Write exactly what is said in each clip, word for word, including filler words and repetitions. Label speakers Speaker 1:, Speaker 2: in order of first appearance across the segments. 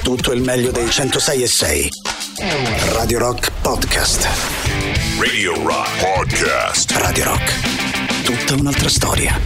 Speaker 1: tutto il meglio dei centosei e sei. Radio Rock Podcast.
Speaker 2: Radio Rock Podcast.
Speaker 1: Radio Rock. Tutta un'altra storia.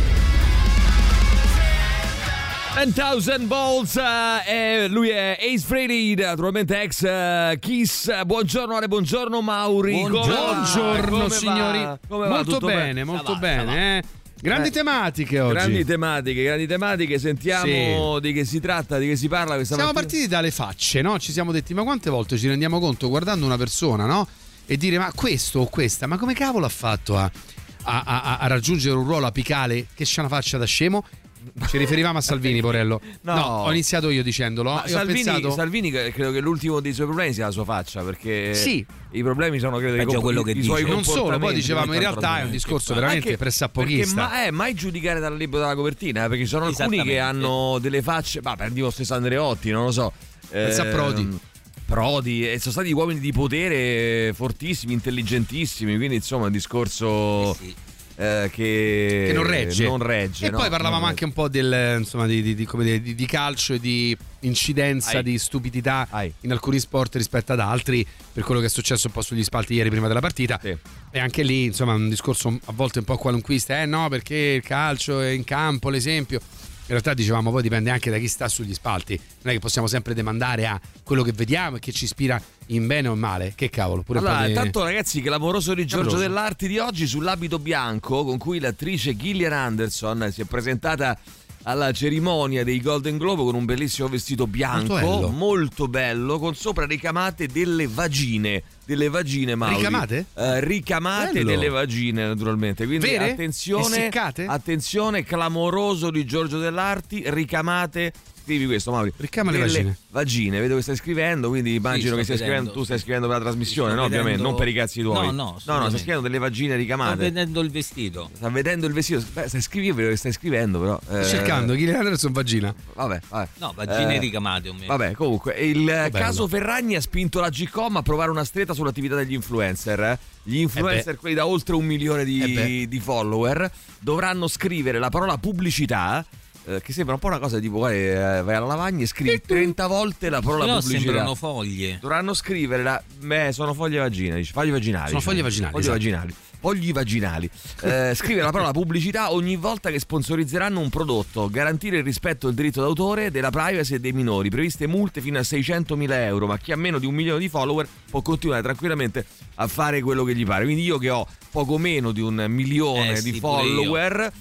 Speaker 3: ten thousand Balls, uh, e lui è Ace Frehley, naturalmente ex uh, Kiss. Buongiorno Ale, buongiorno Mauri.
Speaker 4: Buongiorno
Speaker 3: Come
Speaker 4: signori.
Speaker 3: va? Come va?
Speaker 4: Molto
Speaker 3: Tutto
Speaker 4: bene, molto
Speaker 3: va,
Speaker 4: bene. Eh. Grandi
Speaker 3: eh,
Speaker 4: tematiche oggi.
Speaker 3: Grandi tematiche, grandi tematiche. Sentiamo
Speaker 4: sì.
Speaker 3: di che si tratta, di che si parla questa
Speaker 4: Siamo
Speaker 3: mattina.
Speaker 4: partiti dalle facce, no? Ci siamo detti, ma quante volte ci rendiamo conto guardando una persona, no? E dire, ma questo o questa, ma come cavolo ha fatto a, a, a, a raggiungere un ruolo apicale che c'ha una faccia da scemo? Ci riferivamo a Salvini, Porello.
Speaker 3: No.
Speaker 4: no, ho iniziato io dicendolo.
Speaker 3: Ma
Speaker 4: e
Speaker 3: Salvini,
Speaker 4: ho pensato...
Speaker 3: Salvini credo che l'ultimo dei suoi problemi sia la sua faccia, perché
Speaker 4: sì.
Speaker 3: i problemi sono credo i, comp-
Speaker 5: quello che
Speaker 3: i
Speaker 5: dice.
Speaker 3: suoi
Speaker 4: Non solo, poi
Speaker 3: comportamenti.
Speaker 4: dicevamo in realtà è un discorso veramente
Speaker 3: Anche
Speaker 4: pressapochista.
Speaker 3: Perché ma, eh, mai giudicare dal libro della copertina, eh, perché ci sono alcuni che hanno delle facce, ma prendi lo stesso Andreotti, non lo so.
Speaker 4: Pensa a Prodi.
Speaker 3: Prodi, e sono stati uomini di potere fortissimi, intelligentissimi, quindi insomma un discorso...
Speaker 5: Sì, sì.
Speaker 3: Eh, che,
Speaker 4: che non regge,
Speaker 3: non regge
Speaker 4: e
Speaker 3: no,
Speaker 4: poi parlavamo anche un po' del, insomma, di, di, di, come dire, di, di calcio e di incidenza,
Speaker 3: Ai.
Speaker 4: di stupidità
Speaker 3: Ai.
Speaker 4: in alcuni sport rispetto ad altri, per quello che è successo un po' sugli spalti ieri prima della partita.
Speaker 3: Sì.
Speaker 4: E anche lì insomma un discorso a volte un po' qualunquista, eh no perché il calcio è in campo, l'esempio. In realtà dicevamo poi dipende anche da chi sta sugli spalti, non è che possiamo sempre demandare a quello che vediamo e che ci ispira in bene o in male, che cavolo. Pure
Speaker 3: allora,
Speaker 4: un po' di...
Speaker 3: intanto ragazzi, clamoroso di Giorgio
Speaker 4: Clamoroso.
Speaker 3: Dell'Arti di oggi sull'abito bianco con cui l'attrice Gillian Anderson si è presentata alla cerimonia dei Golden Globe con un bellissimo vestito bianco,
Speaker 4: Molto bello,
Speaker 3: molto bello, con sopra ricamate delle vagine, delle vagine Mauri.
Speaker 4: Ricamate?
Speaker 3: Eh, ricamate
Speaker 4: Bello.
Speaker 3: delle vagine naturalmente, quindi
Speaker 4: Vere?
Speaker 3: attenzione,
Speaker 4: Essiccate?
Speaker 3: attenzione, clamoroso di Giorgio Dell'Arti, ricamate. Scrivi questo, Mauri.
Speaker 4: Ricama le
Speaker 3: Delle
Speaker 4: vagine.
Speaker 3: Vagine, vedo che stai scrivendo, quindi immagino
Speaker 5: sto
Speaker 3: che stai
Speaker 5: vedendo.
Speaker 3: scrivendo, tu stai scrivendo per la trasmissione,
Speaker 5: Sto
Speaker 3: no? Ovviamente,
Speaker 5: vedendo-
Speaker 3: non per i cazzi tuoi.
Speaker 5: No, no,
Speaker 3: no, no,
Speaker 5: assolutamente.
Speaker 3: stai scrivendo delle vagine
Speaker 5: Sto
Speaker 3: ricamate.
Speaker 5: vedendo il vestito.
Speaker 3: Sta vedendo il vestito. Beh, stai scrivendo, vedo che stai scrivendo, però. eh,
Speaker 4: Sto cercando Gillian Anderson vagina.
Speaker 3: Vabbè, vabbè.
Speaker 5: No, vagine
Speaker 3: Eh,
Speaker 5: ricamate o meno.
Speaker 3: Vabbè, comunque, il
Speaker 4: bello.
Speaker 3: caso Ferragni ha spinto la G-Com a provare una stretta sull'attività degli influencer. eh. Gli influencer,
Speaker 4: Eh beh.
Speaker 3: quelli da oltre un milione
Speaker 4: Eh
Speaker 3: di,
Speaker 4: beh.
Speaker 3: di follower, dovranno scrivere la parola pubblicità. eh, Che sembra un po' una cosa tipo vai, eh, vai alla lavagna e scrivi trenta volte la parola
Speaker 5: Però
Speaker 3: pubblicità.
Speaker 5: sembrano foglie.
Speaker 3: Dovranno scrivere la. Beh, sono foglie vagine, dice, foglie vaginali.
Speaker 4: Sono
Speaker 3: diciamo.
Speaker 4: foglie vaginali,
Speaker 3: Foglie
Speaker 4: esatto.
Speaker 3: vaginali. Fogli vaginali. Eh, scrivere la parola pubblicità ogni volta che sponsorizzeranno un prodotto. Garantire il rispetto del diritto d'autore, della privacy e dei minori. Previste multe fino a seicentomila euro. Ma chi ha meno di un milione di follower può continuare tranquillamente a fare quello che gli pare. Quindi io che ho poco meno di un milione
Speaker 5: Eh,
Speaker 3: di
Speaker 5: sì, pure
Speaker 3: follower,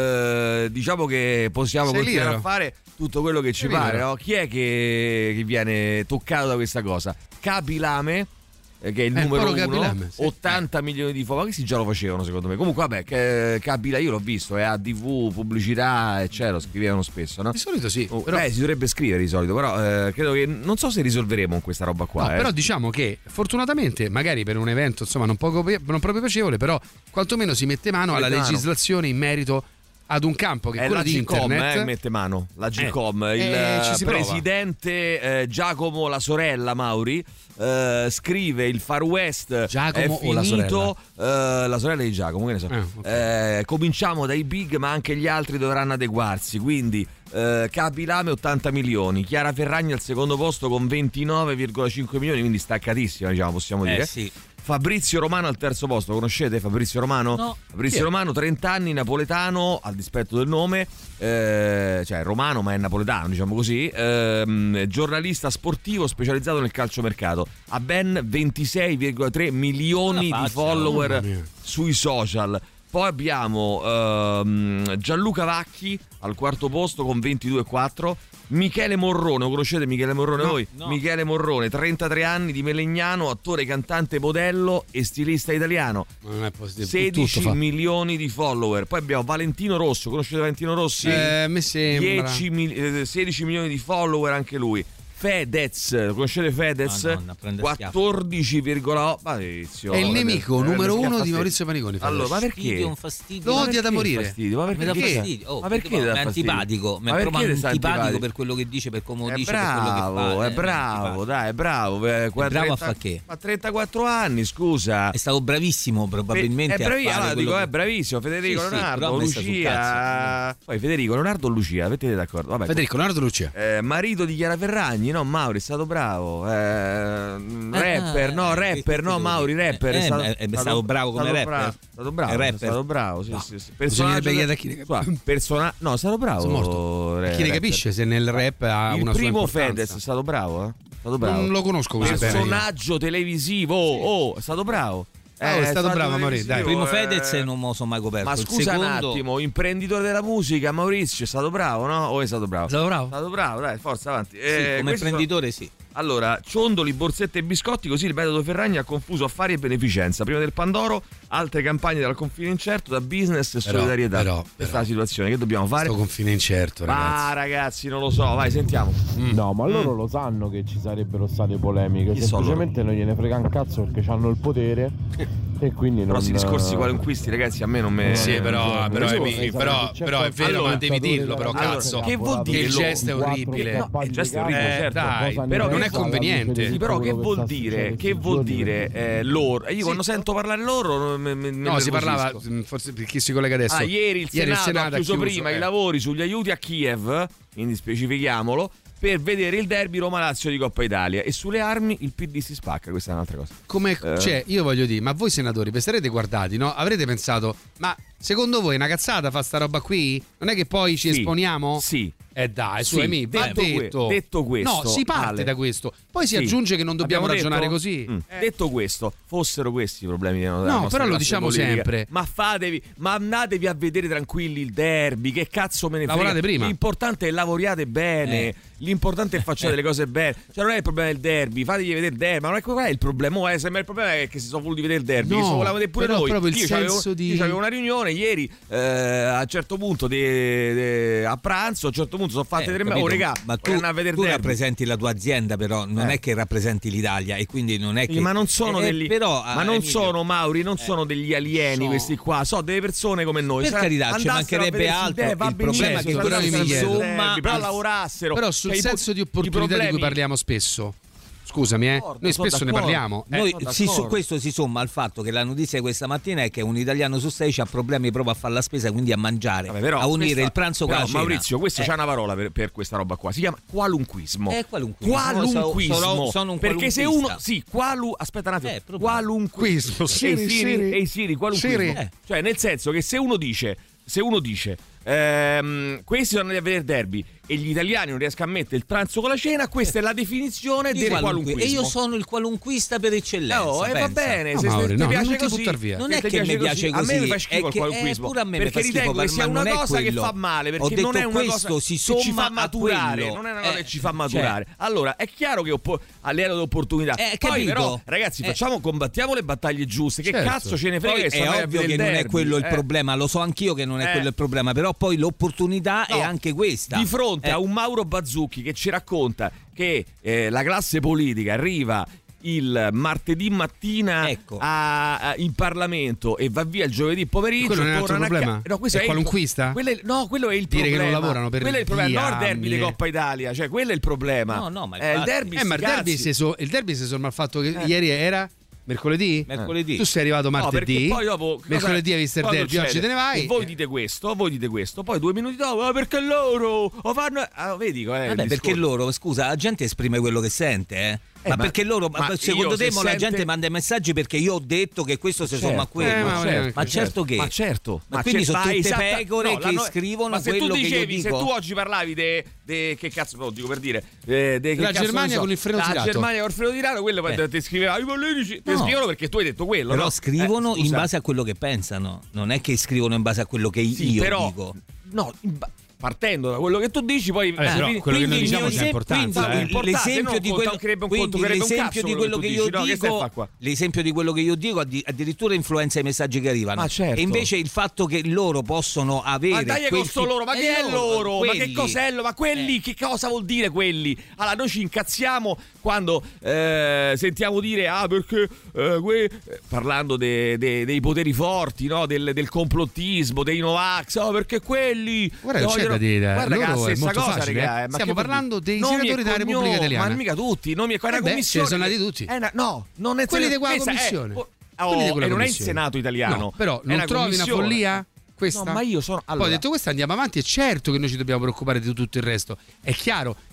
Speaker 3: eh, diciamo che possiamo
Speaker 4: Sei
Speaker 3: continuare
Speaker 4: libero.
Speaker 3: a fare tutto quello che ci
Speaker 4: Sei
Speaker 3: pare,
Speaker 4: libero.
Speaker 3: no? Chi è che, che viene toccato da questa cosa? Capilame, eh, che è il
Speaker 4: Eh,
Speaker 3: numero
Speaker 4: Paolo
Speaker 3: uno,
Speaker 4: Capilame, sì.
Speaker 3: ottanta milioni di follower. Ma questi già lo facevano secondo me. Comunque vabbè, che, Capila io l'ho visto, è a tivù, pubblicità, eccetera, lo scrivevano spesso, no?
Speaker 4: Di solito sì,
Speaker 3: Oh,
Speaker 4: però...
Speaker 3: Beh, si dovrebbe scrivere di solito, però eh, credo che non so se risolveremo con questa roba qua.
Speaker 4: No,
Speaker 3: eh.
Speaker 4: però diciamo che fortunatamente, magari per un evento insomma non, poco, non proprio piacevole, però quantomeno si mette mano
Speaker 3: Mette
Speaker 4: alla
Speaker 3: mano.
Speaker 4: legislazione in merito ad un campo che è,
Speaker 3: È
Speaker 4: quello
Speaker 3: la
Speaker 4: di
Speaker 3: G-Com
Speaker 4: internet.
Speaker 3: eh, mette mano, la G-Com,
Speaker 4: Eh,
Speaker 3: il
Speaker 4: eh, ci si prova.
Speaker 3: presidente eh, Giacomo la sorella Mauri eh, scrive il Far West
Speaker 4: Giacomo
Speaker 3: è
Speaker 4: o la
Speaker 3: finito, eh, la sorella di Giacomo, che ne so.
Speaker 4: Ah, ok.
Speaker 3: Eh, cominciamo dai big, ma anche gli altri dovranno adeguarsi, quindi eh, Capilame ottanta milioni, Chiara Ferragni al secondo posto con ventinove virgola cinque milioni, quindi staccatissima, diciamo, possiamo dire.
Speaker 5: Eh sì.
Speaker 3: Fabrizio Romano al terzo posto, conoscete Fabrizio Romano?
Speaker 5: No.
Speaker 3: Fabrizio
Speaker 4: Chi è?
Speaker 3: Romano, trenta anni, napoletano, al dispetto del nome, eh, cioè romano ma è napoletano, diciamo così, ehm, giornalista sportivo specializzato nel calciomercato, ha ben ventisei virgola tre milioni
Speaker 5: Una
Speaker 3: di
Speaker 5: faccia,
Speaker 3: follower
Speaker 4: mamma mia.
Speaker 3: sui social. Poi abbiamo ehm, Gianluca Vacchi al quarto posto con ventidue virgola quattro. Michele Morrone, lo conoscete Michele Morrone
Speaker 4: No,
Speaker 3: voi?
Speaker 5: no.
Speaker 3: Michele Morrone, trentatré anni, di Melegnano, attore, cantante, modello e stilista italiano.
Speaker 4: Non è possibile.
Speaker 3: sedici
Speaker 4: Tutto fa.
Speaker 3: milioni di follower. Poi abbiamo Valentino Rosso, conoscete Valentino Rossi?
Speaker 4: Eh, mi sembra.
Speaker 3: dieci mil- eh, sedici milioni di follower anche lui. Fedez, lo conoscete Fedez?
Speaker 5: Madonna, prende
Speaker 3: quattordici virgola otto. Maurizio,
Speaker 4: È il nemico
Speaker 3: prende
Speaker 4: numero
Speaker 3: schiaffa
Speaker 4: uno
Speaker 3: a
Speaker 4: di
Speaker 3: te.
Speaker 4: Maurizio Paniconi.
Speaker 3: Allora, ma
Speaker 5: Fastidio,
Speaker 3: perché?
Speaker 5: un fastidio.
Speaker 4: Lo
Speaker 5: Ma
Speaker 4: odia da
Speaker 3: perché
Speaker 4: morire.
Speaker 3: fastidio? Ma perché?
Speaker 5: Mi dà
Speaker 3: Perché?
Speaker 5: fastidio. Oh,
Speaker 3: Ma perché
Speaker 5: tipo,
Speaker 3: dà
Speaker 5: mi è
Speaker 3: fastidio?
Speaker 5: antipatico, mi
Speaker 3: Ma
Speaker 5: è
Speaker 3: perché
Speaker 5: proprio
Speaker 3: ti sta
Speaker 5: antipatico
Speaker 3: antipatico?
Speaker 5: per quello che dice, per come
Speaker 3: È
Speaker 5: dice, per quello che
Speaker 3: bravo,
Speaker 5: fa.
Speaker 3: è
Speaker 5: eh, mi è
Speaker 3: bravo,
Speaker 5: antipatico.
Speaker 3: dai, è bravo. Eh, qua-
Speaker 5: È bravo a
Speaker 3: trenta
Speaker 5: fa che?
Speaker 3: Ma trentaquattro anni, scusa.
Speaker 5: È stato bravissimo probabilmente
Speaker 3: È
Speaker 5: a
Speaker 3: bravi-
Speaker 5: fare
Speaker 3: allora
Speaker 5: quello
Speaker 3: dico,
Speaker 5: che-
Speaker 3: è bravissimo Federico
Speaker 5: Sì, sì,
Speaker 3: Leonardo,
Speaker 5: però a me sta sul
Speaker 3: Lucia.
Speaker 5: cazzo.
Speaker 3: Poi Federico Leonardo o Lucia, avete d'accordo? Vabbè,
Speaker 4: Federico Leonardo Lucia.
Speaker 3: eh, marito di Chiara Ferragni, Ferragni, no Mauri, è stato bravo. Eh, rapper, no, rapper, no Mauri, rapper.
Speaker 5: Eh,
Speaker 3: è stato,
Speaker 5: è, è stato bravo come
Speaker 3: stato
Speaker 5: rapper.
Speaker 3: Bravo, è stato bravo,
Speaker 5: È
Speaker 3: è
Speaker 5: rapper.
Speaker 3: stato bravo, sì,
Speaker 5: No.
Speaker 3: sì, sì.
Speaker 4: Bisognerebbe chiedere a chi ne capisce.
Speaker 3: Persona- no, è stato bravo.
Speaker 4: Sono morto.
Speaker 3: re-
Speaker 4: Chi ne
Speaker 3: rapper.
Speaker 4: capisce se nel rap ha
Speaker 3: Il
Speaker 4: una sua
Speaker 3: primo
Speaker 4: importanza?
Speaker 3: Fedez è stato bravo, eh? È stato bravo.
Speaker 4: Non lo conosco così bene.
Speaker 3: Personaggio televisivo, oh, oh, è stato bravo.
Speaker 4: Ah, oh, è stato bravo, Mauri, dai.
Speaker 5: Il primo
Speaker 3: eh,
Speaker 5: Fedez non me lo sono mai coperto.
Speaker 3: Ma
Speaker 5: Il
Speaker 3: scusa
Speaker 5: secondo...
Speaker 3: un attimo, imprenditore della musica, Maurizio, è stato bravo, no? O è stato bravo?
Speaker 4: È stato bravo?
Speaker 3: È stato bravo, dai, forza, avanti.
Speaker 5: Sì,
Speaker 3: Eh,
Speaker 5: come
Speaker 3: questi
Speaker 5: imprenditore
Speaker 3: sono-
Speaker 5: sì.
Speaker 3: Allora, ciondoli, borsette e biscotti, così il metodo Ferragni ha confuso affari e beneficenza. Prima del Pandoro, altre campagne dal confine incerto, da business e
Speaker 4: Però,
Speaker 3: solidarietà.
Speaker 4: però,
Speaker 3: Questa
Speaker 4: però.
Speaker 3: è la situazione, che dobbiamo fare?
Speaker 4: Sto confine incerto, ragazzi.
Speaker 3: Ah, ragazzi, non lo so, vai, sentiamo.
Speaker 6: No, ma loro lo sanno che ci sarebbero state polemiche,
Speaker 3: Chi sono
Speaker 6: semplicemente non gliene frega un cazzo perché hanno il potere e quindi non...
Speaker 3: Però questi discorsi qualunquisti, ragazzi, a me non me...
Speaker 4: Sì, però, però,
Speaker 6: Io
Speaker 4: Emi,
Speaker 6: vorrei
Speaker 4: però,
Speaker 6: sapere se c'è
Speaker 4: però è vero,
Speaker 3: allora,
Speaker 4: ma devi dirlo, però,
Speaker 3: allora,
Speaker 4: cazzo.
Speaker 3: che vuol dire
Speaker 4: Che il
Speaker 3: lo-
Speaker 4: gesto è orribile.
Speaker 3: No, il gesto è orribile,
Speaker 4: Eh,
Speaker 3: certo.
Speaker 4: dai,
Speaker 6: Cosa ne
Speaker 3: però
Speaker 4: non è
Speaker 6: pensa
Speaker 4: conveniente.
Speaker 6: alla luce di
Speaker 3: Sì, però che
Speaker 6: quello
Speaker 3: vuol
Speaker 6: sta
Speaker 3: dire?
Speaker 6: succedendo
Speaker 3: Che
Speaker 6: questi
Speaker 3: vuol
Speaker 6: giorni?
Speaker 3: dire eh, loro? Io quando sento parlare loro me, me, me
Speaker 4: No, si parlava,
Speaker 3: nervosisco.
Speaker 4: mh, forse per chi si collega adesso.
Speaker 3: Ah, ieri il Senato, ha chiuso, prima
Speaker 4: eh.
Speaker 3: i lavori sugli aiuti a Kiev, quindi specifichiamolo, per vedere il derby Roma-Lazio di Coppa Italia, e sulle armi il P D si spacca, questa è un'altra cosa.
Speaker 4: Come,
Speaker 3: Eh.
Speaker 4: cioè, io voglio dire, ma voi senatori vi sarete guardati, no? Avrete pensato, ma secondo voi è una cazzata fa sta roba qui? Non è che poi ci
Speaker 3: Sì,
Speaker 4: esponiamo?
Speaker 3: Sì.
Speaker 4: Eh dai, su
Speaker 3: Sì,
Speaker 4: Emi, va
Speaker 3: detto que-
Speaker 4: detto.
Speaker 3: detto questo,
Speaker 4: No, si parte
Speaker 3: Ale.
Speaker 4: da questo. Poi si
Speaker 3: Sì.
Speaker 4: aggiunge che non dobbiamo
Speaker 3: Abbiamo
Speaker 4: ragionare
Speaker 3: detto?
Speaker 4: così.
Speaker 3: Mm.
Speaker 4: Eh.
Speaker 3: Detto questo, fossero questi i problemi della della
Speaker 4: No,
Speaker 3: nostra
Speaker 4: però lo
Speaker 3: classe
Speaker 4: diciamo
Speaker 3: politica,
Speaker 4: sempre.
Speaker 3: Ma fatevi, ma andatevi a vedere tranquilli il derby, che cazzo me ne frega.
Speaker 4: Lavorate prima.
Speaker 3: L'importante è lavoriate bene.
Speaker 5: Eh.
Speaker 3: L'importante è facciate delle cose bene. Cioè non è il problema del derby, fategli vedere il derby, ma non è qual è il problema. Eh, sembra il problema è che si sono voluti vedere il derby,
Speaker 4: No,
Speaker 3: che se volevamo vedere pure
Speaker 4: però
Speaker 3: noi.
Speaker 4: proprio il
Speaker 3: io
Speaker 4: senso
Speaker 3: c'avevo,
Speaker 4: di-
Speaker 3: io c'avevo una riunione ieri eh, a un certo punto di- di- a pranzo, a un certo punto sono fatte
Speaker 5: Eh,
Speaker 3: tre
Speaker 5: capito?
Speaker 3: oh regà,
Speaker 5: ma tu,
Speaker 3: vogliono vedere
Speaker 5: tu
Speaker 3: il derby.
Speaker 5: rappresenti la tua azienda, però non
Speaker 3: Eh.
Speaker 5: è che rappresenti l'Italia, e quindi non è che
Speaker 3: Sì, ma non sono
Speaker 5: eh,
Speaker 3: degli
Speaker 5: però,
Speaker 3: ma
Speaker 5: ah,
Speaker 3: non
Speaker 5: Emilio,
Speaker 3: sono Mauri, non sono degli alieni
Speaker 5: so.
Speaker 3: questi qua, so delle persone come noi.
Speaker 5: Per
Speaker 3: Cioè,
Speaker 5: carità, ci
Speaker 3: andassero a
Speaker 5: mancherebbe
Speaker 3: vedersi
Speaker 5: altro,
Speaker 3: derby, va
Speaker 5: il problema
Speaker 3: benissimo,
Speaker 5: è che
Speaker 3: se
Speaker 4: però
Speaker 3: andassero
Speaker 4: mi
Speaker 3: a
Speaker 4: chiedo-
Speaker 3: vedere il derby, però
Speaker 5: al-
Speaker 3: lavorassero.
Speaker 4: Però sul
Speaker 3: Cioè, i
Speaker 4: senso
Speaker 3: pu-
Speaker 4: di
Speaker 3: i
Speaker 4: opportunità di cui
Speaker 3: problemi-
Speaker 4: parliamo spesso. Scusami, eh.
Speaker 3: D'accordo,
Speaker 4: Noi
Speaker 3: sono
Speaker 4: spesso ne
Speaker 3: d'accordo.
Speaker 4: parliamo.
Speaker 3: Eh,
Speaker 5: Noi,
Speaker 3: sono
Speaker 5: si-
Speaker 3: d'accordo.
Speaker 5: su questo si somma al fatto che la notizia di questa mattina è che un italiano su sei ha problemi proprio a fare la spesa, quindi a mangiare,
Speaker 3: Vabbè, però
Speaker 5: a unire
Speaker 3: questa-
Speaker 5: il pranzo con
Speaker 3: però,
Speaker 5: la cena.
Speaker 3: Maurizio, questo
Speaker 5: Eh.
Speaker 3: c'è una parola per, per questa roba qua, si chiama qualunquismo.
Speaker 5: Eh, qualunquismo.
Speaker 3: Qualunquismo.
Speaker 5: Sono- sono un
Speaker 3: perché se
Speaker 5: qualunquista.
Speaker 3: uno sì, qualu aspetta un attimo.
Speaker 5: Eh, proprio.
Speaker 3: qualunquismo.
Speaker 4: Quismo, Siri,
Speaker 3: Ehi, Siri,
Speaker 4: Siri.
Speaker 3: ehi, Siri, qualunquismo.
Speaker 4: Siri.
Speaker 5: Eh.
Speaker 3: Cioè, nel senso che se uno dice se uno dice ehm, questi sono andati a vedere il derby e gli italiani non riescono a mettere il pranzo con la cena, questa è la definizione
Speaker 5: Di
Speaker 3: del
Speaker 5: qualunque-
Speaker 3: qualunquismo.
Speaker 5: E io sono il qualunquista per eccellenza.
Speaker 3: No, e va
Speaker 5: pensa.
Speaker 3: bene,
Speaker 4: No,
Speaker 3: se,
Speaker 4: Mauri,
Speaker 3: se
Speaker 4: no,
Speaker 3: ti piace
Speaker 4: non ti
Speaker 3: così,
Speaker 4: buttar via.
Speaker 5: Non
Speaker 3: se
Speaker 5: è
Speaker 3: ti
Speaker 5: che mi piace
Speaker 3: A me
Speaker 5: così,
Speaker 3: mi fa schifo
Speaker 5: è
Speaker 3: il
Speaker 5: che-
Speaker 3: qualunquismo,
Speaker 5: eh, pure a me mi
Speaker 3: perché
Speaker 5: fa schifo,
Speaker 3: ritengo che
Speaker 5: ma
Speaker 3: sia
Speaker 5: non
Speaker 3: una
Speaker 5: è
Speaker 3: cosa che
Speaker 5: quello.
Speaker 3: fa male,
Speaker 5: Ho
Speaker 3: perché
Speaker 5: detto
Speaker 3: non è una
Speaker 5: questo
Speaker 3: cosa
Speaker 5: si
Speaker 3: che ci
Speaker 5: somma
Speaker 3: fa
Speaker 5: a
Speaker 3: maturare,
Speaker 5: quello.
Speaker 3: non è una cosa
Speaker 5: Eh,
Speaker 3: che ci fa maturare.
Speaker 5: cioè.
Speaker 3: Allora, è chiaro che oppo- a livello di opportunità.
Speaker 5: Eh,
Speaker 3: Poi
Speaker 5: capito?
Speaker 3: però, ragazzi,
Speaker 5: Eh.
Speaker 3: facciamo combattiamo le battaglie giuste. Che
Speaker 4: Certo.
Speaker 3: cazzo ce ne frega
Speaker 5: Poi
Speaker 3: che
Speaker 5: è
Speaker 3: stiamo a
Speaker 5: ovvio
Speaker 3: vedere
Speaker 5: che
Speaker 3: il
Speaker 5: non è
Speaker 3: derby?
Speaker 5: quello il
Speaker 3: Eh.
Speaker 5: problema, lo so anch'io che non è
Speaker 3: Eh.
Speaker 5: quello il problema, però poi l'opportunità
Speaker 3: No,
Speaker 5: è anche questa.
Speaker 3: Di fronte
Speaker 5: Eh.
Speaker 3: a un Mauro Bazzucchi che ci racconta che eh, la classe politica arriva il martedì mattina
Speaker 5: Ecco.
Speaker 3: a- a- in Parlamento e va via il giovedì pomeriggio.
Speaker 4: Quello non è un altro
Speaker 3: tornano a
Speaker 4: problema?
Speaker 3: ca- no, questo
Speaker 4: È
Speaker 3: è il-
Speaker 4: qualunquista?
Speaker 3: quello è- no, quello è il
Speaker 4: Dire che
Speaker 3: problema.
Speaker 4: non lavorano per
Speaker 3: quello è il problema, non il derby di
Speaker 4: diamine.
Speaker 3: Coppa Italia, cioè quello è il problema.
Speaker 5: No, no, ma
Speaker 3: Eh, il
Speaker 5: infatti.
Speaker 3: derby
Speaker 4: Eh, ma il
Speaker 3: sti
Speaker 4: derby,
Speaker 3: cazzi.
Speaker 4: si so- il derby si somma al fatto che
Speaker 3: Eh.
Speaker 4: ieri era mercoledì?
Speaker 5: Mercoledì.
Speaker 4: Tu sei arrivato
Speaker 3: No,
Speaker 4: martedì.
Speaker 3: perché poi dopo cosa-
Speaker 4: mercoledì hai visto il
Speaker 3: cosa
Speaker 4: derby,
Speaker 3: succede?
Speaker 4: oggi te ne vai.
Speaker 3: E voi dite questo, voi dite questo, poi due minuti dopo, "Ah, perché loro o fanno ah, vedi qual è il
Speaker 5: Vabbè, perché
Speaker 3: discorso?
Speaker 5: loro, scusa, la gente esprime quello che sente, eh?
Speaker 3: Eh,
Speaker 5: ma,
Speaker 3: ma-
Speaker 5: perché loro, ma
Speaker 3: ma
Speaker 5: secondo
Speaker 3: io,
Speaker 5: te
Speaker 3: se
Speaker 5: mo la
Speaker 3: sente-
Speaker 5: gente manda i messaggi perché io ho detto che questo si
Speaker 3: Certo.
Speaker 5: somma a quello?
Speaker 4: Eh, ma
Speaker 5: ma
Speaker 4: certo,
Speaker 5: certo, ma certo che.
Speaker 3: Ma certo,
Speaker 5: Ma quindi
Speaker 3: c'è-
Speaker 5: sono
Speaker 3: ma
Speaker 5: tutte
Speaker 3: esatta-
Speaker 5: pecore
Speaker 3: no,
Speaker 5: che
Speaker 3: la no-
Speaker 5: scrivono
Speaker 3: ma se
Speaker 5: quello
Speaker 3: tu
Speaker 5: che io
Speaker 3: dicevi, se
Speaker 5: dico?
Speaker 3: tu oggi parlavi de, de- che cazzo, no, dico per dire, eh, de, che
Speaker 4: La
Speaker 3: cazzo ne
Speaker 4: Germania
Speaker 3: so,
Speaker 4: con il freno
Speaker 3: la
Speaker 4: tirato.
Speaker 3: Germania con il freno tirato, quello poi
Speaker 5: Eh.
Speaker 3: ti scriveva i politici, ti
Speaker 5: No.
Speaker 3: scrivono perché tu hai detto quello,
Speaker 5: Però
Speaker 3: no?
Speaker 5: scrivono
Speaker 3: Eh,
Speaker 5: in
Speaker 3: scusa.
Speaker 5: base a quello che pensano, non è che scrivono in base a quello che
Speaker 3: Sì,
Speaker 5: io
Speaker 3: però,
Speaker 5: dico.
Speaker 3: no, in ba- partendo da quello che tu dici, poi
Speaker 4: Vabbè, però
Speaker 3: quindi-
Speaker 4: quello che noi
Speaker 3: quindi
Speaker 4: diciamo
Speaker 3: il
Speaker 4: c'ha
Speaker 3: mio
Speaker 4: importanza,
Speaker 3: esempio-
Speaker 4: eh.
Speaker 3: importanza, se
Speaker 5: l'esempio
Speaker 3: no
Speaker 5: di
Speaker 3: conta-
Speaker 5: quello,
Speaker 3: crebbe un
Speaker 5: quindi
Speaker 3: conto, crebbe un
Speaker 5: l'esempio
Speaker 3: cazzo
Speaker 5: di quello
Speaker 3: tu
Speaker 5: che
Speaker 3: dici,
Speaker 5: io
Speaker 3: no, che stai a
Speaker 5: dico,
Speaker 3: fa qua?
Speaker 5: l'esempio di quello che io dico addi- addirittura influenza i messaggi che arrivano.
Speaker 3: Ma certo.
Speaker 5: E invece il fatto che loro possono avere
Speaker 3: Ma dai
Speaker 5: quel
Speaker 3: con sto
Speaker 5: tipo-
Speaker 3: loro, ma
Speaker 5: Eh,
Speaker 3: che è loro? Ma che
Speaker 5: quelli.
Speaker 3: cos'è loro? Ma quelli,
Speaker 5: Eh.
Speaker 3: che cosa vuol dire quelli? Allora, noi ci incazziamo quando eh, sentiamo dire, ah, perché eh, que- eh, parlando de- de- dei poteri forti, no? del, del complottismo, dei Novax, oh, perché quelli.
Speaker 4: Guarda che c'è
Speaker 3: vogliono-
Speaker 4: da dire,
Speaker 3: Guarda che è la
Speaker 4: loro è
Speaker 3: stessa
Speaker 4: molto
Speaker 3: cosa,
Speaker 4: facile,
Speaker 3: raga,
Speaker 4: eh.
Speaker 3: eh, ma
Speaker 4: Stiamo
Speaker 3: che vuol
Speaker 4: parlando
Speaker 3: dire?
Speaker 4: dei
Speaker 3: Nomi
Speaker 4: senatori
Speaker 3: e
Speaker 4: della Repubblica
Speaker 3: cognomi,
Speaker 4: Italiana.
Speaker 3: Ma mica tutti, nomi e una
Speaker 4: Eh beh,
Speaker 3: commissione.
Speaker 4: ce ne sono nati tutti.
Speaker 3: È una- no, non è
Speaker 4: Quelli di quella
Speaker 3: questa è-
Speaker 4: commissione.
Speaker 3: oh,
Speaker 4: Quelli di
Speaker 3: oh,
Speaker 4: quella
Speaker 3: e non è il
Speaker 4: commissione.
Speaker 3: Senato italiano.
Speaker 4: No, però
Speaker 3: è
Speaker 4: non trovi una
Speaker 3: commissione.
Speaker 4: follia? Questa?
Speaker 3: No, ma io sono.
Speaker 4: Poi
Speaker 3: Allora,
Speaker 4: detto questo andiamo avanti, è certo che noi ci dobbiamo preoccupare di tutto il resto. È chiaro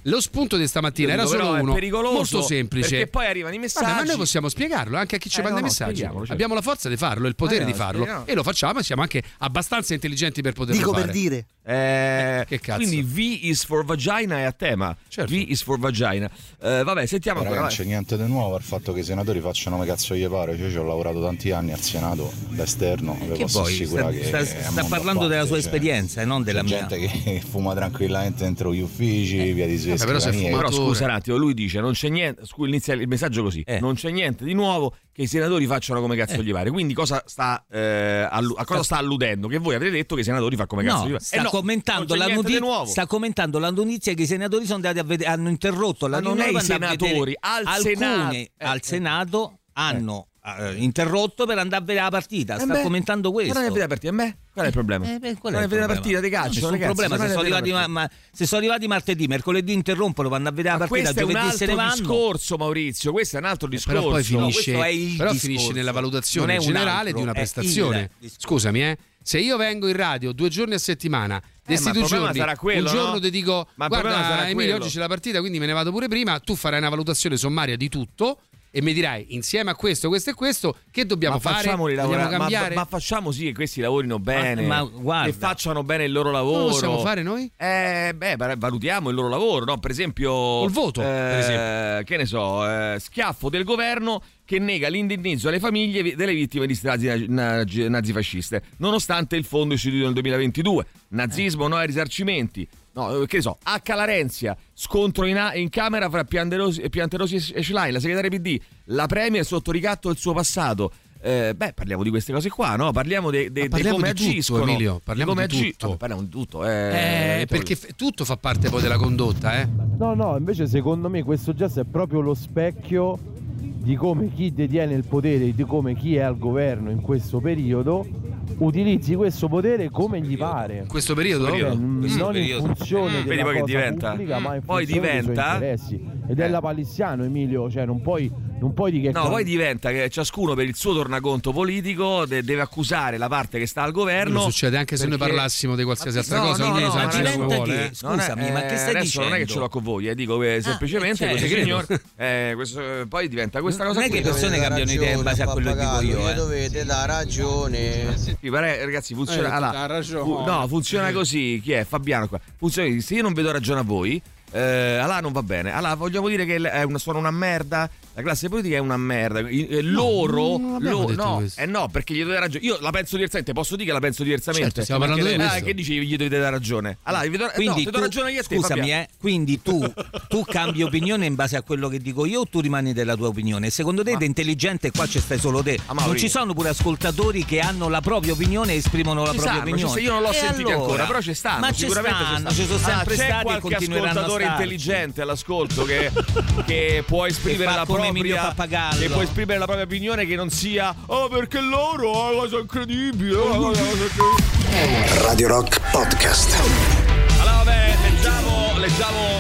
Speaker 4: lo spunto di stamattina era
Speaker 3: Però
Speaker 4: solo
Speaker 3: è
Speaker 4: uno,
Speaker 3: pericoloso,
Speaker 4: molto semplice.
Speaker 3: perché poi arrivano i messaggi.
Speaker 4: Vabbè, ma noi possiamo spiegarlo anche a chi ci
Speaker 3: Eh,
Speaker 4: manda
Speaker 3: no,
Speaker 4: i
Speaker 3: no,
Speaker 4: messaggi.
Speaker 3: spieghiamolo, certo.
Speaker 4: Abbiamo la forza di farlo, il potere
Speaker 3: Eh, no,
Speaker 4: di farlo
Speaker 3: spieghiamo.
Speaker 4: e lo facciamo e siamo anche abbastanza intelligenti per poterlo
Speaker 7: Dico
Speaker 4: fare.
Speaker 7: per dire.
Speaker 3: Eh,
Speaker 4: che cazzo?
Speaker 3: Quindi V is for vagina è a tema.
Speaker 4: Certo.
Speaker 3: V is for vagina. Eh, vabbè, sentiamo
Speaker 8: Raga,
Speaker 3: ancora.
Speaker 8: non c'è niente di nuovo al fatto che i senatori facciano come cazzo gli pare. Cioè, io ci ho lavorato tanti anni al Senato da esterno, vi
Speaker 5: Che
Speaker 8: posso
Speaker 5: poi
Speaker 8: assicurare
Speaker 5: sta,
Speaker 8: che
Speaker 5: sta,
Speaker 8: è
Speaker 5: sta
Speaker 8: un mondo
Speaker 5: parlando
Speaker 8: a
Speaker 5: della
Speaker 8: parte,
Speaker 5: sua
Speaker 8: cioè,
Speaker 5: esperienza e non della
Speaker 8: c'è
Speaker 5: mia.
Speaker 8: gente che fuma tranquillamente dentro gli uffici, via di Svezia.
Speaker 4: però se fuma-
Speaker 3: Però scusa un attimo, lui dice non c'è niente, scusa, inizia il messaggio così,
Speaker 5: Eh.
Speaker 3: non c'è niente di nuovo, che i senatori facciano come cazzo gli pare. Quindi cosa sta eh, allu- a cosa sta alludendo? Che voi avete detto che i senatori fanno come cazzo gli
Speaker 5: No,
Speaker 3: pare.
Speaker 5: sta,
Speaker 3: Eh no,
Speaker 5: commentando
Speaker 3: non c'è
Speaker 5: la
Speaker 3: niente di
Speaker 5: notizia,
Speaker 3: nuovo.
Speaker 5: sta commentando la notizia che i senatori sono andati a vedere, hanno interrotto la
Speaker 3: Ma non
Speaker 5: riunione
Speaker 3: è i
Speaker 5: per andare a vedere-
Speaker 3: senatori, al
Speaker 5: alcune
Speaker 3: Senato. Eh,
Speaker 5: al
Speaker 3: eh.
Speaker 5: Senato hanno eh, interrotto per andare a vedere la partita.
Speaker 3: Eh
Speaker 5: Sta
Speaker 3: beh,
Speaker 5: commentando questo.
Speaker 3: Ma non è vedere la partita, a me? Qual è il problema?
Speaker 5: Eh, beh, qual è
Speaker 3: non è
Speaker 5: il
Speaker 3: vedere la
Speaker 5: problema?
Speaker 3: partita di calcio,
Speaker 5: Non
Speaker 3: non
Speaker 5: c'è
Speaker 3: è
Speaker 5: un problema,
Speaker 3: cazzo,
Speaker 5: se
Speaker 3: non
Speaker 5: sono,
Speaker 3: è vedere
Speaker 5: arrivati,
Speaker 3: la
Speaker 5: ma, ma, se sono arrivati martedì, mercoledì interrompono, vanno a vedere la
Speaker 3: Ma
Speaker 5: partita,
Speaker 3: questo è un
Speaker 5: giovedì se ne
Speaker 3: altro
Speaker 5: vanno.
Speaker 3: discorso, Maurizio, questo è un altro discorso.
Speaker 4: Però poi finisce,
Speaker 5: questo è il
Speaker 4: però
Speaker 5: discorso.
Speaker 4: finisce nella valutazione
Speaker 5: Non è un
Speaker 4: generale
Speaker 5: altro,
Speaker 4: di una
Speaker 5: è
Speaker 4: prestazione.
Speaker 5: il discorso.
Speaker 4: Scusami, eh. Se io vengo in radio due giorni a settimana,
Speaker 3: Eh,
Speaker 4: questi
Speaker 3: ma il
Speaker 4: due
Speaker 3: problema
Speaker 4: giorni,
Speaker 3: sarà quello,
Speaker 4: un giorno
Speaker 3: no?
Speaker 4: ti dico,
Speaker 3: Ma il problema sarà
Speaker 4: guarda Emilio,
Speaker 3: quello.
Speaker 4: oggi c'è la partita, quindi me ne vado pure prima, tu farai una valutazione sommaria di tutto e mi dirai, insieme a questo, questo e questo, che dobbiamo
Speaker 3: ma
Speaker 4: fare?
Speaker 3: facciamoli
Speaker 4: Dobbiamo
Speaker 3: lavorare, ma,
Speaker 4: cambiare?
Speaker 3: ma facciamo sì che questi lavorino bene,
Speaker 5: ma guarda.
Speaker 3: che facciano bene il loro lavoro.
Speaker 4: Come lo possiamo fare noi?
Speaker 3: Eh, beh, valutiamo il loro lavoro, no? Per esempio,
Speaker 4: Col voto,
Speaker 3: eh,
Speaker 4: per esempio.
Speaker 3: che ne so, eh, schiaffo del governo che nega l'indennizzo alle famiglie vi- delle vittime di stragi na- na- nazifasciste, nonostante il fondo istituito nel duemilaventidue. Nazismo, no ai risarcimenti. No, che ne so, H. Larenzia, scontro in, a- in camera fra Pianterosi, Pianterosi e Schlein, la segretaria P D, la Premier sotto ricatto del suo passato. Eh, beh, parliamo di queste cose qua, no? Parliamo di
Speaker 4: Ma parliamo
Speaker 3: come
Speaker 4: di tutto,
Speaker 3: agiscono,
Speaker 4: Emilio, parliamo
Speaker 3: come
Speaker 4: di
Speaker 3: agi-
Speaker 4: tutto.
Speaker 3: Vabbè, parliamo di tutto, eh,
Speaker 4: Eh, perché f- tutto fa parte poi della condotta, eh?
Speaker 6: No, no, invece secondo me questo gesto è proprio lo specchio di come chi detiene il potere, di come chi è al governo in questo periodo utilizzi questo potere come gli pare.
Speaker 4: In questo periodo?
Speaker 6: Cioè,
Speaker 3: periodo.
Speaker 6: n-
Speaker 5: Questo
Speaker 6: non
Speaker 5: periodo.
Speaker 6: in funzione
Speaker 3: Mm,
Speaker 6: della
Speaker 3: vedi poi che
Speaker 6: cosa
Speaker 3: diventa.
Speaker 6: pubblica, ma in
Speaker 3: Poi
Speaker 6: funzione dei
Speaker 3: diventa-
Speaker 6: suoi interessi. Ed
Speaker 3: Eh.
Speaker 6: è la palissiano, Emilio, cioè non puoi, non puoi di che
Speaker 3: No,
Speaker 6: cosa-
Speaker 3: poi diventa che ciascuno per il suo tornaconto politico de- deve accusare la parte che sta al governo.
Speaker 4: Quello succede anche se noi
Speaker 3: perché-
Speaker 4: parlassimo di qualsiasi altra
Speaker 3: No,
Speaker 4: cosa,
Speaker 3: no,
Speaker 4: ognuno
Speaker 3: no,
Speaker 4: sa
Speaker 3: ma
Speaker 4: agire come
Speaker 5: diventa
Speaker 4: vuole.
Speaker 5: che-
Speaker 4: eh.
Speaker 3: Non è-
Speaker 5: Scusami, ma che stai
Speaker 3: adesso
Speaker 5: dicendo?
Speaker 3: non è che ce l'ho con voi, eh, dico eh, semplicemente
Speaker 5: eh,
Speaker 3: questo
Speaker 5: certo.
Speaker 3: signor eh, questo, eh, poi diventa questa cosa
Speaker 5: Non è
Speaker 3: qui.
Speaker 5: che le persone cambiano idea in base a quello che dico io. Eh.
Speaker 7: dovete dare ragione.
Speaker 3: Sì, pare- ragazzi, funziona.
Speaker 4: Eh,
Speaker 3: allora,
Speaker 4: ha ragione.
Speaker 3: fu- no, funziona così. Chi è? Fabiano qua. Funziona così. Se io non vedo ragione a voi, eh, allora non va bene. Allora vogliamo dire che è una, sono una merda. La classe politica è una merda. I- eh, loro,
Speaker 4: non abbiamo
Speaker 3: lo-
Speaker 4: detto
Speaker 3: no,
Speaker 4: questo.
Speaker 3: eh no, perché gli dovete dare ragione. Io la penso diversamente. Posso dire che la penso diversamente?
Speaker 4: Certo, stiamo parlando di
Speaker 3: Ah,
Speaker 4: questo.
Speaker 3: che dici? Gli dovete dare ragione. Allora, vi do,
Speaker 5: Quindi
Speaker 3: no, ti do
Speaker 5: tu-
Speaker 3: ragione io a te.
Speaker 5: scusami,
Speaker 3: Fabiano.
Speaker 5: eh, quindi tu, tu cambi opinione in base a quello che dico io o tu rimani della tua opinione? Secondo te
Speaker 3: Ma-
Speaker 5: ed è intelligente, qua ci stai solo te.
Speaker 3: Ah, Mauri.
Speaker 5: Non ci sono pure ascoltatori che hanno la propria opinione e esprimono la
Speaker 3: Ci
Speaker 5: propria
Speaker 3: stanno,
Speaker 5: opinione.
Speaker 3: ci sta- io non l'ho
Speaker 5: E
Speaker 3: sentito
Speaker 5: allora?
Speaker 3: ancora, però ci stanno.
Speaker 5: Ma ci
Speaker 3: sicuramente
Speaker 5: stanno,
Speaker 3: ci
Speaker 5: ci sono
Speaker 3: stanno.
Speaker 5: sempre
Speaker 3: Ah, c'è
Speaker 5: stati e
Speaker 3: qualche
Speaker 5: continueranno a
Speaker 3: ascoltatore
Speaker 5: starci.
Speaker 3: intelligente all'ascolto che, che può esprimere
Speaker 5: fa
Speaker 3: la
Speaker 5: come Emilio
Speaker 3: propria
Speaker 5: Pappagallo.
Speaker 3: che può esprimere la propria opinione, che non sia oh perché loro è una cosa incredibile, oh, una cosa incredibile.
Speaker 1: Radio Rock Podcast.
Speaker 3: Allora vabbè, leggiamo, leggiamo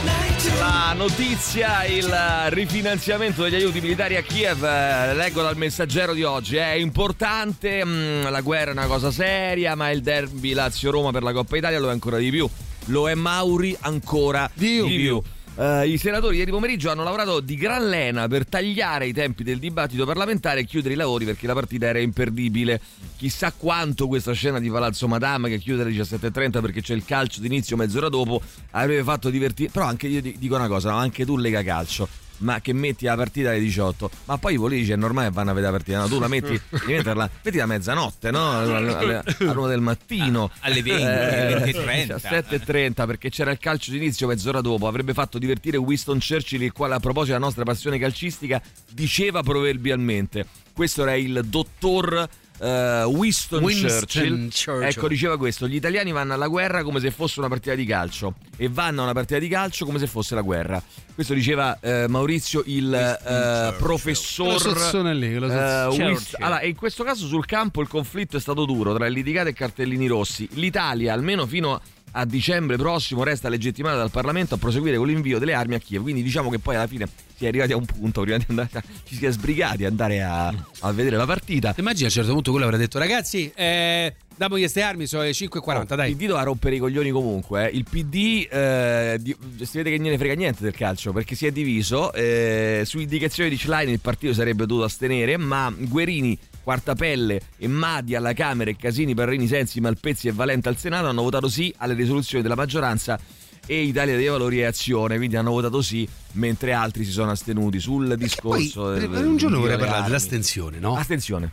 Speaker 3: la notizia, il rifinanziamento degli aiuti militari a Kiev. Eh, leggo dal Messaggero di oggi, è importante, mh, la guerra è una cosa seria, ma il derby Lazio-Roma per la Coppa Italia lo è ancora di più. Lo è Mauri ancora di più. Di più. Uh, I senatori ieri pomeriggio hanno lavorato di gran lena per tagliare i tempi del dibattito parlamentare e chiudere i lavori perché la partita era imperdibile. Chissà quanto questa scena di Palazzo Madama che chiude alle diciassette e trenta perché c'è il calcio d'inizio mezz'ora dopo avrebbe fatto divertire. Però anche io dico una cosa, no? Anche tu Lega Calcio, ma che metti la partita alle diciotto, ma poi i politici è normale che vanno a vedere la partita, no? Tu la metti metterla, metti a mezzanotte, no? Alle, alle, all'una del mattino,
Speaker 5: alle venti, venti e trenta,
Speaker 3: diciassette e trenta perché c'era il calcio d'inizio mezz'ora dopo. Avrebbe fatto divertire Winston Churchill, il quale a proposito della nostra passione calcistica diceva proverbialmente, questo era il dottor Uh, Winston,
Speaker 4: Winston
Speaker 3: Churchill.
Speaker 4: Churchill.
Speaker 3: Ecco, diceva questo: gli italiani vanno alla guerra come se fosse una partita di calcio e vanno a una partita di calcio come se fosse la guerra. Questo diceva uh, Maurizio, il uh, professor
Speaker 4: Quello sozzone lì, quello sozzone.
Speaker 3: uh,
Speaker 4: Churchill.
Speaker 3: Wist- allora, e in questo caso sul campo il conflitto è stato duro tra litigate e cartellini rossi. L'Italia, almeno fino a dicembre prossimo, resta legittimata dal Parlamento a proseguire con l'invio delle armi a Kiev. Quindi diciamo che poi alla fine si è arrivati a un punto prima di andare a, ci si è sbrigati ad andare a, a vedere la partita.
Speaker 4: Immagina a un certo punto quello avrà detto ragazzi eh, Dammo gli ste armi, sono le cinque e quaranta,
Speaker 3: oh,
Speaker 4: dai.
Speaker 3: Il P D doveva rompere i coglioni comunque. Eh. Il P D eh, di, si vede che non ne frega niente del calcio, perché si è diviso. Eh, su indicazione di Schlein il partito sarebbe dovuto astenere, ma Guerini, Quartapelle e Madi alla Camera e Casini, Parrini, Sensi, Malpezzi e Valenta al Senato hanno votato sì alle risoluzioni della maggioranza e Italia dei Valori e Azione, quindi hanno votato sì, mentre altri si sono astenuti sul discorso.
Speaker 4: Poi,
Speaker 3: del,
Speaker 4: per un giorno vorrei
Speaker 3: delle
Speaker 4: parlare
Speaker 3: armi.
Speaker 4: dell'astensione, no?
Speaker 3: Astensione.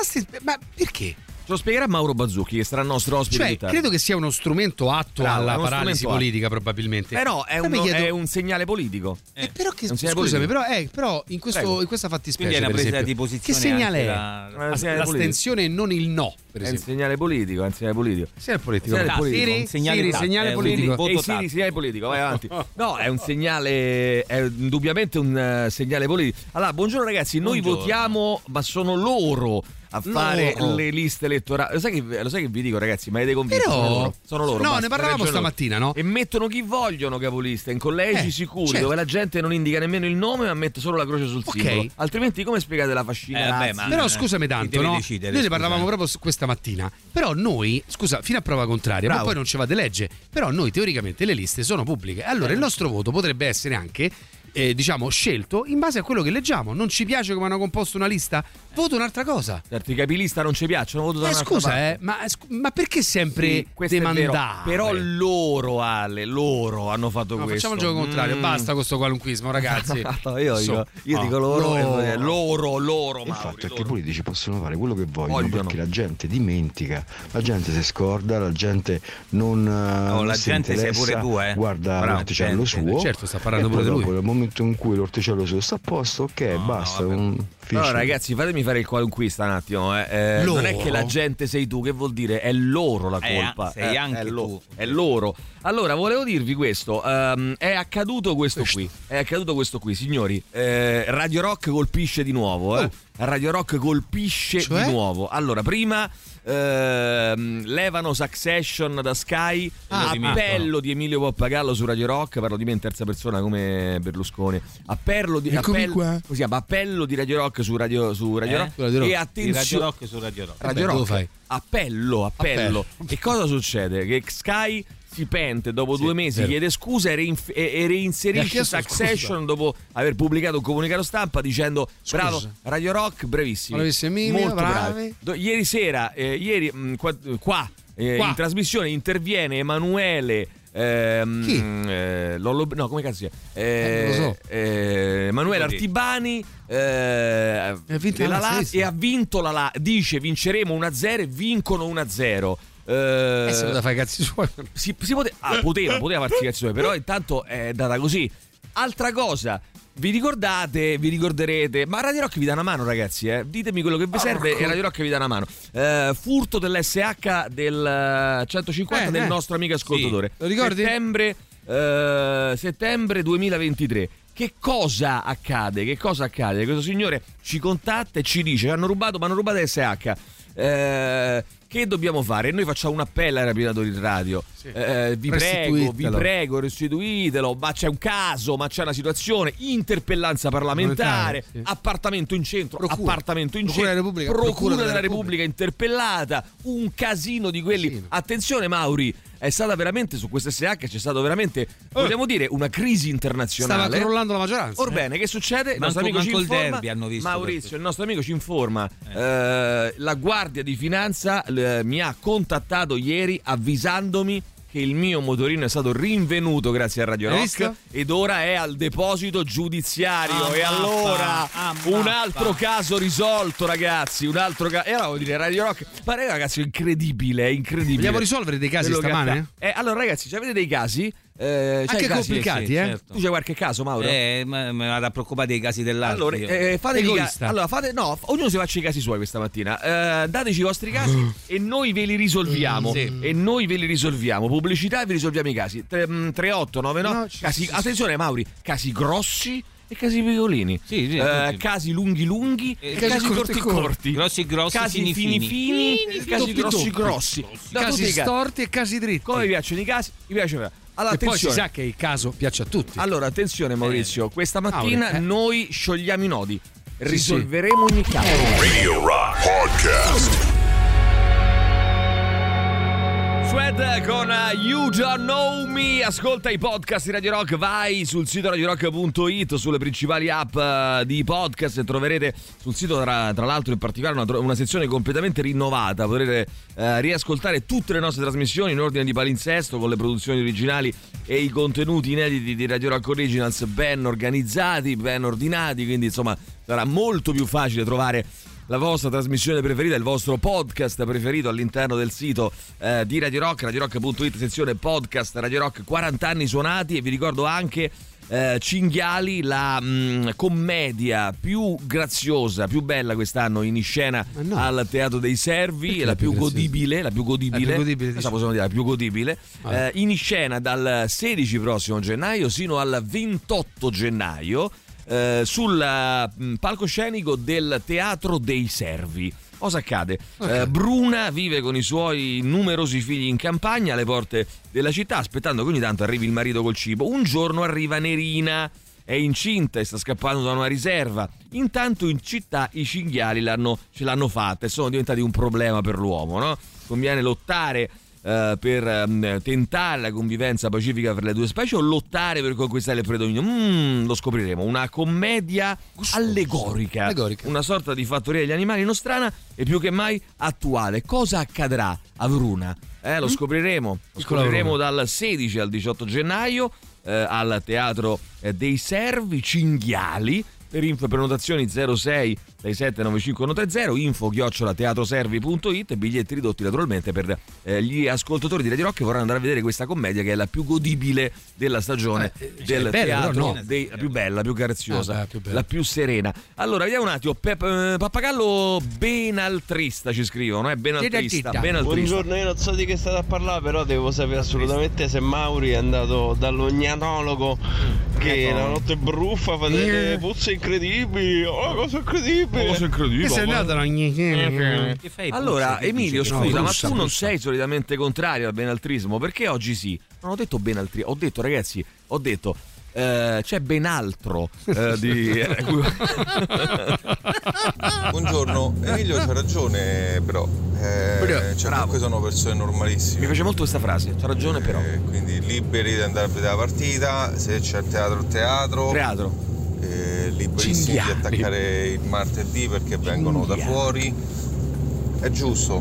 Speaker 4: Ma perché?
Speaker 3: Ce lo spiegherà Mauro Bazzucchi, che sarà il nostro ospite.
Speaker 4: Cioè,
Speaker 3: più tardi.
Speaker 4: credo che sia uno strumento atto
Speaker 3: Bravo,
Speaker 4: alla
Speaker 3: è uno
Speaker 4: paralisi
Speaker 3: strumento
Speaker 4: politica, probabilmente.
Speaker 3: Però è,
Speaker 4: Poi mi
Speaker 3: uno,
Speaker 4: chiedo-
Speaker 3: è un segnale politico.
Speaker 4: Eh, però che,
Speaker 3: È un segnale
Speaker 4: scusami,
Speaker 3: politico.
Speaker 4: però, eh, però in, questo,
Speaker 3: Prego.
Speaker 4: in questa fattispecie,
Speaker 5: Quindi è una
Speaker 4: per
Speaker 5: presa
Speaker 4: esempio,
Speaker 5: di posizione
Speaker 4: che segnale
Speaker 5: anche
Speaker 4: è?
Speaker 5: la-
Speaker 3: È un segnale
Speaker 4: L'astensione e non il no, per
Speaker 3: È un
Speaker 4: esempio.
Speaker 3: segnale politico, è un segnale politico.
Speaker 4: Segnale politico.
Speaker 3: Segnale politico.
Speaker 4: Siri,
Speaker 5: Un segnale
Speaker 4: Siri,
Speaker 5: tattico,
Speaker 4: segnale
Speaker 5: eh,
Speaker 4: politico.
Speaker 5: voto
Speaker 3: Ehi sì,
Speaker 5: tattico.
Speaker 3: segnale politico, vai avanti. No, è un segnale, è indubbiamente un eh, segnale politico. Allora, buongiorno ragazzi, noi
Speaker 5: Buongiorno.
Speaker 3: votiamo, ma sono loro a fare
Speaker 4: Loro.
Speaker 3: le liste elettorali. Lo sai, che, lo sai che vi dico, ragazzi? Ma avete convinto?
Speaker 4: Però-
Speaker 3: sono loro. Sono loro
Speaker 4: No,
Speaker 3: basta,
Speaker 4: ne parlavamo
Speaker 3: hai ragione.
Speaker 4: stamattina, no?
Speaker 3: E mettono chi vogliono capolista in collegi
Speaker 4: Eh,
Speaker 3: sicuri,
Speaker 4: certo.
Speaker 3: dove la gente non indica nemmeno il nome, ma mette solo la croce sul
Speaker 4: Ok.
Speaker 3: simbolo. Altrimenti, come spiegate la fascina?
Speaker 5: Eh, vabbè,
Speaker 3: nazi?
Speaker 5: ma-
Speaker 4: Però
Speaker 5: eh,
Speaker 4: scusami
Speaker 5: chi
Speaker 4: tanto,
Speaker 5: deve
Speaker 4: no?
Speaker 5: decidere,
Speaker 4: Noi ne
Speaker 5: scusa,
Speaker 4: parlavamo
Speaker 5: eh.
Speaker 4: proprio s- questa mattina. Però noi, scusa, fino a prova contraria, ma
Speaker 3: Bravo.
Speaker 4: poi non ci va di legge. Però noi teoricamente le liste sono pubbliche. Allora il nostro voto potrebbe essere anche eh, diciamo scelto in base a quello che leggiamo. Non ci piace come hanno composto una lista? Voto un'altra cosa.
Speaker 3: Certo, i capilista non ci piacciono, voto da
Speaker 4: Eh,
Speaker 3: un'altra
Speaker 4: scusa,
Speaker 3: parte.
Speaker 4: eh, ma, scu- ma perché sempre
Speaker 3: Sì, questo è vero.
Speaker 4: demandare?
Speaker 3: Però loro, Ale, loro hanno fatto
Speaker 4: No,
Speaker 3: questo.
Speaker 4: facciamo il gioco contrario,
Speaker 3: Mm.
Speaker 4: basta con questo qualunquismo, ragazzi.
Speaker 3: No, io,
Speaker 4: So-
Speaker 3: io, io
Speaker 4: no.
Speaker 3: dico loro,
Speaker 4: Loro.
Speaker 3: eh, loro, loro,
Speaker 9: Il
Speaker 3: Mauri,
Speaker 9: fatto è che
Speaker 3: loro.
Speaker 9: i politici possono fare quello che vogliono,
Speaker 3: Vogliono.
Speaker 9: perché la gente dimentica, la gente si scorda, la gente non, eh,
Speaker 5: Oh,
Speaker 9: non
Speaker 5: la
Speaker 9: si
Speaker 5: gente sei
Speaker 9: interessa,
Speaker 5: pure tu, eh.
Speaker 9: guarda
Speaker 5: Bravo,
Speaker 9: l'orticello
Speaker 5: gente.
Speaker 9: suo.
Speaker 4: Certo, sta parlando
Speaker 9: e
Speaker 4: pure
Speaker 9: poi
Speaker 4: di lui.
Speaker 9: dopo, nel momento in cui l'orticello suo sta a posto, ok,
Speaker 5: No,
Speaker 9: basta,
Speaker 5: no, vabbè.
Speaker 9: un
Speaker 3: No,
Speaker 9: finisce.
Speaker 3: ragazzi, fatemi fare il qualunquista un attimo. Eh. Eh, non è
Speaker 4: Loro?
Speaker 3: che la gente sei tu, che vuol dire? È loro la
Speaker 5: Eh,
Speaker 3: colpa.
Speaker 5: sei
Speaker 3: Eh,
Speaker 5: anche
Speaker 3: è, lo-
Speaker 5: tu.
Speaker 3: è loro. Allora, volevo dirvi questo. ehm, è accaduto questo
Speaker 4: Questo.
Speaker 3: qui. È accaduto questo qui, signori. Eh, Radio Rock colpisce di nuovo. Eh.
Speaker 4: Oh.
Speaker 3: Radio Rock colpisce
Speaker 4: Cioè?
Speaker 3: di nuovo. Allora, prima ehm, levano Succession da Sky.
Speaker 4: Ah,
Speaker 3: appello di Emilio Pappagallo su Radio Rock. Parlo di me in terza persona come Berlusconi. Appello di,
Speaker 4: Eccomi
Speaker 3: appello,
Speaker 4: qua.
Speaker 3: come si chiama? Appello di Radio Rock su Radio, su Radio
Speaker 5: Eh?
Speaker 3: Rock.
Speaker 4: Su Radio Rock.
Speaker 3: E
Speaker 5: Di
Speaker 3: attenzione.
Speaker 5: Radio Rock su Radio Rock.
Speaker 3: Radio
Speaker 4: Vabbè,
Speaker 3: Rock.
Speaker 4: dove fai?
Speaker 3: Appello, appello. E cosa succede? Che Sky si pente dopo
Speaker 4: Sì,
Speaker 3: due mesi,
Speaker 4: vero.
Speaker 3: chiede scusa e, reinf- e- e
Speaker 4: Mi ha
Speaker 3: reinserisce
Speaker 4: chiesto
Speaker 3: Succession
Speaker 4: scusa.
Speaker 3: dopo aver pubblicato un comunicato stampa dicendo
Speaker 4: Scusa.
Speaker 3: bravo, Radio Rock, brevissimi.
Speaker 4: Bravissimi, Emilio,
Speaker 3: molto
Speaker 4: bravi.
Speaker 3: bravi. Do- ieri sera, eh, ieri mh, qua, qua, eh,
Speaker 4: Qua.
Speaker 3: in trasmissione interviene Emanuele. Ehm,
Speaker 4: Chi?
Speaker 3: eh, Lollo- no, come cazzo si chiama?
Speaker 4: Eh, non lo so.
Speaker 3: eh, Emanuele
Speaker 5: Così.
Speaker 3: Artibani eh,
Speaker 4: E ha vinto
Speaker 3: della
Speaker 4: la
Speaker 3: Lazio,
Speaker 4: Lazio.
Speaker 3: e ha vinto la Lazio. Dice vinceremo uno a zero e vincono uno a zero. Eh,
Speaker 4: Eh, se poteva fare i cazzi suoi.
Speaker 3: si, si pote- ah, poteva, poteva farsi i cazzi suoi, però intanto è data così. Altra cosa, vi ricordate, vi ricorderete, ma Radio Rock vi dà una mano, ragazzi, eh? Ditemi quello che vi serve e Radio Rock vi dà una mano. Eh, furto dell'S H del eh, centocinquanta
Speaker 4: Eh,
Speaker 3: del
Speaker 4: eh.
Speaker 3: nostro amico ascoltatore.
Speaker 4: Lo ricordi?
Speaker 3: Settembre, eh, settembre duemilaventitré. Che cosa accade? Che cosa accade? Questo signore ci contatta e ci dice: hanno rubato, ma hanno rubato l'S H. Eh, che dobbiamo fare? Noi facciamo un appello ai rapinatori di radio.
Speaker 4: Sì.
Speaker 3: Eh, vi prego, vi
Speaker 4: Restituitelo.
Speaker 3: prego, restituitelo. Ma c'è un caso, ma c'è una situazione. Interpellanza parlamentare,
Speaker 4: Parlamentare, sì.
Speaker 3: appartamento in centro,
Speaker 4: Procura.
Speaker 3: appartamento in
Speaker 4: Procura
Speaker 3: centro,
Speaker 4: della Repubblica,
Speaker 3: procura,
Speaker 4: Procura
Speaker 3: della
Speaker 4: della
Speaker 3: Repubblica interpellata. Un casino di quelli.
Speaker 4: Casino.
Speaker 3: Attenzione, Mauri. È stata veramente su questo S H c'è stato veramente, vogliamo dire, una crisi internazionale.
Speaker 4: Stava crollando la maggioranza.
Speaker 3: Orbene, che succede? Il
Speaker 5: Manco-
Speaker 3: nostro amico ci
Speaker 5: manco il
Speaker 3: informa.
Speaker 5: derby hanno visto
Speaker 3: Maurizio,
Speaker 5: questo.
Speaker 3: il nostro amico ci informa. eh, la Guardia di Finanza eh, mi ha contattato ieri avvisandomi che il mio motorino è stato rinvenuto grazie a Radio
Speaker 4: Hai
Speaker 3: Rock
Speaker 4: visto?
Speaker 3: ed ora è al deposito giudiziario.
Speaker 5: Ah,
Speaker 3: e
Speaker 5: mappa,
Speaker 3: allora
Speaker 5: ah,
Speaker 3: un
Speaker 5: mappa.
Speaker 3: altro caso risolto, ragazzi. Un altro caso. E allora vuol dire Radio Rock. Ma ragazzi, è incredibile, è incredibile.
Speaker 4: Vogliamo risolvere dei casi
Speaker 3: Quello che
Speaker 4: stamane?
Speaker 3: accade. Eh, allora, ragazzi, se avete dei casi. Eh, c'hai
Speaker 4: Anche
Speaker 3: casi?
Speaker 4: complicati,
Speaker 5: sì,
Speaker 4: eh?
Speaker 5: certo.
Speaker 3: Tu c'hai qualche caso, Mauro?
Speaker 5: Eh, ma mi vado a preoccupare dei casi dell'altro.
Speaker 3: Allora,
Speaker 5: io.
Speaker 3: eh, fate i ca-
Speaker 4: Egoista.
Speaker 3: allora, fate no, f- ognuno si faccia i casi suoi questa mattina. Eh, dateci i vostri casi e noi ve li risolviamo.
Speaker 5: Sì.
Speaker 3: E noi ve li risolviamo. Pubblicità e vi risolviamo i casi. tre otto nove nove
Speaker 4: No, ci-
Speaker 3: casi,
Speaker 4: ci-
Speaker 3: attenzione, Mauri, casi grossi e casi piccolini.
Speaker 5: Sì, sì,
Speaker 3: Eh,
Speaker 5: tutti.
Speaker 3: casi lunghi lunghi e,
Speaker 5: E
Speaker 3: casi,
Speaker 4: casi
Speaker 3: corti
Speaker 4: corti
Speaker 3: corti.
Speaker 5: corti. Grossi grossi,
Speaker 3: casi
Speaker 5: fini
Speaker 3: fini
Speaker 5: fini.
Speaker 3: fini, e casi
Speaker 4: doppi
Speaker 3: grossi
Speaker 4: doppi.
Speaker 3: grossi. Da tutti
Speaker 4: Casi
Speaker 3: i casi.
Speaker 4: storti e casi dritti.
Speaker 3: Come vi piacciono i casi? Mi piace. Allora,
Speaker 4: e poi si
Speaker 3: attenzione.
Speaker 4: sa che il caso piace a tutti.
Speaker 3: Allora, attenzione Maurizio, questa mattina
Speaker 4: Mauri, eh.
Speaker 3: noi sciogliamo i nodi,
Speaker 4: sì.
Speaker 3: risolveremo ogni caso.
Speaker 2: Radio Rock Podcast.
Speaker 3: Suede con You Don't Know Me. Ascolta i podcast di Radio Rock, vai sul sito radio rock punto it, sulle principali app di podcast e troverete sul sito tra, tra l'altro in particolare una, una sezione completamente rinnovata. Potrete eh, riascoltare tutte le nostre trasmissioni in ordine di palinsesto, con le produzioni originali e i contenuti inediti di Radio Rock Originals ben organizzati, ben ordinati, quindi insomma sarà molto più facile trovare la vostra trasmissione preferita, il vostro podcast preferito all'interno del sito eh, di Radio Rock, radio rock punto it, sezione podcast, Radio Rock quaranta anni suonati. E vi ricordo anche eh, Cinghiali, la mh, commedia più graziosa, più bella quest'anno in scena no. al Teatro dei Servi, la più, godibile, la più godibile, la più godibile, cosa possiamo dire, la più godibile, ah. eh, in scena dal sedici prossimo gennaio sino al ventotto gennaio. Uh, sul uh, palcoscenico del Teatro dei Servi. Cosa accade? Okay. Uh, Bruna vive con i suoi numerosi figli in campagna alle porte della città, aspettando che ogni tanto arrivi il marito col cibo. Un giorno arriva Nerina, è incinta e sta scappando da una riserva. Intanto in città i cinghiali l'hanno, ce l'hanno fatta e sono diventati un problema per l'uomo, no? Conviene lottare Uh, per um, tentare la convivenza pacifica fra le due specie o lottare per conquistare il predominio? Mm, lo scopriremo. Una commedia allegorica, allegorica, una sorta di fattoria degli animali nostrana e più che mai attuale. Cosa accadrà a Vruna? Eh, lo scopriremo. Lo scopriremo dal sedici al diciotto gennaio eh, al Teatro eh, dei Servi. Cinghiali. Per info e prenotazioni zero sei sei sette nove cinque uno tre zero, info chiocciola teatroservi punto it, biglietti ridotti naturalmente per eh, gli ascoltatori di Radio Rock che vorranno andare a vedere questa commedia che è la più godibile della stagione eh, del bella, teatro, no. dei, la più bella, la più graziosa, ah, beh, più la più serena. Allora, vediamo un attimo, Pe- eh, Pappagallo Benaltrista ci scrivono, eh? Benaltrista, Benaltrista.
Speaker 10: Buongiorno, io non so di che state a parlare, però devo sapere assolutamente se Mauri è andato dall'ognanologo che la notte bruffa fa delle puzze incredibili, oh, cosa incredibile,
Speaker 3: cosa incredibile.
Speaker 4: Sei andato
Speaker 3: che fai? Allora, Emilio, scusa, ma tu non sei solitamente contrario al benaltrismo? Perché oggi sì? Non ho detto benaltrismo, ho detto, ragazzi, ho detto Uh, c'è ben altro uh, di...
Speaker 11: Buongiorno, Emilio c'ha ragione, però eh, cioè, comunque sono persone normalissime.
Speaker 3: Mi piace molto questa frase, c'ha ragione, però
Speaker 11: eh, quindi liberi di andare a vedere la partita, se c'è il teatro il teatro
Speaker 3: teatro
Speaker 11: eh, liberissimi Cinghiali. Di attaccare il martedì perché vengono Cinghiali. Da fuori, è giusto.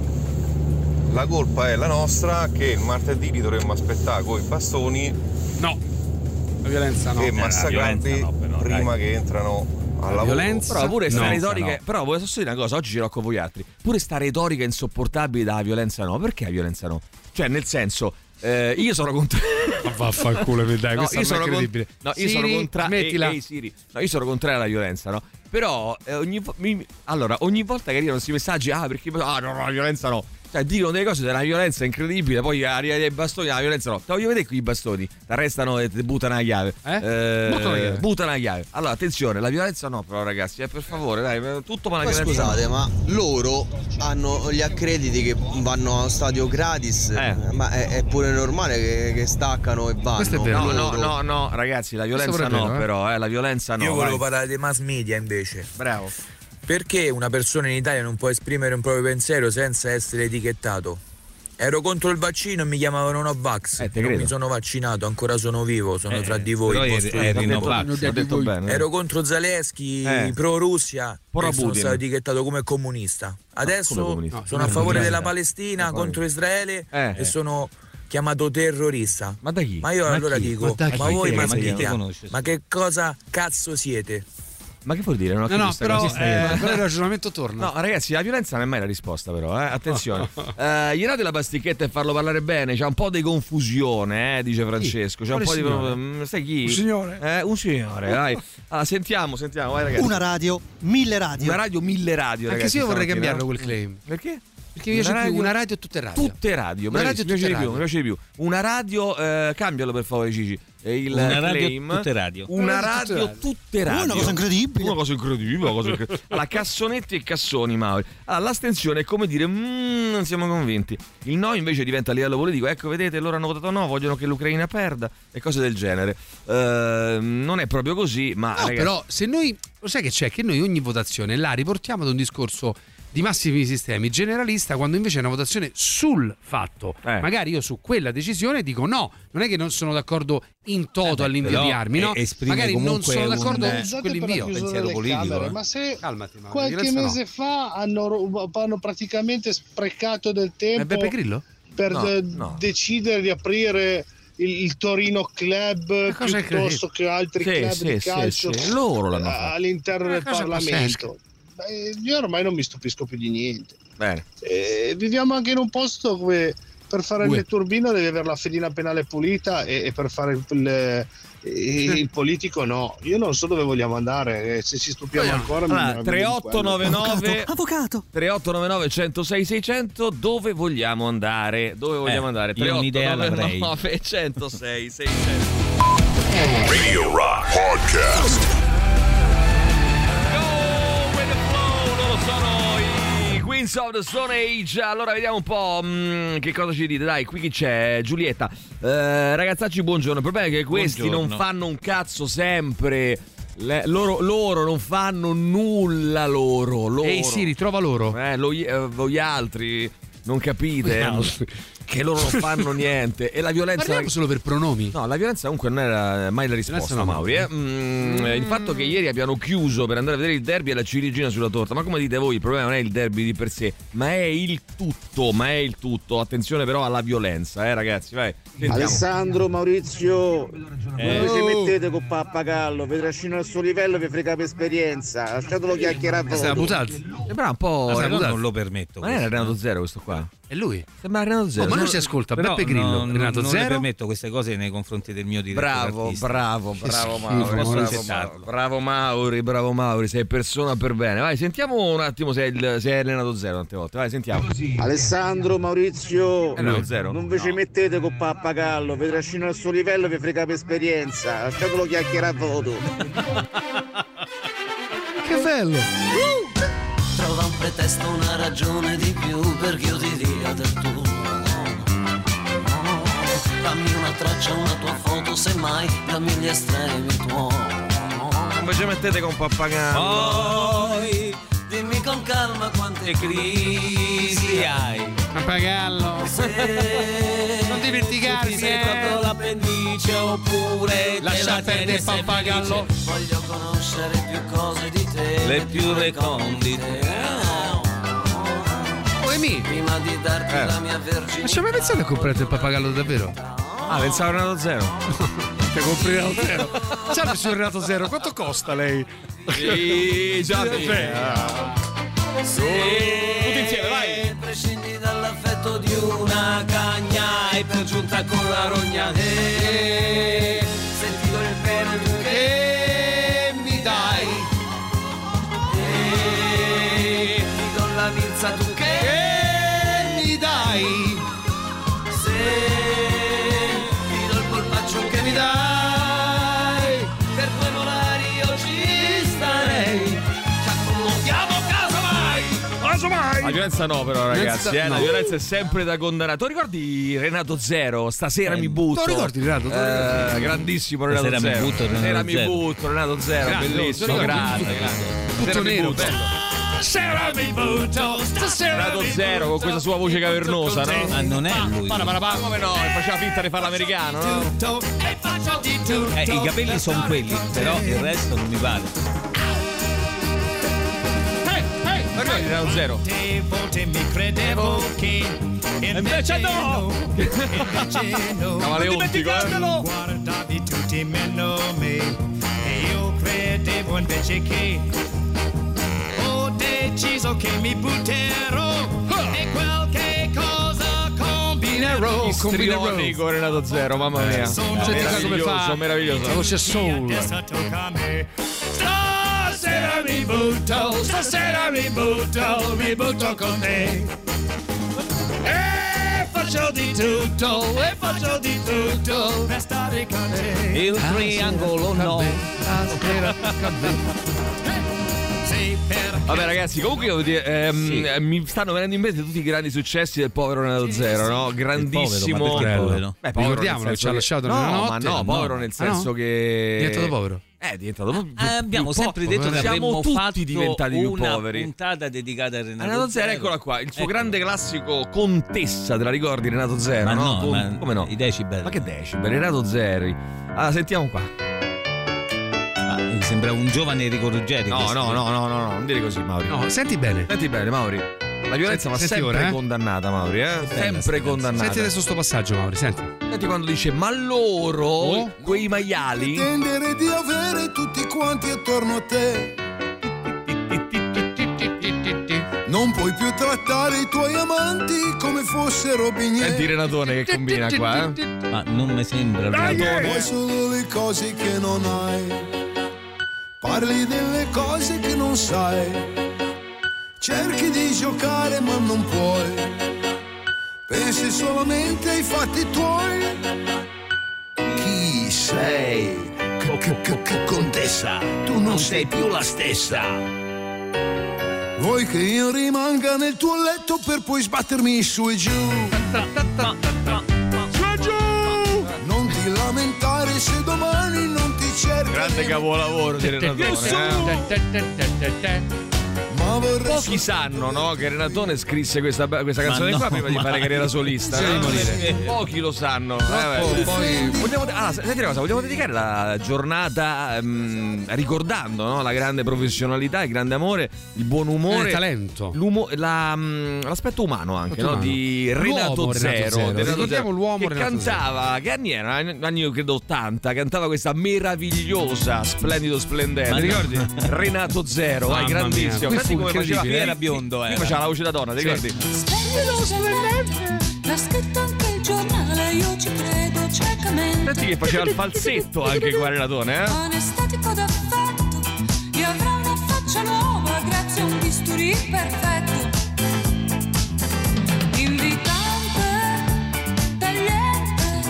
Speaker 11: La colpa è la nostra che il martedì li dovremmo aspettare con i bastoni.
Speaker 4: No, la violenza no.
Speaker 11: E massacrarli no, però, prima dai. Che entrano alla
Speaker 4: violenza.
Speaker 3: Però pure sta
Speaker 4: no,
Speaker 3: retorica.
Speaker 4: No.
Speaker 3: Però voglio dire una cosa, oggi ce l'ho con voi altri. Pure sta retorica insopportabile della violenza no. Perché la violenza no? Cioè, nel senso, eh, io sono contro.
Speaker 4: Ma vaffanculo, dai,
Speaker 3: no,
Speaker 4: questo è incredibile.
Speaker 3: Con... No, io
Speaker 4: Siri,
Speaker 3: sono contrario. Ehi, ehi, Siri. No, io sono contrario alla violenza, no? Però eh, ogni vo- mi... allora, ogni volta che arrivano questi messaggi, ah, perché ah, no, no, la violenza no. Cioè, dicono delle cose della violenza incredibile, poi arriva dei bastoni, la violenza no. Te voglio vedere qui i bastoni, ti arrestano e ti buttano la chiave.
Speaker 4: Eh?
Speaker 3: eh
Speaker 4: buttano la chiave.
Speaker 3: Buttano la chiave. Allora, attenzione, la violenza no, però ragazzi, eh, per favore, dai, tutto ma la
Speaker 7: ma
Speaker 3: violenza.
Speaker 7: Scusate,
Speaker 3: no.
Speaker 7: ma loro hanno gli accrediti che vanno allo stadio gratis,
Speaker 3: eh.
Speaker 7: ma è, è pure normale che, che staccano e vanno.
Speaker 4: Questo è vero.
Speaker 3: No, no, no, no, ragazzi, la violenza no, vero, eh? però, eh, la violenza no.
Speaker 12: Io volevo
Speaker 3: vai.
Speaker 12: parlare dei mass media invece.
Speaker 3: Bravo.
Speaker 12: Perché una persona in Italia non può esprimere un proprio pensiero senza essere etichettato? Ero contro il vaccino e mi chiamavano Novax.
Speaker 3: Eh,
Speaker 12: non mi sono vaccinato, ancora sono vivo, sono eh, fra di voi.
Speaker 3: Eri Novax, detto bene.
Speaker 12: Ero contro Zelensky,
Speaker 3: eh.
Speaker 12: pro Russia
Speaker 3: Pro
Speaker 12: e sono
Speaker 3: Putin.
Speaker 12: stato etichettato come comunista. Adesso
Speaker 3: no, comunista.
Speaker 12: No, sono
Speaker 3: no,
Speaker 12: a favore
Speaker 3: no,
Speaker 12: della
Speaker 3: no,
Speaker 12: Palestina,
Speaker 3: no,
Speaker 12: contro Israele
Speaker 3: eh,
Speaker 12: e
Speaker 3: eh.
Speaker 12: sono chiamato terrorista.
Speaker 3: Ma da chi?
Speaker 12: Ma io
Speaker 3: ma
Speaker 12: allora
Speaker 3: chi?
Speaker 12: dico,
Speaker 3: ma,
Speaker 12: ma voi
Speaker 3: ma,
Speaker 12: mass media, ma che cosa cazzo siete?
Speaker 3: Ma che vuol dire? Non ho
Speaker 4: no, no, però,
Speaker 3: cosa.
Speaker 4: eh, però il ragionamento torna.
Speaker 3: No, ragazzi, la violenza non è mai la risposta, però, eh? Attenzione. eh, gli date la pasticchetta e farlo parlare bene. C'è un po' di confusione, eh, dice Francesco. C'è un po'
Speaker 4: signore?
Speaker 3: di. Sai chi?
Speaker 4: Un signore.
Speaker 3: Eh, un signore, dai. Allora, sentiamo, sentiamo, vai, ragazzi.
Speaker 13: Una radio, mille radio.
Speaker 3: Una radio, mille radio.
Speaker 4: Anche
Speaker 3: ragazzi,
Speaker 4: se io vorrei
Speaker 3: stamattina.
Speaker 4: cambiarlo quel claim.
Speaker 3: Perché?
Speaker 4: Perché mi piace più una radio e tutte radio.
Speaker 3: Tutte radio,
Speaker 4: una radio
Speaker 3: mi piace di più, mi piace di più. Una radio, eh, cambialo per favore, Gigi. Il
Speaker 5: una
Speaker 3: claim,
Speaker 5: radio, tutte radio.
Speaker 3: Una radio, tutte radio.
Speaker 13: Una cosa incredibile.
Speaker 3: Una cosa incredibile. Una cosa incredibile. Allora, cassonetti e cassoni, Mauri. Allora, l'astensione è come dire, mm, non siamo convinti. Il no invece diventa a livello politico. Ecco, vedete, loro hanno votato no, vogliono che l'Ucraina perda e cose del genere. Uh, non è proprio così, ma
Speaker 4: no,
Speaker 3: ragazzi...
Speaker 4: però se noi, lo sai che c'è? Che noi ogni votazione la riportiamo ad un discorso di massimi sistemi generalista, quando invece è una votazione sul fatto.
Speaker 3: Eh.
Speaker 4: Magari io su quella decisione dico no, non è che non sono d'accordo in toto
Speaker 5: Eh,
Speaker 4: all'invio
Speaker 5: però
Speaker 4: di armi, no?
Speaker 5: esprime
Speaker 4: Magari non
Speaker 5: comunque
Speaker 4: sono
Speaker 5: un-
Speaker 4: d'accordo
Speaker 5: eh,
Speaker 4: su quell'invio.
Speaker 5: pensiero politico,
Speaker 14: Camere,
Speaker 5: eh.
Speaker 14: ma se
Speaker 4: Calmati, Mauro,
Speaker 14: qualche
Speaker 4: Violenza no.
Speaker 14: mese fa hanno, ro- hanno praticamente sprecato del
Speaker 4: È
Speaker 14: tempo
Speaker 4: Beppe Grillo?
Speaker 14: per
Speaker 3: No,
Speaker 14: de-
Speaker 3: no.
Speaker 14: decidere di aprire il, il Torino Club
Speaker 4: cosa hai
Speaker 14: piuttosto che altri
Speaker 3: Sì,
Speaker 14: club
Speaker 3: sì,
Speaker 14: di
Speaker 3: sì,
Speaker 14: calcio
Speaker 3: sì. Loro l'hanno
Speaker 14: eh,
Speaker 3: fatto.
Speaker 14: all'interno del
Speaker 4: Una cosa
Speaker 14: Parlamento. Beh, io ormai non mi stupisco più di niente.
Speaker 3: Bene.
Speaker 14: Eh, viviamo anche in un posto dove per fare
Speaker 4: Ue.
Speaker 14: il turbino devi avere la fedina penale pulita e, e per fare il, il, il politico no. Io non so dove vogliamo andare, eh, se ci stupiamo
Speaker 4: Vogliamo.
Speaker 14: ancora mi
Speaker 3: Allora,
Speaker 14: meraviglio
Speaker 3: tre
Speaker 14: di
Speaker 3: otto
Speaker 14: quello.
Speaker 3: nove nove
Speaker 13: Avvocato.
Speaker 3: tre otto nove nove uno zero sei sei zero zero dove vogliamo andare? Dove vogliamo
Speaker 5: Eh,
Speaker 3: andare?
Speaker 5: io un'idea l'avrei.
Speaker 3: tre otto nove nove uno zero sei sei zero.
Speaker 2: Radio Rock Podcast.
Speaker 3: Go with the flow, loro sono i Queens of the Stone Age. Allora vediamo un po' mh, che cosa ci dite. Dai, qui chi c'è? Giulietta. Eh, ragazzacci, buongiorno. Il problema è che questi
Speaker 5: Buongiorno.
Speaker 3: non fanno un cazzo sempre. Le- loro, loro non fanno nulla loro. loro.
Speaker 4: Ehi Siri, trova loro.
Speaker 3: Eh, lo- eh, voi altri non capite
Speaker 4: altri.
Speaker 3: che loro non fanno niente. E la violenza.
Speaker 4: Parliamo solo per pronomi.
Speaker 3: No, la violenza comunque non era mai la risposta,
Speaker 4: no,
Speaker 3: Mauri. Eh? Mm, Il fatto che ieri abbiano chiuso per andare a vedere il derby è la ciliegina sulla torta. Ma come dite voi, il problema non è il derby di per sé, ma è il tutto. Ma è il tutto. Attenzione però alla violenza, eh, ragazzi. Vai. Sentiamo.
Speaker 15: Alessandro, Maurizio,
Speaker 3: Eh.
Speaker 15: voi ci mettete con Pappagallo, vi trascino al suo livello, vi frega per esperienza, lasciatelo chiacchierare a
Speaker 4: Questa è la
Speaker 15: voto.
Speaker 4: Butazzi.
Speaker 3: Sembra un po'.
Speaker 5: Ma
Speaker 3: Renato-
Speaker 5: non lo permetto.
Speaker 3: Ma non era Renato Zero questo qua?
Speaker 4: È lui?
Speaker 3: Sembra Renato Zero.
Speaker 4: Oh, ma lui
Speaker 3: Sono-
Speaker 4: si ascolta
Speaker 5: Però
Speaker 4: Beppe Grillo,
Speaker 5: non,
Speaker 4: Renato
Speaker 5: non le
Speaker 4: Zero.
Speaker 5: permetto queste cose nei confronti del mio direttore
Speaker 3: Bravo,
Speaker 5: artistico.
Speaker 3: bravo, bravo
Speaker 4: schifo,
Speaker 3: Mauri,
Speaker 4: Maurizio.
Speaker 3: bravo,
Speaker 5: accettarlo.
Speaker 3: bravo Mauri, bravo Mauri, sei persona per bene. Vai, sentiamo un attimo se è, il, se è Renato Zero tante volte. Vai, sentiamo.
Speaker 15: Alessandro, Maurizio,
Speaker 3: È Renato Zero.
Speaker 15: non vi ci mettete con Pappagallo, vi trascino al suo livello, vi frega per esperienza, lasciatelo chiacchierare a voto.
Speaker 4: Che bello.
Speaker 16: Trova un pretesto, una ragione di più perché io ti dia del tuo. Dammi una traccia, una tua foto, semmai dammi gli estremi tuoi.
Speaker 3: Come ci mettete con Pappagallo?
Speaker 16: Poi dimmi con calma quante crisi hai.
Speaker 4: Pappagallo. Non dimenticarsi,
Speaker 16: sei
Speaker 4: eh.
Speaker 16: proprio l'appendice oppure
Speaker 4: Lascia
Speaker 16: te la tieni
Speaker 4: perdere
Speaker 16: se
Speaker 4: Pappagallo.
Speaker 16: felice. Voglio conoscere più cose di te,
Speaker 5: Le più recondite.
Speaker 4: Oh, Emi,
Speaker 16: prima di darti
Speaker 3: Eh.
Speaker 16: la mia verginità.
Speaker 4: ma ci hai mai pensato a comprare il pappagallo davvero?
Speaker 3: Ah, pensavo a Renato Zero.
Speaker 4: Te compri Renato Zero. Salve signor Renato Zero, quanto costa lei?
Speaker 3: Sì, già.
Speaker 16: Se
Speaker 3: Tutti insieme, vai.
Speaker 16: prescindi dall'affetto di una cagna e per giunta con la rogna e sentito il bene che mi dai e ti do la milza tu che mi dai se ti do il polpaccio che mi dai per due molari io ci starei ci accomodiamo casomai casomai
Speaker 3: La violenza no però ragazzi, eh,
Speaker 4: no.
Speaker 3: la violenza è sempre da condannare. Tu ricordi Renato Zero? Stasera
Speaker 5: Eh,
Speaker 3: mi butto.
Speaker 4: tu ricordi, Renato? Tu
Speaker 3: Eh, grandissimo Renato
Speaker 5: Stasera mi
Speaker 3: Zero.
Speaker 5: butto, Renato
Speaker 3: Stasera mi
Speaker 5: Zero.
Speaker 3: butto, Renato Zero,
Speaker 4: Grande,
Speaker 3: bellissimo,
Speaker 4: tu ricordi?
Speaker 3: grande, grande.
Speaker 4: Butto
Speaker 3: Stasera mi
Speaker 4: nero,
Speaker 3: butto.
Speaker 4: bello.
Speaker 16: stasera mi butto stasera
Speaker 3: Renato
Speaker 16: mi
Speaker 3: Zero con
Speaker 16: butto,
Speaker 3: questa sua voce cavernosa, no?
Speaker 5: Ma non è lui.
Speaker 3: Para, para, para, come no? Faceva finta di fare l'americano, no?
Speaker 16: tutto e faccio di tutto
Speaker 5: Eh, i capelli sono quelli, però il resto non mi pare.
Speaker 3: Ma ricordi Renato Zero?
Speaker 16: volte mi credevo che invece no invece no
Speaker 3: Camaleontico, eh?
Speaker 16: guardavi tutti meno me e io credevo invece che ho deciso che mi butterò e qualche cosa combinerò
Speaker 3: Istrionico con Renato Zero, mamma mia.
Speaker 4: Senti come fa
Speaker 3: Meraviglioso,
Speaker 4: la voce soul.
Speaker 16: adesso tocca a me stasera mi butto stasera mi butto mi butto con te e faccio di tutto e faccio di tutto per stare con te
Speaker 5: Il triangolo no.
Speaker 16: sei per
Speaker 3: Vabbè ragazzi, comunque io, ehm,
Speaker 5: Sì.
Speaker 3: eh, mi stanno venendo in mente tutti i grandi successi del povero Renato Zero, no? Grandissimo.
Speaker 5: povero, ma perché povero?
Speaker 3: Beh, povero
Speaker 4: Ricordiamolo
Speaker 3: nel
Speaker 4: che ci ha
Speaker 3: senso
Speaker 4: lasciato
Speaker 3: no,
Speaker 4: nella notte.
Speaker 3: ma no,
Speaker 4: No.
Speaker 3: povero nel
Speaker 4: Ah, no?
Speaker 3: senso che
Speaker 4: È diventato povero.
Speaker 3: È diventato più,
Speaker 5: Eh, abbiamo
Speaker 3: più
Speaker 5: sempre
Speaker 3: pop,
Speaker 5: detto che
Speaker 3: siamo
Speaker 5: avremmo
Speaker 3: tutti
Speaker 5: fatto
Speaker 3: diventati più
Speaker 5: una
Speaker 3: poveri.
Speaker 5: puntata dedicata a Renato,
Speaker 3: Renato Zero,
Speaker 5: Zero.
Speaker 3: eccola qua, il suo
Speaker 5: Ecco.
Speaker 3: grande classico Contessa, te la ricordi Renato Zero?
Speaker 5: Ma
Speaker 3: no,
Speaker 5: no,
Speaker 3: Con-
Speaker 5: ma
Speaker 3: come no?
Speaker 5: i decibel.
Speaker 3: Ma che decibel, Renato Zero. Allora, sentiamo qua.
Speaker 5: Ah, mi sembra un giovane Enrico Ruggeri.
Speaker 3: No,
Speaker 5: questo.
Speaker 3: no, no, no, no, no, non dire così, Mauri.
Speaker 4: No, senti bene.
Speaker 3: Senti bene, Mauri. La violenza va
Speaker 4: Senti
Speaker 3: sempre
Speaker 4: ora, eh?
Speaker 3: condannata, Mauri, eh? Sempre condannata.
Speaker 4: Senti adesso sto passaggio, Mauri, senti.
Speaker 3: Senti quando dice ma loro,
Speaker 4: Oh.
Speaker 3: quei maiali,
Speaker 16: Pretendere di avere tutti quanti attorno a te. Non puoi più trattare i tuoi amanti come fossero bignè.
Speaker 3: senti Renatone che combina qua, eh?
Speaker 5: Ma non mi sembra Renatone.
Speaker 16: Vuoi solo le cose che non hai. Parli delle cose che non sai. Cerchi di giocare ma non puoi. Pensi solamente ai fatti tuoi. Chi sei? Contessa, tu non sei più la stessa. Vuoi che io rimanga nel tuo letto per poi sbattermi su e giù? Su e giù! Non ti lamentare se domani non ti cerco.
Speaker 3: Grande capolavoro di Renatone, eh?
Speaker 16: Ma vorrei
Speaker 3: Pochi sanno, no, che Renatone scrisse questa, questa
Speaker 5: Ma
Speaker 3: canzone
Speaker 5: no,
Speaker 3: qua prima di
Speaker 5: ma-
Speaker 3: fare carriera solista.
Speaker 4: Sì,
Speaker 3: no?
Speaker 4: di morire.
Speaker 3: Perché Pochi lo sanno. Eh, beh.
Speaker 4: poi-
Speaker 3: Vogliamo, ah, senti una cosa, vogliamo dedicare la giornata ehm, ricordando, no, la grande professionalità, il grande amore, il buon umore,
Speaker 4: Eh, talento.
Speaker 3: l'umo- la, mm, l'aspetto umano anche,
Speaker 4: L'aspetto
Speaker 3: no,
Speaker 4: umano.
Speaker 3: di
Speaker 4: L'uomo
Speaker 3: Renato
Speaker 4: Renato
Speaker 3: Zero.
Speaker 4: Zero.
Speaker 3: di Renato
Speaker 4: Ricordiamo
Speaker 3: Zero,
Speaker 4: l'uomo
Speaker 3: che
Speaker 4: Renato
Speaker 3: cantava, che anni era? Anni io credo ottanta, cantava questa meravigliosa, splendido splendente.
Speaker 5: Ma
Speaker 3: Ti
Speaker 5: no.
Speaker 3: ricordi? Renato Zero, vai,
Speaker 4: Mamma mia.
Speaker 3: grandissimo.
Speaker 4: Qui
Speaker 3: Senti
Speaker 4: fu
Speaker 3: come faceva,
Speaker 4: incredibile.
Speaker 5: Era biondo,
Speaker 3: qui
Speaker 5: era.
Speaker 3: faceva la voce da donna, ti
Speaker 4: Sì.
Speaker 3: ricordi?
Speaker 17: Splendido, splendente, l'ha scritto anche il giornale, io ci credo ciecamente.
Speaker 3: Senti che faceva il falsetto anche qua Renatone, eh?
Speaker 17: Anestetico d'affetto, io avrò una faccia nuova grazie a un bisturi perfetto. Invitante, tagliente,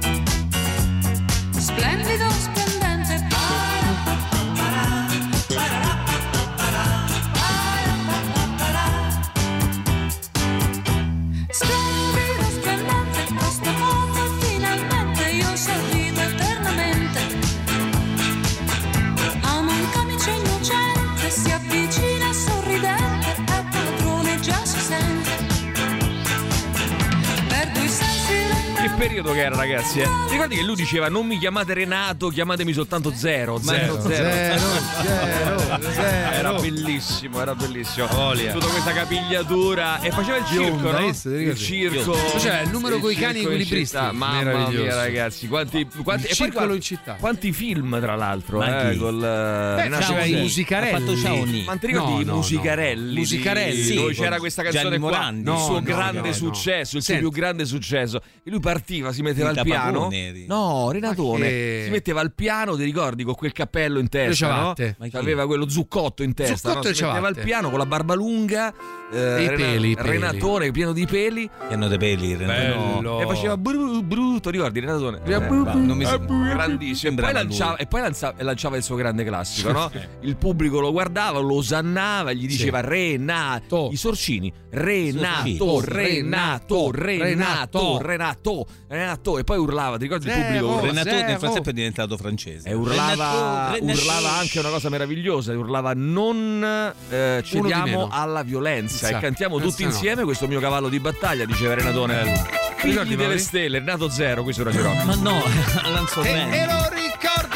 Speaker 17: splendido, splendente. Splendido, splendente, questa volta finalmente io sorrido eternamente. Amo un camice innocente, si avvicina sorridente, è padrone già si sente. Perdo i sensi
Speaker 3: Che periodo che era, ragazzi, eh? Ti ricordi che lui diceva non mi chiamate Renato, chiamatemi soltanto Zero, Zero, Zero.
Speaker 4: Zero, zero.
Speaker 3: Era bellissimo, era bellissimo.
Speaker 4: Voglia.
Speaker 3: Tutta questa capigliatura e faceva il circo,
Speaker 4: Bionda,
Speaker 3: no?
Speaker 4: visto, ti
Speaker 3: Il
Speaker 4: ricordi?
Speaker 3: circo.
Speaker 4: Faceva il numero coi cani
Speaker 3: circo in
Speaker 4: equilibristi.
Speaker 3: città. Mamma
Speaker 4: Meraviglioso.
Speaker 3: mia, ragazzi, quanti, quanti
Speaker 4: Il
Speaker 3: e poi
Speaker 4: circolo
Speaker 3: qua-
Speaker 4: in città.
Speaker 3: Quanti film, tra l'altro,
Speaker 5: Ma
Speaker 3: eh,
Speaker 5: chi?
Speaker 3: col
Speaker 4: Beh,
Speaker 3: Renato
Speaker 4: faceva
Speaker 3: Zero.
Speaker 4: i musicarelli.
Speaker 5: Ha fatto Ciaoni.
Speaker 3: Ma ti ricordi
Speaker 4: No,
Speaker 3: i
Speaker 4: no, no.
Speaker 3: musicarelli?
Speaker 4: Musicarelli,
Speaker 3: di-
Speaker 5: sì,
Speaker 3: dove
Speaker 5: con
Speaker 3: c'era questa canzone
Speaker 5: Gianni
Speaker 3: qua,
Speaker 5: Morandi.
Speaker 3: il
Speaker 4: No,
Speaker 3: suo
Speaker 4: no,
Speaker 3: grande
Speaker 4: no.
Speaker 3: successo, il suo
Speaker 4: Senti.
Speaker 3: più grande successo. E lui partiva, si metteva
Speaker 5: Il
Speaker 3: al piano.
Speaker 5: Tapagone eri.
Speaker 3: No, Renatone
Speaker 4: Ma che-
Speaker 3: si metteva al piano, ti ricordi, con quel cappello in
Speaker 4: Le
Speaker 3: testa, no?
Speaker 4: ciabatte.
Speaker 5: Ma chi?
Speaker 3: Aveva quello zuccotto in testa,
Speaker 4: Zuccotto
Speaker 3: no?
Speaker 4: e
Speaker 3: Si metteva al
Speaker 4: ciabatte.
Speaker 3: piano con la barba lunga, eh,
Speaker 4: E i
Speaker 3: Rena-
Speaker 4: peli, i peli.
Speaker 3: Renatone pieno di peli.
Speaker 5: Pieno dei peli, Renato.
Speaker 4: Bello.
Speaker 3: E faceva bru- brutto, ricordi Renatone?
Speaker 5: Eh, va, non mi sembra-
Speaker 3: grandissimo. E poi,
Speaker 5: sembrava
Speaker 3: lanciava,
Speaker 5: lui.
Speaker 3: e poi lancia- lanciava il suo grande classico, no? Il pubblico lo guardava, lo osannava, gli diceva Renato, i sorcini, Renato,
Speaker 5: Sorcini.
Speaker 3: Renato, Renato,
Speaker 4: Renato.
Speaker 3: Renato, Renato, e poi urlava, ti ricordi il
Speaker 4: Zero.
Speaker 3: pubblico? urla-
Speaker 5: Renato nel
Speaker 4: Zero.
Speaker 5: frattempo è diventato francese.
Speaker 3: E urlava,
Speaker 5: Renato, Renato.
Speaker 3: urlava anche una cosa meravigliosa, urlava non eh,
Speaker 4: di
Speaker 3: cediamo
Speaker 4: meno.
Speaker 3: alla violenza
Speaker 4: Sa,
Speaker 3: e cantiamo tutti
Speaker 4: questa no.
Speaker 3: insieme questo mio cavallo di battaglia, diceva Renatone. Figli
Speaker 4: Ricordi,
Speaker 3: delle
Speaker 4: Mauri?
Speaker 3: stelle, Renato Zero, questo era Rock.
Speaker 5: Ma no, Alan Sorrenti.
Speaker 16: E lo ricordi?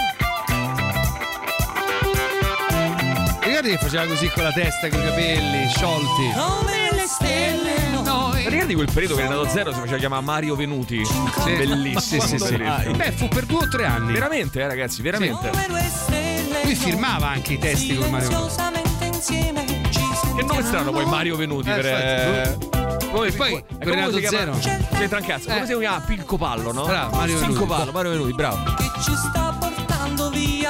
Speaker 4: Ricordi che faceva così con la testa, con i capelli sciolti?
Speaker 17: come le stelle noi.
Speaker 3: Ricordi quel periodo che Renato Zero si faceva chiamare Mario Venuti?
Speaker 4: Sì.
Speaker 3: Bellissimo.
Speaker 4: Sì, sì, sì.
Speaker 3: Bellissimo.
Speaker 4: Beh, fu per due o tre anni.
Speaker 3: Veramente, eh, ragazzi, veramente.
Speaker 17: Come due stelle
Speaker 4: Lui firmava anche i testi con Mario Venuti.
Speaker 17: silenziosamente insieme ci
Speaker 3: Che nome strano poi Mario Venuti
Speaker 4: Eh,
Speaker 3: per.
Speaker 4: infatti.
Speaker 3: eh, Come,
Speaker 4: E poi,
Speaker 3: come
Speaker 4: con Renato
Speaker 3: si chiama?
Speaker 4: Zero.
Speaker 3: C'entra un cazzo. Come
Speaker 4: Eh.
Speaker 3: si chiama? Pilco Pallo, no?
Speaker 4: Bravo, Mario Venuti.
Speaker 3: Pilco Pallo, Mario Venuti, bravo.
Speaker 17: che ci sta portando via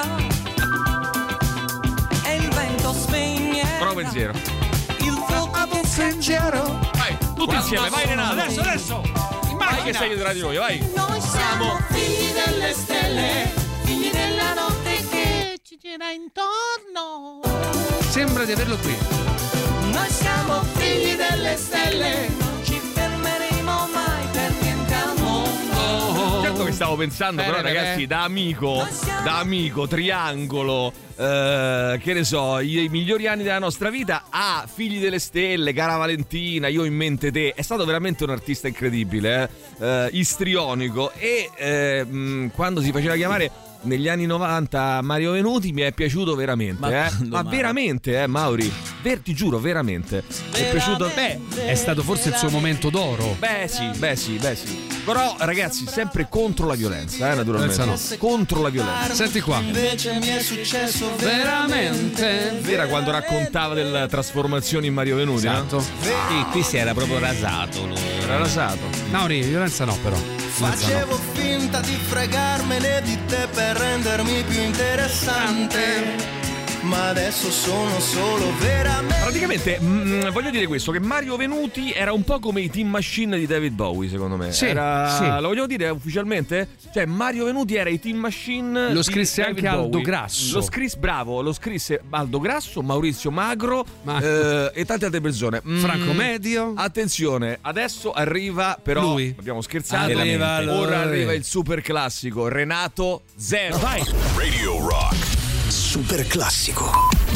Speaker 17: e il vento spegne
Speaker 3: Bravo pensiero.
Speaker 17: il fuoco che si
Speaker 16: Pensiero.
Speaker 3: Vai, tutti insieme, vai Renato. Adesso, adesso. Vai che sei tra di noi, vai.
Speaker 17: noi siamo figli delle stelle, figli della notte che ci gira intorno.
Speaker 4: Sembra di averlo qui.
Speaker 17: Noi siamo figli delle stelle, non ci fermeremo mai per niente al mondo.
Speaker 3: Certo che sta stavo pensando,
Speaker 4: Eh,
Speaker 3: però
Speaker 4: beh,
Speaker 3: ragazzi,
Speaker 4: beh.
Speaker 3: da amico, da amico, triangolo, eh, che ne so, i, i migliori anni della nostra vita, a Figli delle Stelle, Cara Valentina, Io in mente te, è stato veramente un artista incredibile, eh? Eh, istrionico, e eh, mh, quando si faceva chiamare negli anni novanta Mario Venuti mi è piaciuto veramente,
Speaker 5: Ma
Speaker 3: eh?
Speaker 5: quando,
Speaker 3: Ma
Speaker 5: Mauro?
Speaker 3: veramente, eh, Mauri? Ver, ti giuro, veramente. Mi è piaciuto. Beh,
Speaker 4: È stato forse il suo momento d'oro.
Speaker 3: beh sì, beh sì, beh sì. Però ragazzi, sempre contro la violenza, eh, naturalmente.
Speaker 4: Violenza
Speaker 3: Contro la violenza.
Speaker 4: Senti qua.
Speaker 16: Invece mi è successo veramente.
Speaker 3: Era quando raccontava della trasformazione in Mario Venuti,
Speaker 4: Esatto.
Speaker 3: no?
Speaker 5: Sì, qui si era proprio rasato lui.
Speaker 3: Era rasato.
Speaker 4: Mauri, violenza no però. Violenza no.
Speaker 16: Facevo finta di fregarmene di te per rendermi più interessante. Ma adesso sono solo veramente.
Speaker 3: Praticamente mh, voglio dire questo, che Mario Venuti era un po' come i Team Machine di David Bowie, secondo me.
Speaker 4: Sì,
Speaker 3: era,
Speaker 4: sì.
Speaker 3: Lo vogliamo dire ufficialmente? Cioè Mario Venuti era i Team Machine.
Speaker 4: Lo
Speaker 3: di
Speaker 4: scrisse
Speaker 3: David
Speaker 4: anche Aldo
Speaker 3: Bowie.
Speaker 4: Grasso.
Speaker 3: Lo scrisse, bravo, lo scrisse Aldo Grasso, Maurizio Magro,
Speaker 4: Ma-
Speaker 3: eh, e tante altre persone. Mm,
Speaker 4: Franco Medio.
Speaker 3: Attenzione, adesso arriva però
Speaker 4: Lui.
Speaker 3: abbiamo scherzato.
Speaker 4: Arriva lui.
Speaker 3: Ora arriva il super classico Renato Zero. Vai.
Speaker 2: Radio Rock.
Speaker 1: Super classico.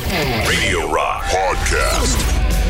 Speaker 2: Radio Rock Podcast.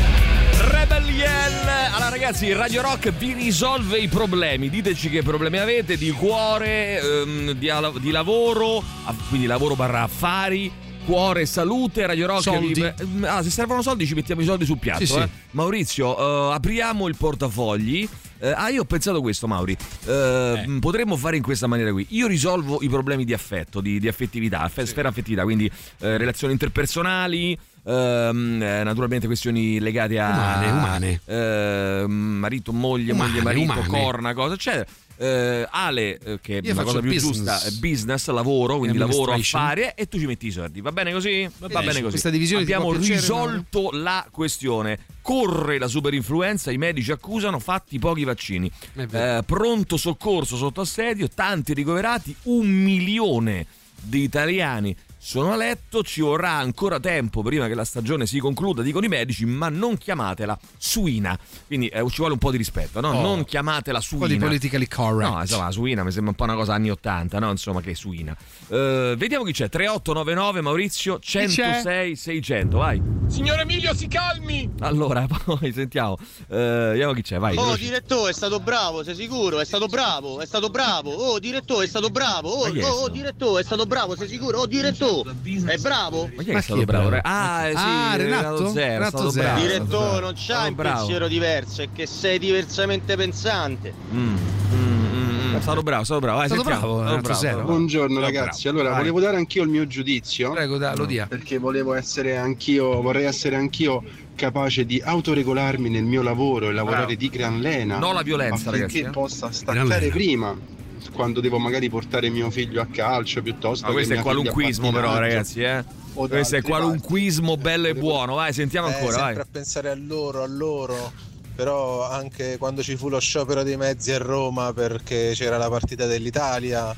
Speaker 3: Rebel Yell. Allora ragazzi, Radio Rock vi risolve i problemi. Diteci che problemi avete di cuore, ehm, di, di lavoro, ah, quindi lavoro barra affari, cuore, salute. Radio Rock
Speaker 4: Soldi.
Speaker 3: vi- ehm, ah, se servono soldi ci mettiamo i soldi sul piatto,
Speaker 4: Sì, sì.
Speaker 3: eh. Maurizio, eh, apriamo il portafogli. Eh, ah, io ho pensato questo, Mauri. Eh,
Speaker 5: Eh.
Speaker 3: Potremmo fare in questa maniera qui. Io risolvo i problemi di affetto, di, di affettività, aff- sfera affettività, quindi eh, relazioni interpersonali, ehm, eh, naturalmente questioni legate a
Speaker 4: Umane, umane.
Speaker 3: eh, marito, moglie,
Speaker 4: Umane,
Speaker 3: moglie, marito,
Speaker 4: umane.
Speaker 3: corna, cosa, eccetera. Eh, Ale, eh, che è
Speaker 4: Io
Speaker 3: la
Speaker 4: faccio
Speaker 3: cosa più
Speaker 4: business.
Speaker 3: giusta, è business, lavoro, quindi lavoro,
Speaker 4: Administration.
Speaker 3: affari, e tu ci metti i soldi. Va bene così? Va bene così.
Speaker 4: Questa divisione ti
Speaker 3: Abbiamo
Speaker 4: può piacere,
Speaker 3: risolto la questione. Corre la superinfluenza, i medici accusano, fatti pochi vaccini.
Speaker 4: È vero.
Speaker 3: Eh, pronto soccorso sotto assedio, tanti ricoverati, un milione di italiani sono a letto, ci vorrà ancora tempo prima che la stagione si concluda, dicono i medici, ma non chiamatela suina. Quindi eh, ci vuole un po' di rispetto, no?
Speaker 4: Oh.
Speaker 3: Non chiamatela
Speaker 4: Un
Speaker 3: suina.
Speaker 4: po' di politically correct.
Speaker 3: No, insomma, la suina mi sembra un po' una cosa anni ottanta, no? Insomma, che suina. Eh, vediamo chi c'è. tre otto nove nove Maurizio centosei seicento, vai.
Speaker 10: Signor Emilio, si calmi!
Speaker 3: Allora, poi sentiamo. Eh, vediamo chi c'è, vai.
Speaker 7: Oh
Speaker 3: veloci.
Speaker 7: direttore, è stato bravo, sei sicuro? È stato bravo, è stato bravo. Oh direttore, è stato bravo. Oh,
Speaker 3: Ma chi è
Speaker 7: oh,
Speaker 3: stato?
Speaker 7: oh direttore, è stato bravo, sei sicuro? Oh direttore, è bravo?
Speaker 3: Ma chi è,
Speaker 4: Ma
Speaker 3: che è stato
Speaker 4: chi è
Speaker 3: bravo?
Speaker 4: bravo?
Speaker 3: Ah, eh, sì,
Speaker 4: Ah, Renato?
Speaker 3: Zero,
Speaker 4: Renato
Speaker 3: è stato
Speaker 4: Zero.
Speaker 3: bravo.
Speaker 7: Direttore, non c'hai
Speaker 3: Stato
Speaker 7: un
Speaker 3: bravo.
Speaker 7: pensiero diverso, è che sei diversamente pensante.
Speaker 3: Mm, mm, mm, mm. È stato bravo, è stato bravo. Vai,
Speaker 4: È stato
Speaker 3: sentiamo.
Speaker 4: bravo,
Speaker 3: È stato
Speaker 4: Renato
Speaker 3: bravo,
Speaker 4: Zero.
Speaker 3: è stato bravo.
Speaker 18: Buongiorno
Speaker 3: Bravo,
Speaker 18: ragazzi,
Speaker 3: bravo.
Speaker 18: allora
Speaker 3: Vai.
Speaker 18: volevo dare anch'io il mio giudizio
Speaker 4: Prego, da, lo dia.
Speaker 18: perché volevo essere anch'io, vorrei essere anch'io capace di autoregolarmi nel mio lavoro e lavorare
Speaker 3: Bravo.
Speaker 18: di gran lena
Speaker 3: No alla violenza,
Speaker 18: affinché
Speaker 3: ragazzi, eh.
Speaker 18: possa
Speaker 4: Gran
Speaker 18: staccare
Speaker 4: lena.
Speaker 18: prima quando devo magari portare mio figlio a calcio piuttosto
Speaker 3: Ma
Speaker 18: che
Speaker 3: questo è
Speaker 18: mia figlia a
Speaker 3: qualunquismo però,
Speaker 18: pattinaggio.
Speaker 3: ragazzi, eh.
Speaker 18: O da
Speaker 3: Questo è
Speaker 18: altre
Speaker 3: qualunquismo bello e buono. Vai, sentiamo ancora, vai.
Speaker 19: sempre a pensare a loro, a loro. Però anche quando ci fu lo sciopero dei mezzi a Roma perché c'era la partita dell'Italia,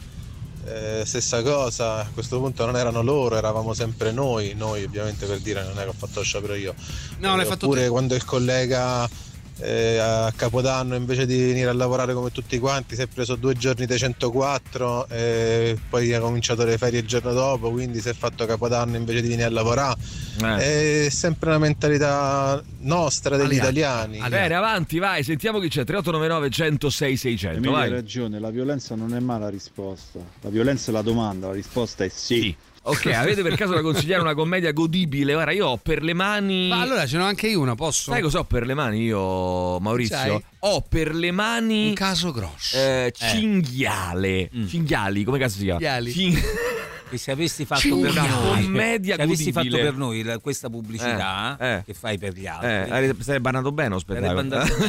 Speaker 19: eh, stessa cosa, a questo punto non erano loro, eravamo sempre noi, noi ovviamente, per dire, non è che ho fatto lo sciopero io.
Speaker 4: No, l'hai fatto
Speaker 19: Oppure
Speaker 4: te.
Speaker 19: quando il collega eh, a Capodanno invece di venire a lavorare come tutti quanti si è preso due giorni dei centoquattro e poi ha cominciato le ferie il giorno dopo, quindi si è fatto Capodanno invece di venire a lavorare.
Speaker 3: Eh.
Speaker 19: È sempre una mentalità nostra degli
Speaker 3: Aliati.
Speaker 19: italiani.
Speaker 3: Bene, avanti, vai, sentiamo chi c'è. tre otto nove nove centosei seicento,
Speaker 20: Emilia
Speaker 3: vai.
Speaker 20: hai ragione, la violenza non è mai la risposta. La violenza è la domanda, la risposta è sì.
Speaker 3: Sì. Ok, avete per caso da consigliare una commedia godibile? Guarda, io ho per le mani.
Speaker 4: Ma allora ce n'ho anche io una, posso?
Speaker 3: Sai cosa ho per le mani io, Maurizio?
Speaker 4: Sai?
Speaker 3: Ho per le mani
Speaker 4: Un caso grosso.
Speaker 3: eh, cinghiale.
Speaker 5: Mm.
Speaker 3: Cinghiali, come cazzo si chiama?
Speaker 4: Cinghiali.
Speaker 3: Cing-
Speaker 5: Che se avessi fatto
Speaker 3: Cinghiali.
Speaker 5: per noi,
Speaker 3: Commedia
Speaker 5: se avessi
Speaker 3: godibile.
Speaker 5: fatto per noi la- questa pubblicità
Speaker 3: Eh, eh.
Speaker 5: che fai per gli altri,
Speaker 3: Eh, avete- stai bannato bene lo spettacolo.
Speaker 5: sarebbe andato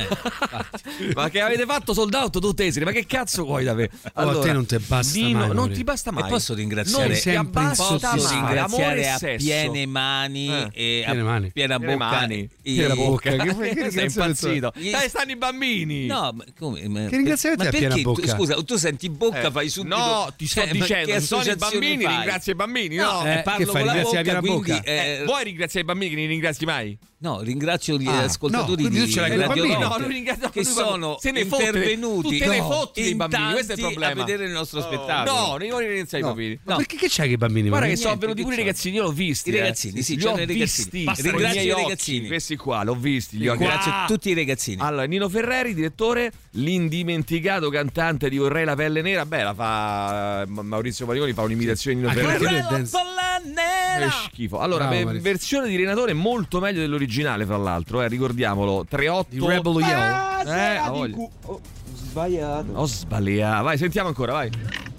Speaker 5: bene.
Speaker 3: Ma che avete fatto sold out tu teseri? Ma che cazzo vuoi da me?
Speaker 4: Oh, a te non ti basta
Speaker 3: Dino,
Speaker 4: mai,
Speaker 3: non
Speaker 4: Mauri.
Speaker 3: ti basta mai.
Speaker 5: E posso ringraziare,
Speaker 3: Non ti
Speaker 4: sempre
Speaker 3: abbasta
Speaker 5: posso
Speaker 3: mai.
Speaker 5: ringraziare
Speaker 3: Amore e
Speaker 5: a
Speaker 3: sesso.
Speaker 5: piene mani
Speaker 3: Eh.
Speaker 5: e
Speaker 4: Piene
Speaker 5: a
Speaker 4: mani.
Speaker 5: piena
Speaker 3: Piene
Speaker 5: bocca
Speaker 3: mani.
Speaker 5: i-
Speaker 4: Piena bocca. Che, che
Speaker 3: Sei
Speaker 4: ringraziamento
Speaker 3: impazzito.
Speaker 5: I-
Speaker 3: Dai, stanno i bambini.
Speaker 5: No, ma come? Ma,
Speaker 4: Che ringraziamento
Speaker 5: ma
Speaker 4: è a piena
Speaker 5: perché tu-
Speaker 4: bocca?
Speaker 5: scusa, tu senti bocca,
Speaker 3: Eh,
Speaker 5: fai subito.
Speaker 3: No, ti sto
Speaker 5: Cioè, ma
Speaker 3: dicendo,
Speaker 5: che
Speaker 3: sono i
Speaker 5: associazioni
Speaker 3: bambini,
Speaker 5: fai?
Speaker 3: ringrazia i bambini,
Speaker 5: No,
Speaker 3: no?
Speaker 5: eh,
Speaker 4: Eh,
Speaker 5: parlo
Speaker 4: che fai,
Speaker 5: con la
Speaker 4: ringrazi la
Speaker 5: bocca,
Speaker 4: piena
Speaker 5: quindi
Speaker 4: bocca?
Speaker 5: eh,
Speaker 3: Eh, vuoi ringraziare i bambini che li ringrazi mai?
Speaker 5: No, ringrazio gli
Speaker 4: Ah,
Speaker 5: ascoltatori
Speaker 4: no, quindi
Speaker 5: di
Speaker 4: tu ce l'hai con i
Speaker 5: Radio
Speaker 4: bambini?
Speaker 5: Rock
Speaker 3: No, lui ringrazia
Speaker 5: che
Speaker 3: lui
Speaker 5: sono
Speaker 3: se ne fotte,
Speaker 5: intervenuti
Speaker 3: tu te ne
Speaker 5: no,
Speaker 3: fotti dei
Speaker 5: in
Speaker 3: bambini, questo è il
Speaker 5: tanti
Speaker 3: problema.
Speaker 5: a vedere il nostro spettacolo.
Speaker 3: No, non voglio iniziare i bambini.
Speaker 4: Ma perché che c'è che i bambini?
Speaker 3: Guarda che
Speaker 5: niente,
Speaker 3: sono venuti
Speaker 5: che
Speaker 3: pure i
Speaker 5: c'ho?
Speaker 3: ragazzini, io l'ho visti.
Speaker 5: I
Speaker 3: eh.
Speaker 5: ragazzini, sì,
Speaker 3: li
Speaker 5: c'erano
Speaker 3: ho
Speaker 5: i ragazzini.
Speaker 3: visti.
Speaker 5: Basta
Speaker 3: con i
Speaker 5: ringrazio
Speaker 3: miei
Speaker 5: i
Speaker 3: occhi.
Speaker 5: ragazzini.
Speaker 3: Questi qua, l'ho visti. Li ho
Speaker 5: Ringrazio tutti i ragazzini.
Speaker 3: Allora, Nino Ferreri, direttore, l'indimenticato cantante di Vorrei la pelle nera. Beh, la fa Maurizio Parioli, fa un'imitazione di Nino
Speaker 4: Anche
Speaker 3: Ferreri.
Speaker 4: lui è dance.
Speaker 3: Che schifo. Allora,
Speaker 4: Bravo,
Speaker 3: beh,
Speaker 4: Maurizio.
Speaker 3: versione di Renatore molto meglio dell'originale, fra l'altro, eh, ricordiamolo. tre otto
Speaker 4: Di Rebel Yell.
Speaker 3: Eh, ha voglia.
Speaker 15: Ho sbagliato.
Speaker 3: Ho sbagliato. Vai, sentiamo ancora, vai.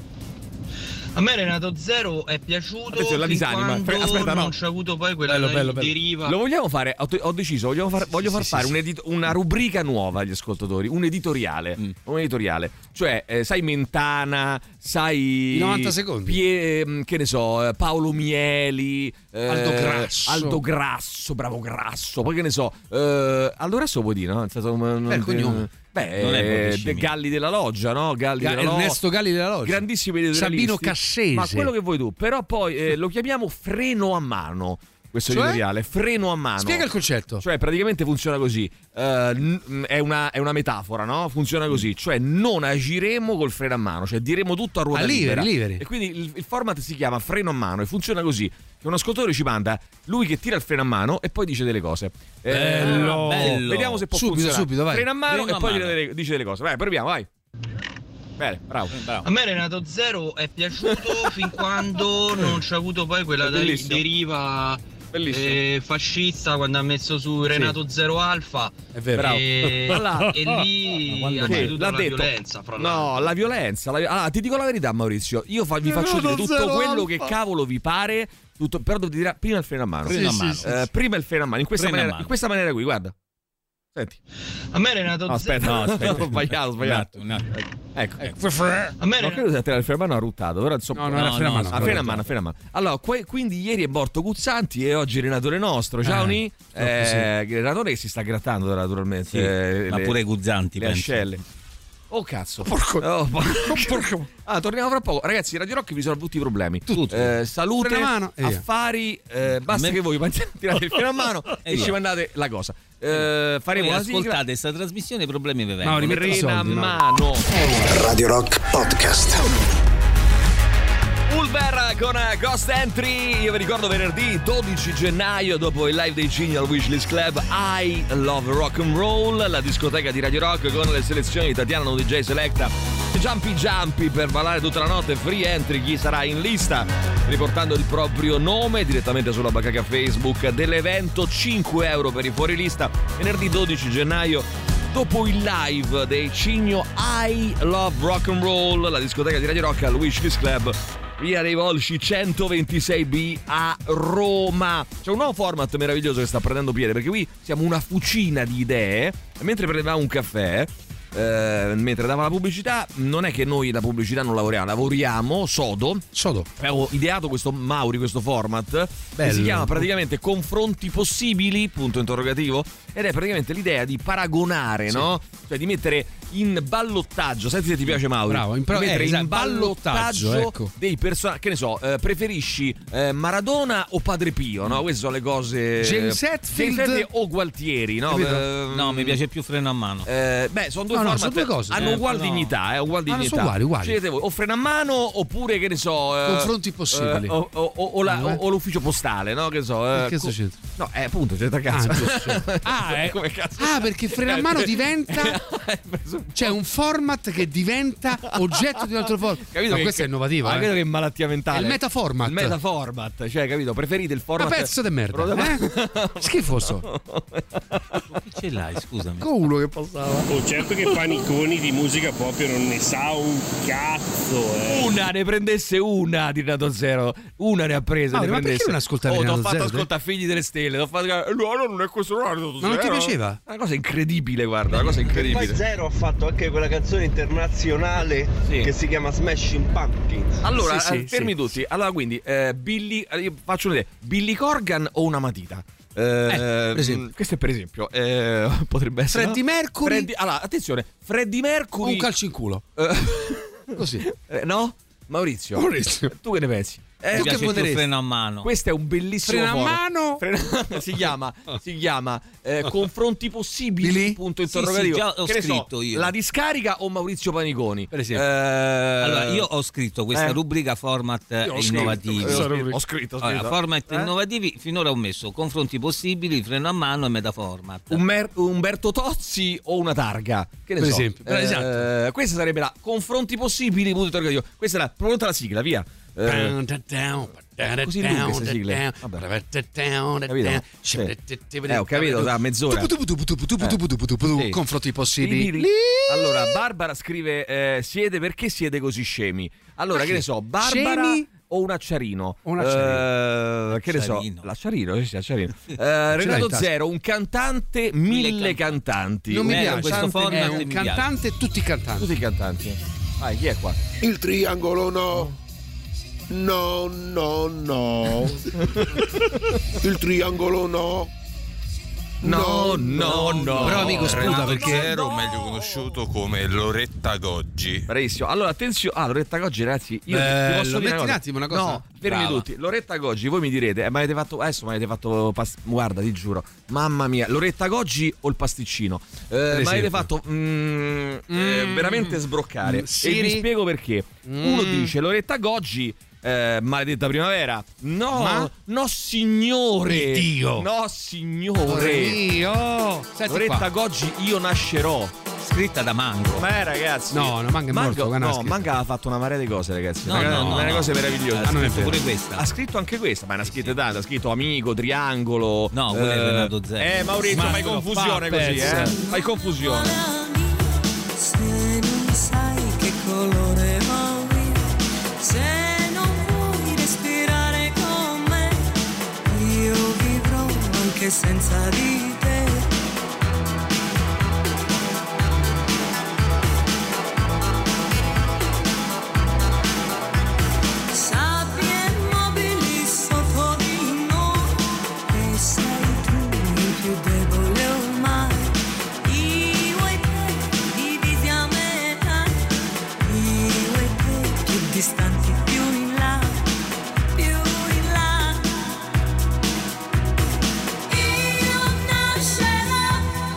Speaker 21: A me Renato Zero è piaciuto
Speaker 3: Attenzione, la
Speaker 21: fin
Speaker 3: disanima.
Speaker 21: quando
Speaker 3: Fre- aspetta, no.
Speaker 21: non c'è avuto poi quella
Speaker 3: Bello,
Speaker 21: dai-
Speaker 3: bello, bello.
Speaker 21: deriva.
Speaker 3: Lo vogliamo fare? Ho, ho deciso, vogliamo far, voglio far
Speaker 4: sì,
Speaker 3: fare
Speaker 4: sì,
Speaker 3: un
Speaker 4: sì.
Speaker 3: edito- una rubrica nuova agli ascoltatori, un editoriale. Un editoriale. Cioè, eh, sai Mentana, sai
Speaker 4: I novanta secondi.
Speaker 3: Pie- mm, che ne so, eh, Paolo Mieli, eh,
Speaker 4: Aldo Grasso.
Speaker 3: Aldo Grasso, bravo Grasso. Poi che ne so, eh, Aldo Grasso puoi dire, no? È stato un,
Speaker 4: Beh, il cognome.
Speaker 3: Beh,
Speaker 5: Non è proprio
Speaker 3: eh,
Speaker 5: scimmia.
Speaker 3: Galli della Loggia, no? Galli
Speaker 4: Ga-
Speaker 3: della Loggia.
Speaker 4: Ernesto Galli della Loggia.
Speaker 3: Grandissimi editorialisti.
Speaker 4: Sabino Cassese.
Speaker 3: Ma quello che vuoi tu. Però poi eh, lo chiamiamo freno a mano. Questo
Speaker 4: Cioè?
Speaker 3: editoriale, freno a mano.
Speaker 4: Spiega il concetto.
Speaker 3: Cioè, praticamente funziona così. Eh, n- è, una, è una metafora, no? Funziona così. Cioè, non agiremo col freno a mano, cioè diremo tutto a ruota
Speaker 4: Ah, liberi,
Speaker 3: libera.
Speaker 4: liberi.
Speaker 3: E quindi il, il format si chiama freno a mano e funziona così. Che un ascoltatore ci manda lui che tira il freno a mano e poi dice delle cose. Eh,
Speaker 5: Bello, bello.
Speaker 3: Vediamo se può
Speaker 4: Subito,
Speaker 3: funzionare.
Speaker 4: subito, vai.
Speaker 3: Freno a mano
Speaker 5: Freno
Speaker 3: e
Speaker 5: a
Speaker 3: poi
Speaker 5: mano.
Speaker 3: dice delle, dice delle cose. Vai, proviamo, vai. Bene, bravo.
Speaker 21: A me Renato Zero è piaciuto fin quando non c'è avuto poi quella dai-
Speaker 3: Bellissimo.
Speaker 21: deriva
Speaker 3: Bellissimo.
Speaker 21: eh, fascista quando ha messo su Renato Zero Alfa.
Speaker 4: È vero.
Speaker 21: E,
Speaker 3: Allora-
Speaker 21: e lì
Speaker 3: Ma
Speaker 21: ha
Speaker 3: quando mai?
Speaker 21: ceduto
Speaker 3: L'ha
Speaker 21: la
Speaker 3: detto.
Speaker 21: violenza, fra l'altro.
Speaker 3: No, la violenza. La... Allora, ti dico la verità, Maurizio. Io fa- vi faccio dire tutto
Speaker 4: zero
Speaker 3: quello
Speaker 4: alfa.
Speaker 3: che cavolo vi pare. Tutto, però dovete dire prima il freno a mano.
Speaker 5: Freno a
Speaker 4: Sì,
Speaker 5: mano.
Speaker 4: sì, sì.
Speaker 3: Eh, prima il freno a mano. In questa,
Speaker 5: Freno a
Speaker 3: maniera,
Speaker 5: mano.
Speaker 3: in questa maniera qui, guarda. Senti.
Speaker 21: A me Renato
Speaker 3: No,
Speaker 21: Zero
Speaker 3: aspetta,
Speaker 5: No, aspetta.
Speaker 3: ho sbagliato, ho sbagliato.
Speaker 5: Un attimo, un attimo.
Speaker 3: Ecco.
Speaker 21: A me
Speaker 3: Non credo sia tirare il freno a mano, ha ruttato. Però insomma,
Speaker 4: No, no, era
Speaker 5: No,
Speaker 4: freno a
Speaker 5: no,
Speaker 4: mano.
Speaker 3: Ah, freno a mano, freno a mano. Allora, que- quindi ieri è morto Guzzanti e oggi Renatore nostro. Ciao,
Speaker 4: Eh,
Speaker 3: Ni. Eh, Renatore che si sta grattando naturalmente.
Speaker 5: Sì,
Speaker 3: eh,
Speaker 5: ma
Speaker 3: le-
Speaker 5: pure Guzzanti,
Speaker 3: le
Speaker 5: penso.
Speaker 3: ascelle. Oh cazzo. Porco. Oh, porco. Ah, torniamo fra poco. Ragazzi, Radio Rock vi risolve tutti i problemi.
Speaker 5: Tutti.
Speaker 3: Eh, salute,
Speaker 4: Freno a mano e via.
Speaker 3: affari, eh, basta
Speaker 5: Me-
Speaker 3: che voi tirate il freno a mano
Speaker 5: E
Speaker 3: e
Speaker 5: via.
Speaker 3: ci mandate la cosa. Eh, faremo
Speaker 5: Voi
Speaker 3: la sigla.
Speaker 5: ascoltate questa trasmissione, i problemi vi
Speaker 4: No,
Speaker 5: vengono.
Speaker 4: rimetti i
Speaker 3: Freno a
Speaker 4: soldi, no.
Speaker 3: mano.
Speaker 1: Radio Rock Podcast.
Speaker 3: Ulber con Ghost Entry. Io vi ricordo venerdì dodici gennaio, dopo il live dei Cigni al Wishlist Club, I Love Rock and Roll, la discoteca di Radio Rock con le selezioni di Tatiana No D J Selecta e Jumpy Jumpy per ballare tutta la notte. Free entry, chi sarà in lista riportando il proprio nome direttamente sulla bacheca Facebook dell'evento. Cinque euro per i fuorilista venerdì dodici gennaio, dopo il live dei Cigno I Love Rock and Roll, la discoteca di Radio Rock al Wishlist Club, via dei Volsci centoventisei B a Roma. C'è un nuovo format meraviglioso che sta prendendo piede, perché qui siamo una fucina di idee e mentre prendevamo un caffè, eh, mentre dava la pubblicità, non è che noi la pubblicità non lavoriamo, lavoriamo sodo.
Speaker 4: Sodo.
Speaker 3: Avevo ideato questo Mauri, questo format che
Speaker 4: Bello.
Speaker 3: si chiama praticamente Confronti possibili, punto interrogativo, ed è praticamente l'idea di paragonare,
Speaker 4: Sì.
Speaker 3: no? Cioè di mettere in ballottaggio, senti se ti piace Mauri,
Speaker 4: Bravo, in pro-
Speaker 3: di mettere
Speaker 4: eh,
Speaker 3: in
Speaker 4: esatto, ballottaggio,
Speaker 3: ballottaggio
Speaker 4: ecco.
Speaker 3: dei personaggi, che ne so, eh, preferisci eh, Maradona o Padre Pio, no? Queste sono le cose.
Speaker 4: James Hetfield-
Speaker 3: James Hetfield o Gualtieri, no?
Speaker 4: Capito?
Speaker 3: Eh,
Speaker 5: No, mi piace più freno a mano.
Speaker 3: eh, beh, sono due
Speaker 4: No, no,
Speaker 3: format,
Speaker 4: sono due cose.
Speaker 3: hanno
Speaker 5: Eh,
Speaker 3: uguale
Speaker 5: no.
Speaker 3: dignità, eh, uguale
Speaker 4: Ah, no,
Speaker 3: dignità.
Speaker 4: sono uguali, uguali.
Speaker 3: Scegliete voi, o freno a mano oppure che ne so, eh,
Speaker 4: Confronti possibili.
Speaker 3: eh, o, o- o- o la-
Speaker 4: No, eh.
Speaker 3: o- o l'ufficio postale, no? Che so, eh,
Speaker 4: Che cazzo
Speaker 3: co-
Speaker 4: c'entra?
Speaker 3: No, eh, appunto, c'entra cazzo.
Speaker 4: Ah, giusto, certo. Ah, eh.
Speaker 3: Come cazzo?
Speaker 4: Ah, perché freno a mano diventa. C'è un format che diventa oggetto di un altro format.
Speaker 3: Capito
Speaker 4: Ma
Speaker 3: che-
Speaker 4: questo è innovativo.
Speaker 3: Ma
Speaker 4: eh.
Speaker 3: capito che malattia mentale.
Speaker 4: È il metaformat.
Speaker 3: Il metaformat, cioè, capito? Preferite il format.
Speaker 4: Una pezzo di merda. Eh? Schifoso.
Speaker 5: Che ce l'hai, scusami?
Speaker 4: Culo che passava.
Speaker 22: Oh, certo che Paniconi di musica proprio non ne sa un cazzo, eh.
Speaker 3: Una ne prendesse una di Renato Zero, una ne ha presa.
Speaker 4: Ah,
Speaker 3: ne
Speaker 4: ma perché
Speaker 3: prendesse.
Speaker 4: non ascoltavi
Speaker 3: Oh, ti ho
Speaker 4: Renato
Speaker 3: fatto
Speaker 4: Zero, te?
Speaker 3: ascoltare Figli delle Stelle. Ti ho fatto. No, no, non è questo. No, Renato
Speaker 4: Ma non ti
Speaker 3: Zero.
Speaker 4: piaceva?
Speaker 3: Una cosa incredibile, guarda, una cosa incredibile.
Speaker 10: Poi Zero ha fatto anche quella canzone internazionale
Speaker 3: Sì.
Speaker 10: che si chiama Smashing Pumpkins.
Speaker 3: Allora,
Speaker 4: Sì, sì,
Speaker 3: eh, fermi
Speaker 4: sì.
Speaker 3: tutti. Allora, quindi, eh, Billy. eh, Io faccio un'idea: Billy Corgan o una matita? Eh,
Speaker 4: per esempio.
Speaker 3: mh, questo è per esempio. Eh, potrebbe essere.
Speaker 4: Freddie
Speaker 3: no?
Speaker 4: Mercury.
Speaker 3: Freddie- allora, attenzione: Freddie
Speaker 4: O
Speaker 3: Mercury.
Speaker 4: un calcio in culo.
Speaker 3: eh,
Speaker 4: Così.
Speaker 3: eh, no? Maurizio.
Speaker 4: Maurizio.
Speaker 3: Tu che ne pensi? Eh,
Speaker 5: mi piace più freno a mano.
Speaker 3: Questo è un bellissimo
Speaker 4: Freno a
Speaker 3: forum.
Speaker 4: mano?
Speaker 3: Freno- si chiama, si chiama eh, confronti possibili? Punto interrogativo.
Speaker 5: Sì, sì, già ho
Speaker 3: Che ne
Speaker 5: scritto
Speaker 3: so,
Speaker 5: io.
Speaker 3: La discarica o Maurizio Paniconi?
Speaker 4: Per esempio.
Speaker 3: Eh,
Speaker 5: Allora, io ho scritto questa
Speaker 3: eh.
Speaker 5: rubrica format
Speaker 3: Io ho
Speaker 5: innovativi.
Speaker 3: scritto, ho scritto, ho scritto, ho
Speaker 5: Allora,
Speaker 3: scritto.
Speaker 5: format
Speaker 3: Eh?
Speaker 5: innovativi, finora ho messo confronti possibili, freno a mano e metaformat.
Speaker 3: Umber- Umberto Tozzi o una targa? Che ne
Speaker 4: Per
Speaker 3: so.
Speaker 4: esempio.
Speaker 3: Eh,
Speaker 4: Esatto.
Speaker 3: Questa sarebbe la confronti possibili. Punto interrogativo. Questa è la pronta la sigla, via. Eh, così lunga queste sigle. Vabbè. Capito? Sì. Eh, ho capito, da mezz'ora. Sì.
Speaker 4: Confronti possibili.
Speaker 3: Allora, Barbara scrive: eh, siete perché siete così scemi? Allora, che ne so, Barbara
Speaker 4: Scemi?
Speaker 3: o un acciarino?
Speaker 4: O un acciarino.
Speaker 3: Eh, che ne so,
Speaker 5: Acciarino.
Speaker 3: l'acciarino, sì, sì, acciarino. Eh, Renato
Speaker 4: in tasca.
Speaker 3: Zero, un cantante, mille cantanti.
Speaker 4: Non mi
Speaker 3: Un
Speaker 5: Eh,
Speaker 4: piace.
Speaker 5: questo
Speaker 3: cantante,
Speaker 5: format
Speaker 4: È un
Speaker 5: mi
Speaker 4: cantante, tutti i cantanti.
Speaker 3: tutti i cantanti. Vai, chi è qua?
Speaker 6: Il triangolo no. No, no, no. Il triangolo no.
Speaker 3: No, no, no.
Speaker 4: Però amico, scusa,
Speaker 11: Renato
Speaker 4: perché
Speaker 11: Zero, meglio conosciuto come Loretta Goggi.
Speaker 3: Bravissimo. Allora, attenzione. Ah, Loretta Goggi, ragazzi. Io
Speaker 4: Eh,
Speaker 3: ti posso
Speaker 4: lo
Speaker 3: dire
Speaker 4: metti
Speaker 3: una
Speaker 4: un attimo una cosa?
Speaker 3: No, fermi
Speaker 5: Brava.
Speaker 3: tutti. Loretta Goggi, voi mi direte, eh, ma avete fatto. Adesso mi avete fatto. pas- guarda, ti giuro. Mamma mia, Loretta Goggi o il pasticcino? Eh, ma avete
Speaker 4: esempio.
Speaker 3: fatto mm, eh, veramente sbroccare.
Speaker 4: Mm,
Speaker 3: E
Speaker 4: Siri?
Speaker 3: vi spiego perché. Uno dice Loretta Goggi. Eh, maledetta primavera. No,
Speaker 4: Ma?
Speaker 3: no signore.
Speaker 4: Dio.
Speaker 3: No signore.
Speaker 4: Io. Senti
Speaker 3: Loretta
Speaker 4: qua.
Speaker 3: Goggi, io nascerò.
Speaker 5: Scritta da Mango.
Speaker 3: Ma eh, ragazzi.
Speaker 4: No, no, Manga è morto, guarda, ha
Speaker 3: no,
Speaker 4: scritto.
Speaker 3: Manga ha fatto una marea di cose, ragazzi.
Speaker 5: No,
Speaker 3: Raga-
Speaker 5: no, no,
Speaker 3: delle
Speaker 5: no.
Speaker 3: cose meravigliose.
Speaker 5: Ha
Speaker 3: Non è
Speaker 5: scritto
Speaker 3: vero.
Speaker 5: pure questa.
Speaker 3: Ha scritto anche questa, ma ne ha scritte tante. Ha scritto Amico, Triangolo.
Speaker 5: No, quello è Renato Zero.
Speaker 3: Eh, Maurizio, fai
Speaker 4: Mastro
Speaker 3: confusione così, eh.
Speaker 4: Puppets.
Speaker 3: Fai confusione.
Speaker 16: Se non sai che colore ho io, se non vuoi respirare con me, io vivrò anche senza di te. Sabbie mobili sotto di noi, e sei tu il più debole ormai. Io e te divisi a metà, io e te più distanti più in là, più in là. Io nascerò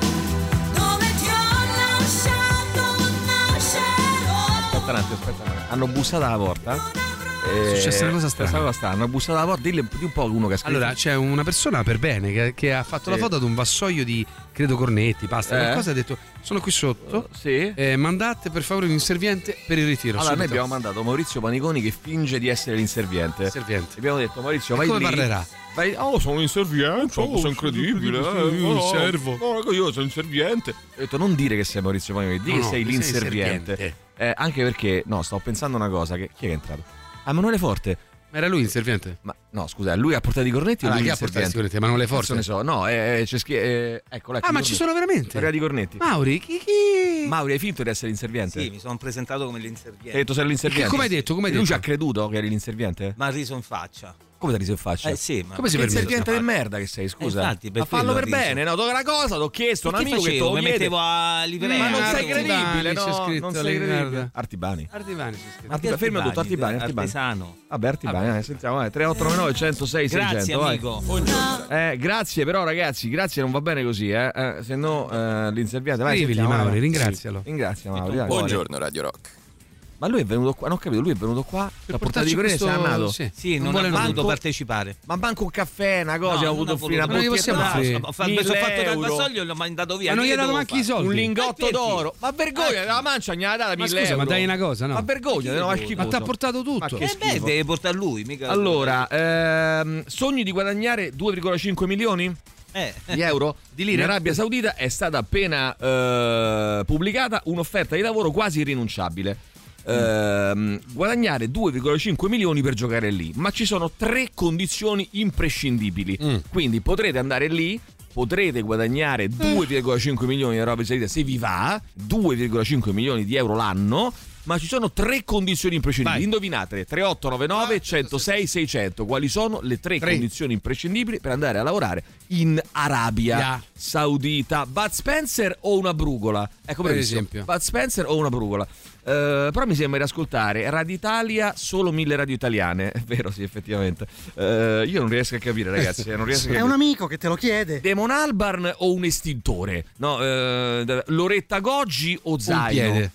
Speaker 16: dove ti ho lasciato, nascerò.
Speaker 3: Aspetta un attimo, aspetta un attimo. Hanno bussato alla porta.
Speaker 4: È successa una cosa strana.
Speaker 3: Questa cosa strana. Hanno bussato alla porta. Dilli di un po' uno che ha scritto.
Speaker 4: Allora, c'è una persona per bene che, che ha fatto
Speaker 3: Sì.
Speaker 4: la foto ad un vassoio di, credo, cornetti, pasta,
Speaker 3: Eh?
Speaker 4: qualcosa, ha detto, sono qui sotto,
Speaker 3: Sì.
Speaker 4: eh, mandate per favore un inserviente per il ritiro.
Speaker 3: Allora, noi
Speaker 4: subito.
Speaker 3: abbiamo mandato Maurizio Paniconi che finge di essere l'inserviente.
Speaker 4: Inserviente.
Speaker 3: Abbiamo detto Maurizio,
Speaker 4: E
Speaker 3: vai
Speaker 4: come
Speaker 3: lì.
Speaker 4: parlerà?
Speaker 3: Vai, oh, sono l'inserviente, oh, sono incredibile.
Speaker 4: sì,
Speaker 3: eh, oh,
Speaker 4: servo.
Speaker 3: no, io sono inserviente. Ho detto, non dire che sei Maurizio Paniconi, di
Speaker 4: No,
Speaker 3: che
Speaker 4: no,
Speaker 3: sei
Speaker 4: che sei
Speaker 3: l'inserviente.
Speaker 4: inserviente.
Speaker 3: Eh, anche perché, no, sto pensando una cosa. Che, chi è che è entrato? Ah, Emanuele Forte.
Speaker 4: Ma era lui l'inserviente?
Speaker 3: Ma no, scusa, lui ha portato i cornetti o
Speaker 4: Allora,
Speaker 3: lui
Speaker 4: chi ha portato i
Speaker 3: l'inserviente?
Speaker 4: cornetti? Emanuele Forte?
Speaker 3: Forse ne so, no, eh, c'è scri- eh, ecco, ecco,
Speaker 4: Ah, ma
Speaker 3: i
Speaker 4: ci
Speaker 3: cornetti.
Speaker 4: sono veramente?
Speaker 3: Sono arrivati i cornetti.
Speaker 4: Mauri, chi, chi?
Speaker 3: Mauri, hai finto di essere l'inserviente?
Speaker 5: Sì, mi sono presentato come
Speaker 3: Hai
Speaker 5: l'inserviente.
Speaker 3: detto sei l'inserviente?
Speaker 4: Che come hai detto? Come hai
Speaker 3: Lui
Speaker 4: detto?
Speaker 3: ci ha creduto che eri l'inserviente?
Speaker 5: Ma ha riso in faccia.
Speaker 3: Come ti ha riso in faccia?
Speaker 5: Eh sì, ma
Speaker 4: Come si
Speaker 3: Che
Speaker 4: permette?
Speaker 3: inserviente di merda che sei, scusa.
Speaker 5: Eh, infatti, per
Speaker 3: ma fallo
Speaker 5: quello
Speaker 3: per
Speaker 5: ha riso.
Speaker 3: bene, no? Dove una cosa, t'ho chiesto, un
Speaker 5: E che
Speaker 3: amico che
Speaker 5: facevo?
Speaker 3: te lo
Speaker 5: Mi
Speaker 3: chiede.
Speaker 5: mettevo a livrea.
Speaker 3: Ma non sei
Speaker 4: Artibani
Speaker 3: credibile,
Speaker 4: c'è
Speaker 3: no?
Speaker 4: scritto
Speaker 3: Non sei
Speaker 4: all'interno.
Speaker 3: credibile. Artibani.
Speaker 4: Artibani c'è scritto.
Speaker 3: Artibani, fermi tutto, Artibani, Artibani.
Speaker 5: Artesano.
Speaker 3: Vabbè, Artibani, dai, sentiamo, vai. tre otto nove nove uno zero sei sei zero
Speaker 5: Grazie
Speaker 3: zero, vai.
Speaker 5: amico. Buongiorno.
Speaker 3: Eh, grazie, però ragazzi, grazie non va bene così, eh. eh se no, eh, l'inserviente. Vai,
Speaker 4: Scrivigli,
Speaker 3: sentiamo,
Speaker 4: Mauri,
Speaker 3: vai.
Speaker 4: ringrazialo.
Speaker 3: Sì, Ringrazia Mauri. dai.
Speaker 11: Buongiorno Radio Rock.
Speaker 3: Ma lui è venuto qua, non ho capito, lui è venuto qua per portare
Speaker 4: portarci
Speaker 3: i cornetti, se n'è
Speaker 4: questo-
Speaker 3: andato.
Speaker 4: sì.
Speaker 5: Sì, non,
Speaker 4: vuole
Speaker 5: ha
Speaker 4: nulla.
Speaker 5: voluto partecipare.
Speaker 3: Ma manco un caffè, una cosa,
Speaker 5: No,
Speaker 3: ha
Speaker 5: non
Speaker 3: avuto
Speaker 5: ha
Speaker 3: offrire una
Speaker 5: voluto.
Speaker 4: Ma non gli
Speaker 3: bottiglietta
Speaker 4: possiamo
Speaker 3: d'acqua.
Speaker 4: offrire.
Speaker 5: Ho fa- mi sono fatto dal
Speaker 3: euro.
Speaker 5: vassoio e l'ho mandato via.
Speaker 4: Ma non
Speaker 5: Che
Speaker 4: gli ha dato
Speaker 5: devo
Speaker 4: manco i
Speaker 5: fare?
Speaker 4: soldi.
Speaker 3: Un lingotto
Speaker 5: perché?
Speaker 3: d'oro. Ma vergogna, la mancia mi ha data
Speaker 4: Ma
Speaker 3: mille
Speaker 4: scusa,
Speaker 3: euro.
Speaker 4: ma dai una cosa, no?
Speaker 3: Ma vergogna, no, ma
Speaker 4: Ma
Speaker 3: schifoso.
Speaker 4: ti ha portato tutto.
Speaker 3: Ma che
Speaker 5: Eh beh,
Speaker 3: schifo.
Speaker 5: deve portare lui, mica.
Speaker 3: Allora, ehm, sogni di guadagnare due virgola cinque milioni
Speaker 5: Eh.
Speaker 3: di euro di lire in Arabia Saudita. È stata appena eh, pubblicata un'offerta di lavoro quasi irrinunciabile. Ehm, guadagnare due virgola cinque milioni per giocare lì, ma ci sono tre condizioni imprescindibili.
Speaker 4: Mm.
Speaker 3: Quindi potrete andare lì, potrete guadagnare due virgola cinque milioni di Arabia Saudita se vi va, due virgola cinque milioni di euro l'anno, ma ci sono tre condizioni imprescindibili. Indovinate, tre otto nove nove uno zero sei sei zero zero, quali sono le tre, tre condizioni imprescindibili per andare a lavorare in Arabia yeah. Saudita? Bud Spencer o una brugola? Ecco, per esempio Bud Spencer o una brugola. Uh, però mi sembra di ascoltare Radio Italia, solo mille radio italiane. È vero, sì, effettivamente. Uh, io non riesco a capire, ragazzi. Non riesco a capire.
Speaker 13: È un amico che te lo chiede.
Speaker 3: Damon Albarn o un estintore? No, uh, Loretta Goggi o Zaino?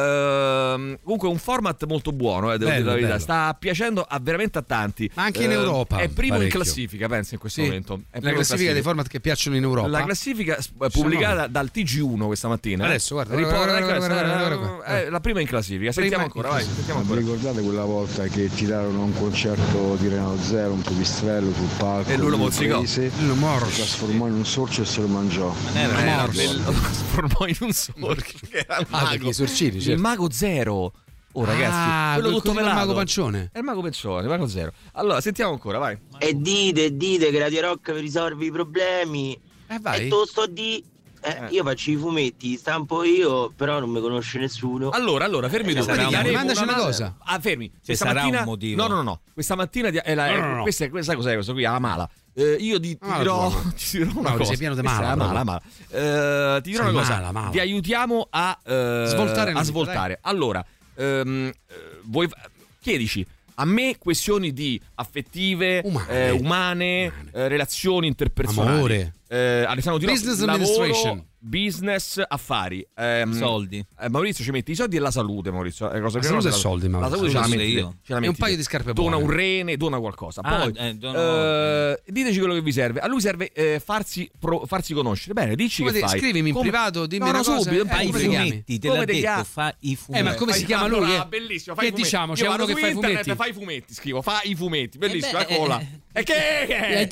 Speaker 3: Uh, comunque un format molto buono, eh, devo bello, dire la verità. Sta piacendo a veramente a tanti,
Speaker 4: ma anche in uh, Europa
Speaker 3: è primo
Speaker 4: parecchio.
Speaker 3: In classifica, penso, in questo
Speaker 4: sì.
Speaker 3: momento è
Speaker 4: la classifica dei format che piacciono in Europa.
Speaker 3: La classifica pubblicata no. dal T G uno questa mattina.
Speaker 4: Adesso guarda,
Speaker 3: riporta,
Speaker 4: guarda, guarda, guarda, guarda, guarda, guarda.
Speaker 3: Eh, la prima in classifica. Sentiamo ancora, vai, sentiamo ancora.
Speaker 20: Vi ricordate quella volta che tirarono un concerto di Reno Zero, un pipistrello sul palco
Speaker 3: e lui lo mozzicò,
Speaker 20: lo trasformò in un sorcio e se lo mangiò.
Speaker 3: Non era, era lo trasformò in un sorcio che era il mago,
Speaker 4: esorcini, certo.
Speaker 3: Il mago Zero. Oh ragazzi,
Speaker 4: ah,
Speaker 3: quello tutto
Speaker 4: il mago pancione.
Speaker 3: È il mago pancione, il mago Zero. Allora, sentiamo ancora, vai.
Speaker 8: E dite, dite che Radio Rock vi risolve i problemi.
Speaker 4: Eh vai.
Speaker 8: E tu sto di eh, eh. Io faccio i fumetti, stampo io, però non mi conosce nessuno.
Speaker 3: Allora, allora, fermi
Speaker 8: eh,
Speaker 3: tu.
Speaker 4: Mandaci una cosa.
Speaker 3: Ah, fermi.
Speaker 5: Ci
Speaker 3: questa
Speaker 5: sarà
Speaker 3: mattina...
Speaker 5: un motivo.
Speaker 3: No, no, no, no. Questa mattina di... è la... no, no, no. Questa, questa cos'è questo qui? Alla mala. Eh, io ti, ti, dirò, ti dirò una
Speaker 4: no,
Speaker 3: cosa.
Speaker 4: Sei pieno di mala,
Speaker 3: mala, mala. Eh, ti dirò
Speaker 4: sei
Speaker 3: una cosa.
Speaker 4: Mala, mala.
Speaker 3: Ti aiutiamo a eh,
Speaker 4: svoltare.
Speaker 3: A svoltare. Allora, ehm, vuoi chiedici a me questioni di affettive, umane, eh, umane, umane. Eh, relazioni interpersonali.
Speaker 4: Amore.
Speaker 3: Eh, Alessandro Di
Speaker 4: Business
Speaker 3: lavoro,
Speaker 4: administration.
Speaker 3: Business, affari, ehm,
Speaker 5: soldi.
Speaker 3: Eh, Maurizio ci mette i soldi e la salute. Maurizio, è cosa
Speaker 4: la
Speaker 3: che
Speaker 4: salute e
Speaker 3: la,
Speaker 4: soldi.
Speaker 3: La salute ce la metti io. Ce la metti
Speaker 4: e un paio
Speaker 3: te.
Speaker 4: di scarpe
Speaker 3: dona
Speaker 4: buone.
Speaker 3: un rene, dona qualcosa.
Speaker 5: Ah,
Speaker 3: Poi
Speaker 5: eh, dono...
Speaker 3: eh, diteci quello che vi serve. A lui serve eh, farsi, pro, farsi conoscere. Bene, dici
Speaker 4: come
Speaker 3: che
Speaker 4: te,
Speaker 3: fai.
Speaker 4: Scrivimi in
Speaker 3: come...
Speaker 4: privato, dimmi
Speaker 3: no,
Speaker 4: una
Speaker 3: no,
Speaker 4: cosa.
Speaker 3: subito,
Speaker 4: Eh,
Speaker 5: fai i fumetti, te l'ha detto, fa i fumetti.
Speaker 4: Eh, ma come
Speaker 3: fai
Speaker 4: si chiama lui?
Speaker 3: Ah, bellissimo, fai
Speaker 4: che diciamo? C'è uno che fa i fumetti.
Speaker 3: Fai i fumetti, scrivo, fa i fumetti. Bellissimo, eccola. E che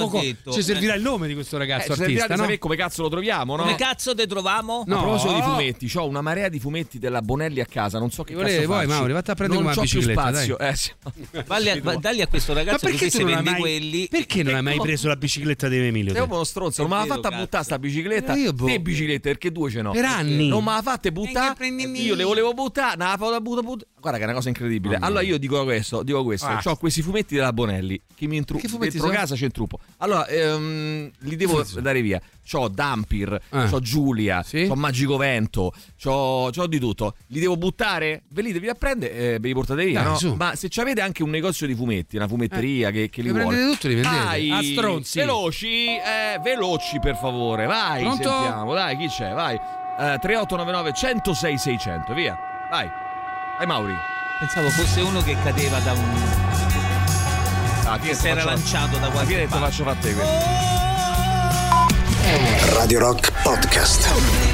Speaker 4: ci servirà il nome di questo ragazzo
Speaker 3: eh,
Speaker 4: artista, no?
Speaker 3: Come cazzo lo troviamo, no?
Speaker 5: Come cazzo te trovamo?
Speaker 3: No. A proposito di fumetti, c'ho una marea di fumetti della Bonelli a casa, non so che
Speaker 4: volevi,
Speaker 3: cazzo
Speaker 4: vuoi,
Speaker 3: farci.
Speaker 4: Mauri, vatti a prendere
Speaker 3: non
Speaker 4: una
Speaker 3: c'ho
Speaker 4: bicicletta,
Speaker 3: più spazio.
Speaker 4: dai.
Speaker 3: Eh, sì.
Speaker 5: Valli a, dalli a questo ragazzo che se vendi
Speaker 4: mai,
Speaker 5: quelli.
Speaker 4: Perché non hai mai preso la bicicletta di Emilio?
Speaker 3: Sei uno stronzo, non me l'ha fatta buttare sta bicicletta.
Speaker 4: Io boh.
Speaker 3: Te biciclette, perché due ce n'ho.
Speaker 4: Per anni.
Speaker 3: Non me la fatte buttare. Io le volevo buttare, non la fatta buttare, buttare. Guarda che è una cosa incredibile. Allora io dico questo, dico questo. Ah. Ho questi fumetti della Bonelli che mi intru- dentro casa c'è intruppo. Allora, ehm, li devo dare via. C'ho Dampir, eh. c'ho Giulia, sì? C'ho Magico Vento, c'ho, c'ho di tutto. Li devo buttare? Ve li devi a prendere e eh, ve li portate via, Dai, no? Ma se avete anche un negozio di fumetti, una fumetteria eh. che, che li
Speaker 4: mi
Speaker 3: vuole,
Speaker 4: tutto, li vendete.
Speaker 3: Dai,
Speaker 4: a stronzi.
Speaker 3: Veloci, eh, veloci per favore. Vai,
Speaker 4: Pronto?
Speaker 3: sentiamo. Dai, chi c'è? Vai. Eh, tre otto nove nove uno zero sei sei zero zero, via. Vai. Vai Mauri.
Speaker 5: Pensavo fosse uno che cadeva da un...
Speaker 3: Ah,
Speaker 5: che si era lanciato da qualche
Speaker 3: parte. Ti faccio fare te questo.
Speaker 1: Radio Rock Podcast.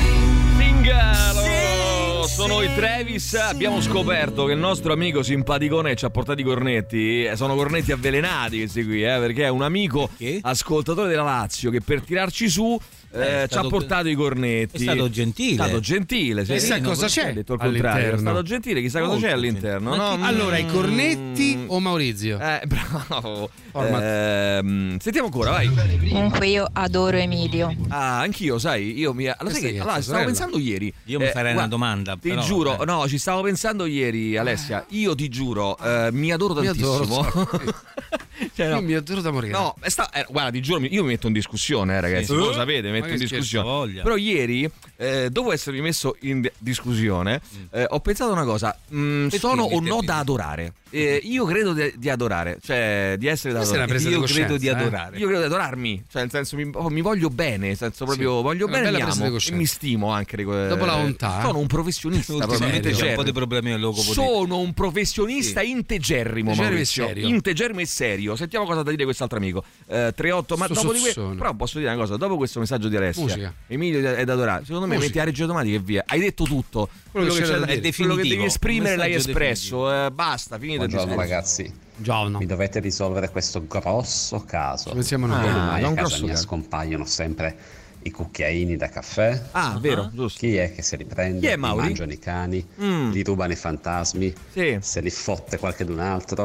Speaker 3: Singalo! Sono i Travis. Abbiamo scoperto che il nostro amico simpaticone ci ha portato i cornetti. Sono cornetti avvelenati questi qui, eh, perché è un amico che? ascoltatore della Lazio che per tirarci su Eh, ci ha portato i cornetti.
Speaker 5: È stato gentile.
Speaker 3: È stato gentile. Sì,
Speaker 4: chissà cosa c'è.
Speaker 3: Detto il contrario. È stato gentile. Chissà cosa c'è all'interno. No?
Speaker 4: Che... Allora, i cornetti mm. o Maurizio?
Speaker 3: Eh, bravo. Eh, sentiamo ancora, vai.
Speaker 9: Comunque io adoro Emilio.
Speaker 3: Ah, anch'io, sai. Io mi. Allora, sai che, allora, stavo pensando ieri.
Speaker 5: Io mi farei eh, una domanda.
Speaker 3: Ti
Speaker 5: però,
Speaker 3: giuro,
Speaker 5: vabbè.
Speaker 3: no, ci stavo pensando ieri, Alessia. Io ti giuro, eh, mi adoro tantissimo.
Speaker 4: Mi adoro,
Speaker 3: cioè, no.
Speaker 4: Io mi adoro da morire.
Speaker 3: No, sta, eh, guarda, ti giuro, io mi metto in discussione, eh, ragazzi. Sì. Voi lo sapete, mi metto in discussione. Però ieri, eh, dopo essermi messo in discussione, eh, ho pensato una cosa: mh, sono o no da adorare? Eh, io credo di, di adorare, cioè di essere da adorare.
Speaker 5: Io credo di adorare.
Speaker 3: Eh? Io credo di adorarmi, cioè nel senso mi, mi voglio bene, nel senso proprio sì. voglio bene, mi amo e mi stimo anche.
Speaker 4: Dopo la volontà.
Speaker 3: Sono un professionista.
Speaker 5: Ultimamente c'è un po' di problemi al logo.
Speaker 3: Sono un professionista sì. integerrimo, Maurizio.
Speaker 4: Serio.
Speaker 3: Integerrimo e serio. Sentiamo cosa ha da dire quest'altro amico. Eh, tre otto ma dopo di que- però posso dire una cosa, dopo questo messaggio di Alessia, Musica. Emilio è da adorare. Secondo me Musica. metti a Reggio Domani e via. Hai detto tutto. Quello, quello, che, che, è quello che devi esprimere l'hai espresso. Eh, basta, finito.
Speaker 23: Buongiorno ragazzi.
Speaker 4: Giorno.
Speaker 23: Mi dovete risolvere questo grosso caso.
Speaker 4: Pensiamo noi.
Speaker 23: Ah, a casa mia caso. Scompaiono sempre i cucchiaini da caffè.
Speaker 3: Ah, uh-huh. vero, giusto.
Speaker 23: Chi è che se li prende?
Speaker 3: Chi è,
Speaker 23: li mangiano i cani, mm. li rubano i fantasmi,
Speaker 3: sì.
Speaker 23: se li fotte qualche d'un altro.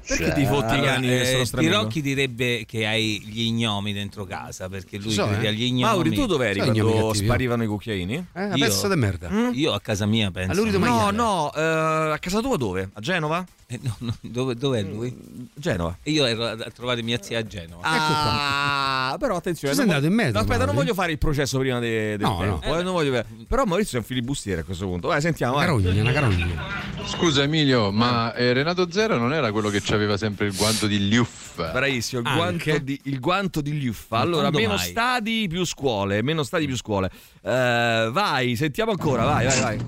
Speaker 3: Perché ti fotti i cani?
Speaker 5: Eh, Tirocchi direbbe che hai gli gnomi dentro casa, perché lui
Speaker 3: So,
Speaker 5: crede
Speaker 3: eh.
Speaker 5: agli gnomi.
Speaker 3: Mauri, tu dov'eri
Speaker 4: So, gli
Speaker 3: quando
Speaker 4: gnomi cattivi.
Speaker 3: sparivano i cucchiaini?
Speaker 4: Eh, una
Speaker 5: Io-
Speaker 4: pezza di merda.
Speaker 5: Io a casa mia penso.
Speaker 4: All'Uri di
Speaker 3: No,
Speaker 4: Maiale.
Speaker 3: no, eh, a casa tua dove? A Genova?
Speaker 5: Eh, no, no, dove, dov'è lui?
Speaker 3: Genova.
Speaker 5: E io ero a a trovare mia zia a Genova.
Speaker 3: Ah, però attenzione.
Speaker 4: Ci sei
Speaker 3: non
Speaker 4: andato in mezzo,
Speaker 3: No, aspetta, non
Speaker 4: Mauri?
Speaker 3: voglio fare il processo prima de- del
Speaker 4: No,
Speaker 3: tempo.
Speaker 4: no.
Speaker 3: eh, non voglio... Però Maurizio è un filibustiere a questo punto. Vai, sentiamo.
Speaker 4: Una
Speaker 3: Vai.
Speaker 4: carogna, una carogna.
Speaker 12: Scusa Emilio, ma eh, Renato Zero non era quello che aveva sempre il guanto di Liuf?
Speaker 3: Bravissimo, il
Speaker 4: Anche.
Speaker 3: guanto, di, il guanto di Liuffa.
Speaker 5: Ma
Speaker 3: Allora,
Speaker 5: quando
Speaker 3: meno
Speaker 5: mai?
Speaker 3: stadi più scuole, meno stadi più scuole. Eh, vai, sentiamo ancora, vai, vai, vai.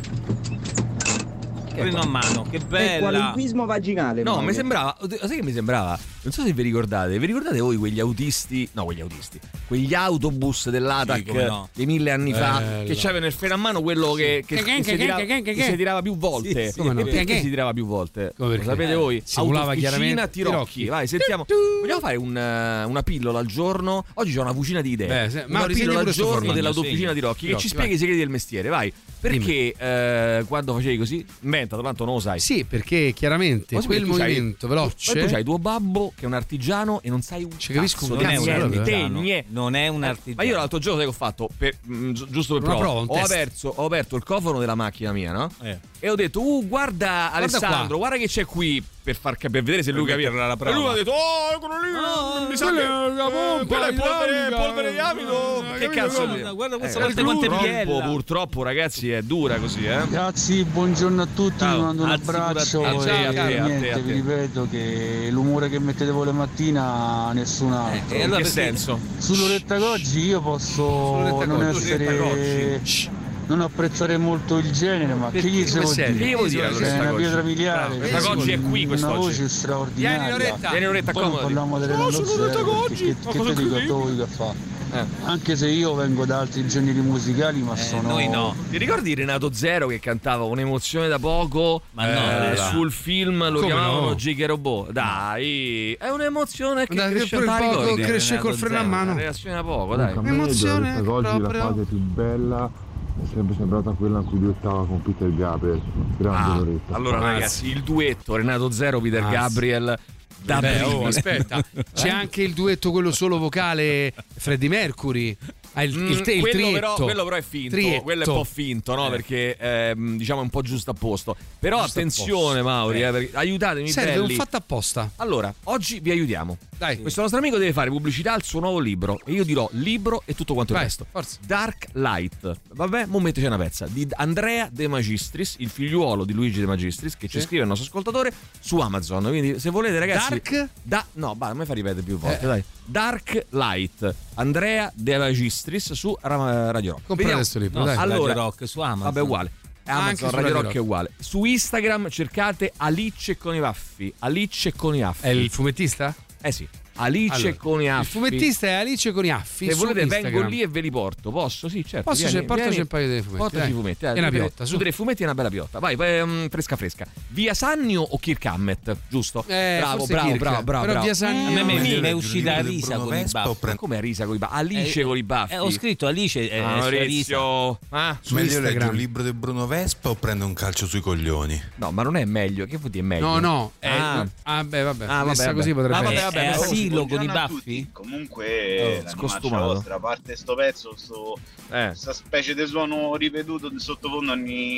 Speaker 5: Freno a mano, che bella.
Speaker 14: qualinquismo vaginale.
Speaker 3: No,
Speaker 14: Mauro.
Speaker 3: mi sembrava, sai che mi sembrava? Non so se vi ricordate, vi ricordate voi quegli autisti, no, quegli autisti, quegli autobus dell'A T A C
Speaker 5: Sì, come no.
Speaker 3: di mille anni fa,
Speaker 4: Bello.
Speaker 3: che c'avevano il freno a mano quello che, che,
Speaker 4: Che-
Speaker 3: che
Speaker 4: che-
Speaker 3: si
Speaker 4: che-
Speaker 3: tirava,
Speaker 4: che- che-
Speaker 3: che
Speaker 4: che-
Speaker 3: si tirava più volte.
Speaker 5: Sì, sì.
Speaker 4: Come no?
Speaker 3: Perché
Speaker 4: Che-
Speaker 3: si tirava più volte?
Speaker 4: Come
Speaker 3: Lo
Speaker 4: perché?
Speaker 3: sapete voi?
Speaker 4: Simulava
Speaker 3: Autofficina
Speaker 4: chiaramente
Speaker 3: Tirocchi.
Speaker 4: Tirocchi.
Speaker 3: Vai, sentiamo. Vogliamo fare un, eh, una pillola al giorno? Oggi c'è una fucina di idee.
Speaker 4: Beh, se-
Speaker 3: una
Speaker 4: Mauri, segna
Speaker 3: pillola al
Speaker 4: pure sto
Speaker 3: giorno
Speaker 4: formaggio,
Speaker 3: dell'autofficina
Speaker 5: segna.
Speaker 3: Tirocchi che
Speaker 4: Tirocchi,
Speaker 3: ci spieghi
Speaker 4: vai.
Speaker 3: i segreti del mestiere. Vai. Perché eh, quando facevi così, inventa, tanto non lo sai.
Speaker 4: Sì, perché chiaramente
Speaker 3: Ma sì,
Speaker 4: quel
Speaker 3: perché tu c'hai-
Speaker 4: movimento
Speaker 3: Ma
Speaker 4: veloce.
Speaker 3: tu c'hai tuo babbo che è un artigiano e non sai un
Speaker 4: Ci capisco
Speaker 3: cazzo
Speaker 4: un
Speaker 3: di
Speaker 5: Non è un
Speaker 4: cazzo,
Speaker 3: niente,
Speaker 5: artigiano.
Speaker 3: niente.
Speaker 5: Non è un
Speaker 3: Eh,
Speaker 5: artigiano.
Speaker 3: Ma io l'altro giorno sai che ho fatto per, mh, gi- giusto per
Speaker 4: Una
Speaker 3: prova,
Speaker 4: prova, un
Speaker 3: ho,
Speaker 4: test.
Speaker 3: aperto, ho aperto il cofano della macchina mia, no?
Speaker 5: Eh.
Speaker 3: E ho detto "Uh, guarda Alessandro,
Speaker 4: qua.
Speaker 3: guarda che c'è qui", per far cap- per vedere se lui capiva.
Speaker 5: metterla alla
Speaker 3: E
Speaker 5: prova.
Speaker 3: lui ha detto "Oh, quello lì
Speaker 5: Ah,
Speaker 3: mi sa che
Speaker 4: quella è la pompa
Speaker 3: eh, quella è polvere,
Speaker 4: idraulica.
Speaker 3: polvere di amido".
Speaker 4: Eh,
Speaker 3: Che
Speaker 4: capito
Speaker 3: cazzo
Speaker 4: come?
Speaker 3: è?
Speaker 5: Guarda questa
Speaker 3: Eh,
Speaker 5: volta quanto è
Speaker 3: purtroppo,
Speaker 5: biella.
Speaker 3: purtroppo ragazzi è dura così, eh.
Speaker 17: Ragazzi, buongiorno a tutti,
Speaker 3: Ciao.
Speaker 17: vi mando un
Speaker 5: Anzi, pure a
Speaker 17: abbraccio
Speaker 5: te.
Speaker 3: A te,
Speaker 17: e
Speaker 3: a te, a te,
Speaker 17: niente,
Speaker 3: a te.
Speaker 17: vi ripeto che l'umore che mettete voi la mattina nessun altro.
Speaker 5: Eh,
Speaker 3: In
Speaker 5: allora
Speaker 3: che
Speaker 5: perché-
Speaker 3: senso?
Speaker 17: Sull'oretta Goggi io posso
Speaker 3: Sull'oretta
Speaker 17: non
Speaker 3: Goggi,
Speaker 17: essere
Speaker 3: Goggi.
Speaker 17: non apprezzare molto il genere, ma che gli si
Speaker 3: Come
Speaker 17: può
Speaker 3: sei?
Speaker 17: dire?
Speaker 3: Che gli vuoi dire
Speaker 17: C'è
Speaker 3: all'oretta
Speaker 17: una
Speaker 3: Goggi?
Speaker 17: pietra miliare,
Speaker 3: Bravo, Oretta Goggi è qui
Speaker 17: una
Speaker 3: quest'oggi.
Speaker 17: voce straordinaria.
Speaker 4: Vieni, Loretta.
Speaker 3: Vieni Loretta,
Speaker 17: Poi non
Speaker 3: accomodati.
Speaker 17: parliamo delle
Speaker 3: Oh,
Speaker 17: Renato
Speaker 3: sono Oretta
Speaker 17: Zero,
Speaker 3: Goggi.
Speaker 17: che,
Speaker 3: Ma
Speaker 17: che
Speaker 3: cosa
Speaker 17: te dico a
Speaker 3: credi?
Speaker 17: voi che fa?
Speaker 3: Eh.
Speaker 17: Anche se io vengo da altri generi musicali, ma
Speaker 5: Eh,
Speaker 17: sono
Speaker 5: noi no.
Speaker 3: Ti ricordi Renato Zero che cantava Un'emozione da poco?
Speaker 5: Ma no,
Speaker 3: eh,
Speaker 5: allora.
Speaker 3: sul film lo
Speaker 4: Come
Speaker 3: chiamavano
Speaker 4: no?
Speaker 3: Giga Robot. Dai, è un'emozione che
Speaker 4: Dai, che
Speaker 3: cresce
Speaker 4: pure
Speaker 3: a
Speaker 4: il poco
Speaker 3: ricordi.
Speaker 4: cresce
Speaker 5: Renato
Speaker 4: col freno a
Speaker 5: Zero.
Speaker 4: mano.
Speaker 3: Una reazione da poco, dai.
Speaker 4: Emozione
Speaker 24: Oggi la
Speaker 4: proprio.
Speaker 24: fase più bella è sempre sembrata quella in cui duettava con Peter Gabriel. Grande
Speaker 3: Ah,
Speaker 24: Loretta.
Speaker 3: allora
Speaker 4: Mazza.
Speaker 3: ragazzi, il duetto Renato Zero, Peter
Speaker 4: Mazza.
Speaker 3: Gabriel da
Speaker 4: Beh, oh,
Speaker 3: brividi.
Speaker 4: aspetta, c'è anche il duetto quello solo vocale Freddie Mercury. Ah, il, il, te- il
Speaker 3: quello,
Speaker 4: trietto.
Speaker 3: però, quello però è finto,
Speaker 4: Trietto.
Speaker 3: quello è un po' finto, no?
Speaker 4: Eh.
Speaker 3: Perché ehm, diciamo è un po' giusto a posto. Però
Speaker 4: Giusto a
Speaker 3: attenzione,
Speaker 4: posto.
Speaker 3: Mauri,
Speaker 4: Eh.
Speaker 3: eh, perché- aiutatemi
Speaker 4: Serve
Speaker 3: belli.
Speaker 4: un fatto apposta.
Speaker 3: Allora, oggi vi aiutiamo.
Speaker 4: Dai.
Speaker 3: Questo nostro amico deve fare pubblicità al suo nuovo libro e io dirò libro e tutto quanto il
Speaker 4: Vai,
Speaker 3: resto.
Speaker 4: forza.
Speaker 3: Dark Light. Vabbè, mo metteci una pezza di Andrea De Magistris, il figliuolo di Luigi De Magistris, che ci
Speaker 4: Sì.
Speaker 3: scrive il nostro ascoltatore su Amazon. Quindi se volete ragazzi
Speaker 4: Dark?
Speaker 3: da no, va, mi fa ripetere più volte,
Speaker 4: Eh.
Speaker 3: dai. Dark Light. Andrea De Magistris su Ra- Radio Rock.
Speaker 4: Comprate
Speaker 3: Vediamo.
Speaker 4: questo libro,
Speaker 5: No,
Speaker 4: dai.
Speaker 5: su
Speaker 3: Allora,
Speaker 5: Radio Rock, su Amazon.
Speaker 3: Vabbè, uguale. Amazon,
Speaker 4: Anche su
Speaker 3: Radio,
Speaker 4: Radio
Speaker 3: Rock,
Speaker 4: Rock.
Speaker 3: è uguale. Su Instagram cercate Alice con i Baffi. Alice con i Affi.
Speaker 4: È il fumettista?
Speaker 3: Eh sì. Alice
Speaker 4: Allora,
Speaker 3: con i Affi.
Speaker 4: Il fumettista è Alice con i affi.
Speaker 3: Se
Speaker 4: su
Speaker 3: volete
Speaker 4: Instagram.
Speaker 3: vengo lì e ve li porto. Posso? Sì, certo.
Speaker 4: Posso,
Speaker 3: vieni,
Speaker 4: c'è- portaci
Speaker 3: vieni.
Speaker 4: un paio di fumetti,
Speaker 3: Portaci
Speaker 4: dai.
Speaker 3: i fumetti. eh,
Speaker 4: E una
Speaker 3: due-
Speaker 4: piotta, su.
Speaker 3: Su tre fumetti e una bella piotta. Vai, vai, um, fresca fresca. Via Sannio o Kirk Hammett, giusto?
Speaker 4: Eh,
Speaker 3: bravo,
Speaker 4: forse
Speaker 3: bravo,
Speaker 4: Kirk.
Speaker 3: bravo, bravo,
Speaker 4: Però
Speaker 3: bravo.
Speaker 4: via Sannio-
Speaker 5: A me mi-
Speaker 4: Mm.
Speaker 5: mi è uscita Risa con i baffi.
Speaker 3: Ma come Risa con i baffi? Alice
Speaker 5: Eh,
Speaker 3: con i baffi.
Speaker 5: eh, ho scritto Alice eh,
Speaker 3: Ah,
Speaker 5: su
Speaker 3: Maurizio. Ah,
Speaker 4: Su
Speaker 25: Meglio
Speaker 4: Instagram.
Speaker 25: leggere un libro di Bruno Vespa o prende un calcio sui coglioni?
Speaker 3: no, ma non è meglio. Che vuol dire meglio?
Speaker 4: No, no. È,
Speaker 3: Ah.
Speaker 4: ah, beh, vabbè.
Speaker 3: Ah, vabbè,
Speaker 4: Messa
Speaker 3: vabbè.
Speaker 4: così potrebbe
Speaker 3: Ah, vabbè,
Speaker 4: essere.
Speaker 3: vabbè,
Speaker 5: È
Speaker 3: vabbè.
Speaker 5: asilo con i
Speaker 26: Buongiorno a
Speaker 5: baffi?
Speaker 26: tutti. Comunque
Speaker 3: Oh,
Speaker 26: l'animaccia
Speaker 3: scostumato.
Speaker 26: vostra, a parte sto pezzo, sto,
Speaker 3: Eh.
Speaker 26: questa specie di suono ripetuto di sottofondo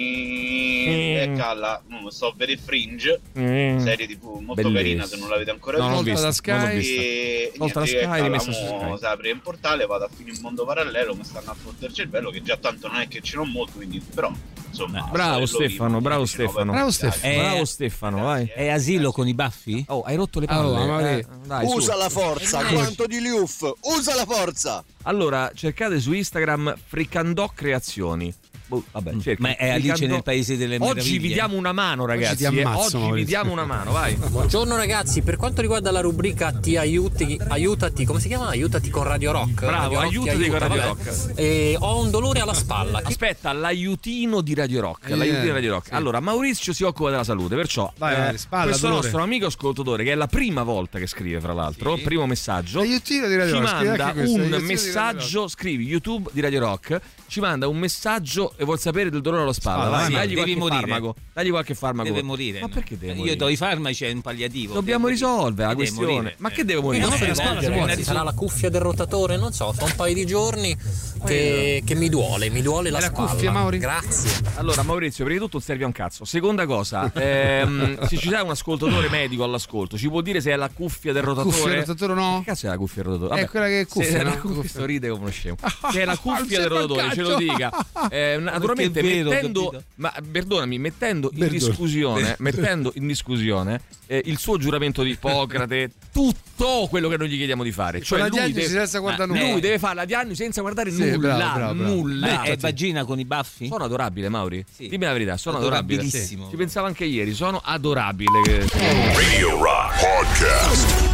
Speaker 26: ogni
Speaker 3: Mm.
Speaker 26: e calla, no, sto per il Fringe,
Speaker 3: Mm.
Speaker 26: serie tv molto
Speaker 3: Bellissimo.
Speaker 26: carina se non l'avete ancora
Speaker 3: No, non l'ho
Speaker 26: vista.
Speaker 3: vista, non l'ho vista.
Speaker 26: E
Speaker 3: Tolta la
Speaker 26: niente,
Speaker 3: Sky,
Speaker 26: che
Speaker 3: rimessa su
Speaker 26: cala,
Speaker 3: Sky.
Speaker 26: mo si apre in portale, vado a finire in mondo parallelo, mi stanno a fottere il cervello che già tanto non è che ce n'ho molto, quindi però insomma
Speaker 3: Bravo
Speaker 26: storia
Speaker 3: Stefano,
Speaker 26: vivo,
Speaker 3: bravo
Speaker 26: dieci, nove
Speaker 3: Stefano.
Speaker 26: per
Speaker 4: Bravo
Speaker 26: cento.
Speaker 4: Stefano.
Speaker 5: Eh,
Speaker 3: Bravo Stefano, vai.
Speaker 5: È asilo con i baffi?
Speaker 3: Oh, hai rotto le
Speaker 4: Ah,
Speaker 3: palle.
Speaker 4: oh, ma
Speaker 3: eh, dai, su.
Speaker 7: Usa la forza,
Speaker 3: Eh,
Speaker 7: quanto di Liuf, usa la forza.
Speaker 3: Allora, cercate su Instagram Fricandò Creazioni. Boh, vabbè, cerchi.
Speaker 5: Ma è Alice
Speaker 3: Fricandò.
Speaker 5: nel Paese delle
Speaker 3: Oggi
Speaker 5: Meraviglie?
Speaker 3: vi diamo una mano, ragazzi.
Speaker 4: ti
Speaker 3: eh.
Speaker 4: ammazzo,
Speaker 3: Oggi vi
Speaker 4: Maurizio.
Speaker 3: diamo una mano, vai.
Speaker 27: Buongiorno ragazzi, per quanto riguarda la rubrica Ti aiuti, aiutati, come si chiama? Aiutati con Radio Rock.
Speaker 3: Bravo,
Speaker 27: Radio Rock ti
Speaker 3: aiutati
Speaker 27: aiuta,
Speaker 3: con Radio
Speaker 27: vabbè.
Speaker 3: Rock.
Speaker 27: E ho un dolore alla spalla. Che-
Speaker 3: Aspetta, l'aiutino di Radio Rock.
Speaker 4: Eh,
Speaker 3: l'aiutino di Radio Rock.
Speaker 4: sì.
Speaker 3: Allora, Maurizio si occupa della salute, perciò
Speaker 4: Vai,
Speaker 3: eh,
Speaker 4: vai, spalla,
Speaker 3: questo
Speaker 4: dolore.
Speaker 3: nostro amico ascoltatore, che è la prima volta che scrive, fra l'altro, primo messaggio,
Speaker 4: Aiutino di Radio
Speaker 3: ci
Speaker 4: Rock, scrivi
Speaker 3: manda
Speaker 4: anche questo,
Speaker 3: un
Speaker 4: aiutino di Radio
Speaker 3: messaggio, scrivi YouTube di Radio Rock, ci manda un messaggio, eh, vuol sapere del dolore alla spalla.
Speaker 5: Spalla,
Speaker 3: Vai,
Speaker 5: sì,
Speaker 3: dagli
Speaker 5: devi
Speaker 3: qualche
Speaker 5: morire.
Speaker 3: farmaco. Dagli qualche farmaco.
Speaker 5: Deve morire.
Speaker 3: Ma perché deve
Speaker 5: Io
Speaker 3: morire?
Speaker 5: do i farmaci, è un palliativo.
Speaker 3: Dobbiamo
Speaker 5: Deve
Speaker 3: risolvere la
Speaker 5: morire.
Speaker 3: questione.
Speaker 5: Deve morire.
Speaker 3: Ma che deve morire?
Speaker 27: No,
Speaker 3: No,
Speaker 27: per la spalla si può. Sarà la cuffia del rotatore, non so, fa un paio di giorni che, che mi duole, mi duole la,
Speaker 3: la
Speaker 27: spalla.
Speaker 3: cuffia, Mauri?
Speaker 27: Grazie.
Speaker 3: Allora, Maurizio, prima di tutto serve a un cazzo. Seconda cosa, ehm, se ci sarà un ascoltatore medico all'ascolto, ci può dire se è la cuffia del rotatore?
Speaker 4: Cuffia del rotatore no?
Speaker 3: Che cazzo è la cuffia del rotatore?
Speaker 4: È quella che è cuffia,
Speaker 3: se
Speaker 4: no?
Speaker 3: è la cuffia, questo ride come uno scemo. Se è la cuffia del
Speaker 4: Sembra un
Speaker 3: rotatore, ce lo
Speaker 4: caccio.
Speaker 3: dica. Eh, naturalmente
Speaker 5: Perché è vero,
Speaker 3: mettendo,
Speaker 5: capito?
Speaker 3: ma perdonami, mettendo in
Speaker 4: Perdona.
Speaker 3: discussione, mettendo in discussione eh, il suo giuramento di Ippocrate, tutto quello che noi gli chiediamo di fare. Cioè
Speaker 4: la
Speaker 3: lui
Speaker 4: diagnosi
Speaker 3: deve,
Speaker 4: senza guardare
Speaker 3: eh,
Speaker 4: nulla.
Speaker 3: lui deve fare la diagnosi senza guardare
Speaker 4: Sì,
Speaker 3: nulla,
Speaker 4: bravo, bravo, bravo.
Speaker 3: nulla.
Speaker 5: Ma è vagina con i baffi?
Speaker 3: Sono adorabile, Mauri.
Speaker 5: Sì.
Speaker 3: Dimmi la verità, sono adorabile.
Speaker 5: Adorabilissimo.
Speaker 3: Ci pensavo anche ieri, sono adorabile. Che...
Speaker 2: Radio Rock Podcast.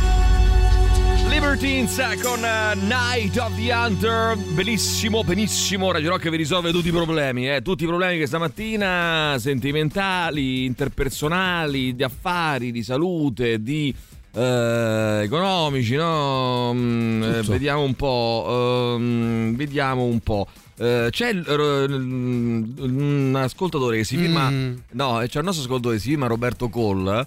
Speaker 3: Libertines con uh, Night of the Hunter. Bellissimo, benissimo. Radio Rock vi risolve tutti i problemi, eh? Tutti i problemi che stamattina, sentimentali, interpersonali, di affari, di salute, di eh, economici, no? Mm, eh, vediamo un po'. ehm, vediamo un po'. Eh, c'è il- r- un ascoltatore che si firma.
Speaker 4: Mm.
Speaker 3: No, c'è un nostro ascoltatore che si firma Roberto Cole.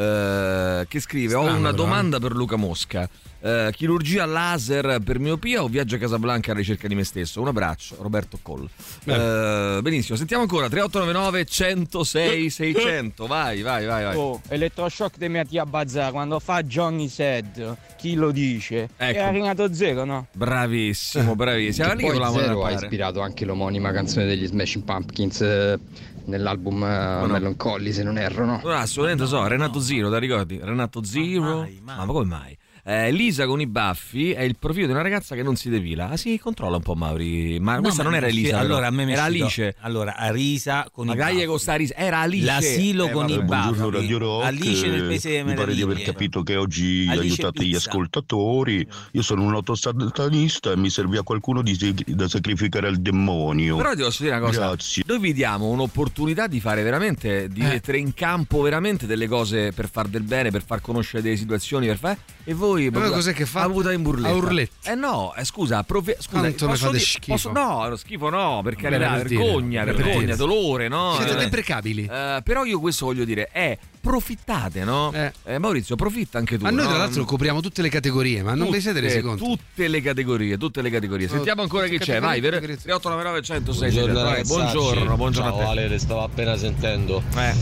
Speaker 3: eh, che scrive:
Speaker 4: Strano,
Speaker 3: ho una
Speaker 4: però,
Speaker 3: domanda per Luca Mosca. Eh, chirurgia laser per miopia o viaggio a Casablanca alla ricerca di me stesso? Un abbraccio, Roberto Cole. Eh, benissimo, sentiamo ancora tre otto nove nove uno zero sei seicento. Vai, vai, vai, vai.
Speaker 14: Oh, elettroshock di mia tia Bazzà quando fa Johnny Said, chi lo dice?
Speaker 3: Ecco.
Speaker 14: È Renato Zero, no?
Speaker 3: Bravissimo, bravissimo.
Speaker 15: Che
Speaker 3: Lì che
Speaker 15: poi
Speaker 3: volevamo
Speaker 15: Zero ha
Speaker 3: fare.
Speaker 15: ispirato anche l'omonima canzone degli Smashing Pumpkins eh, nell'album eh, Melancholy, se non erro, no?
Speaker 3: No, assolutamente so, Renato Zero, te ricordi? Renato Zero? Ma, ma come mai? Eh, Elisa con i baffi è il profilo di una ragazza che non si depila. Ah sì, controlla un po' Mauri. Ma
Speaker 5: No,
Speaker 3: questa
Speaker 5: ma
Speaker 3: non era
Speaker 5: mi-
Speaker 3: Elisa.
Speaker 5: allora
Speaker 3: però.
Speaker 5: a me mi è
Speaker 3: era
Speaker 5: uscito-
Speaker 3: Alice.
Speaker 5: Allora Arisa con
Speaker 3: Ma
Speaker 5: i
Speaker 3: dai,
Speaker 5: baffi.
Speaker 3: con sta Alice. Era Alice.
Speaker 5: L'asilo
Speaker 3: Eh,
Speaker 5: con
Speaker 3: vabbè.
Speaker 5: i
Speaker 18: Buongiorno
Speaker 5: baffi.
Speaker 18: Radio Rock,
Speaker 5: Alice nel paese delle
Speaker 18: mi pare di aver
Speaker 5: meraviglie.
Speaker 18: capito che oggi
Speaker 5: Alice
Speaker 18: aiutate gli
Speaker 5: Pizza.
Speaker 18: ascoltatori. Io sono un autosatanista e mi serviva qualcuno di, da sacrificare al demonio.
Speaker 3: Però ti posso dire una cosa.
Speaker 18: Grazie.
Speaker 3: Noi vi diamo un'opportunità di fare veramente, di
Speaker 4: Eh.
Speaker 3: mettere in campo veramente delle cose per far del bene, per far conoscere delle situazioni, per fare. E voi
Speaker 4: voi cos'è che fate?
Speaker 3: a vuota in burletta.
Speaker 4: A urletta.
Speaker 3: Eh no, eh, scusa, profe- scusa,
Speaker 4: Quanto mi
Speaker 3: posso
Speaker 4: fate
Speaker 3: dire-
Speaker 4: schifo.
Speaker 3: posso- no, schifo no, per
Speaker 4: Beh,
Speaker 3: carità,
Speaker 4: per dire,
Speaker 3: vergogna,
Speaker 4: per
Speaker 3: vergogna,
Speaker 4: dire.
Speaker 3: dolore, no?
Speaker 4: Siete
Speaker 3: Eh,
Speaker 4: deprecabili.
Speaker 3: eh, però io questo voglio dire, è profittate, no? Eh, Maurizio, profitta anche tu.
Speaker 4: Ma noi
Speaker 3: no?
Speaker 4: tra l'altro copriamo tutte le categorie, ma non vi siete resi conto?
Speaker 3: Tutte le categorie, tutte le categorie. Sentiamo ancora chi c'è, vai,
Speaker 4: categorie,
Speaker 3: tre otto nove nove uno zero sei
Speaker 19: Buongiorno,
Speaker 3: vai,
Speaker 19: ragazzacci.
Speaker 3: buongiorno, buongiorno a
Speaker 19: Ciao
Speaker 3: te.
Speaker 19: Ale, le stavo appena sentendo.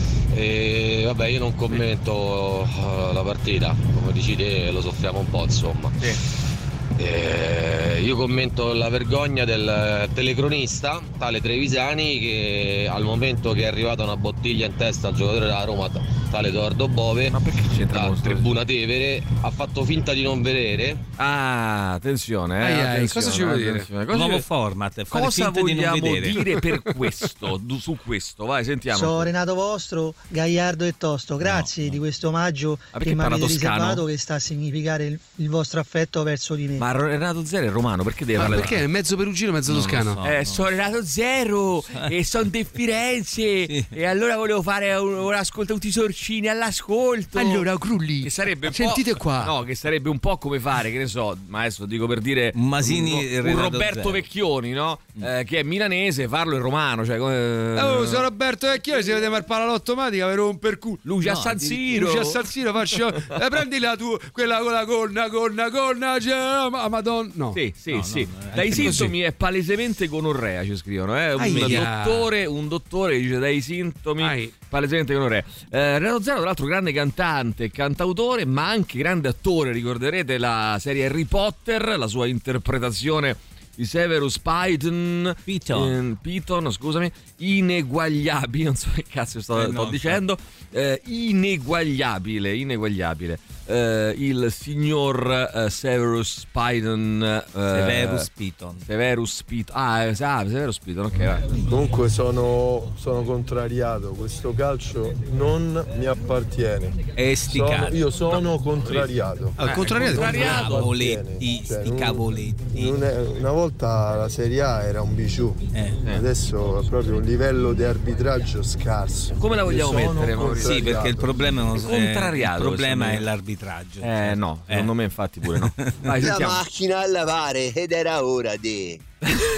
Speaker 19: E vabbè, io non commento uh, la partita, come dici te lo soffriamo un po', insomma. Eh, io commento la vergogna del telecronista, tale Trevisani, che al momento che è arrivata una bottiglia in testa al giocatore della Roma, t- tale Edoardo Bove, da tribuna Tevere, ha fatto finta di non vedere.
Speaker 3: Ah, attenzione, eh,
Speaker 4: Ai, ai,
Speaker 3: attenzione,
Speaker 4: cosa ci vuoi dire?
Speaker 3: attenzione. Cosa
Speaker 5: Nuovo
Speaker 3: ci-
Speaker 5: format, fare
Speaker 3: Cosa
Speaker 5: finta di non
Speaker 3: vogliamo
Speaker 5: vedere.
Speaker 3: dire per questo, du- su questo? Vai, sentiamo.
Speaker 13: Sono Renato Vostro, Gagliardo e Tosto, grazie di questo omaggio
Speaker 3: perché
Speaker 13: che mi
Speaker 3: parla
Speaker 13: avete
Speaker 3: toscano?
Speaker 13: riservato, che sta a significare il, il vostro affetto verso di me.
Speaker 3: Ma Renato Zero è romano, perché deve
Speaker 4: Ma
Speaker 3: parlare?
Speaker 4: perché è mezzo perugino, mezzo
Speaker 3: Non lo
Speaker 4: toscano?
Speaker 3: so, Eh, sono Renato Zero e sono di Firenze e allora volevo fare un, un ascolto tutti i sorcini all'ascolto.
Speaker 4: Allora, Crulli,
Speaker 3: che sarebbe un
Speaker 4: sentite
Speaker 3: po',
Speaker 4: qua.
Speaker 3: No, che sarebbe un po' come fare, che ne so, ma adesso dico per dire
Speaker 5: Masini
Speaker 3: un,
Speaker 5: e
Speaker 3: un
Speaker 5: Renato
Speaker 3: Roberto
Speaker 5: Zero.
Speaker 3: Vecchioni, no? Eh, che è milanese, farlo in romano, cioè come
Speaker 4: Oh, sono Roberto Vecchioni, si vede per pallalotto automatica per un percu.
Speaker 3: Luce a
Speaker 4: No,
Speaker 3: San
Speaker 4: di-
Speaker 3: Siro.
Speaker 4: Luce a San Siro, faccio. Eh, prendi la tua, quella con la gonna, gonna, gonna, cioè, ma madonna. No.
Speaker 3: Sì, sì,
Speaker 4: No,
Speaker 3: sì.
Speaker 4: no, no,
Speaker 3: Dai
Speaker 4: è
Speaker 3: sintomi è palesemente gonorrea, ci scrivono, eh? Un
Speaker 4: Aia.
Speaker 3: dottore, un dottore dice dai sintomi palesemente gonorrea. Eh, Renato Zero, tra l'altro, grande cantante, cantautore, ma anche grande attore. Ricorderete la serie Harry Potter, la sua interpretazione di Severus Piton,
Speaker 5: Piton.
Speaker 3: eh, Piton, scusami, ineguagliabile, non so che cazzo sto,
Speaker 5: Eh, no,
Speaker 3: sto dicendo, eh, ineguagliabile, ineguagliabile. Eh, il signor eh, Severus Piton, eh,
Speaker 5: Severus Piton.
Speaker 3: Severus Piton, ah, eh, ah, Severus Piton, ok, vai.
Speaker 21: Comunque sono, sono contrariato, questo calcio non mi appartiene.
Speaker 5: E sti
Speaker 21: Sono-
Speaker 5: cazzi.
Speaker 21: io sono contrariato.
Speaker 4: Al contrario,
Speaker 5: Contrariato.
Speaker 21: Non mi
Speaker 5: Cavoletti,
Speaker 21: appartiene. Cioè,
Speaker 5: sti
Speaker 21: non-
Speaker 5: cavoletti.
Speaker 21: non è- una volta la Serie A era un bijou, adesso è proprio un livello di arbitraggio scarso.
Speaker 3: Come la vogliamo
Speaker 21: Io sono
Speaker 3: mettere, Maurizio?
Speaker 5: Sì, perché il problema, non-
Speaker 3: È contrariato,
Speaker 5: eh, il problema
Speaker 3: questo
Speaker 5: è l'arbitraggio.
Speaker 3: Eh no, secondo me infatti pure no. Vai,
Speaker 22: La
Speaker 3: sentiamo.
Speaker 22: macchina a lavare ed era ora di...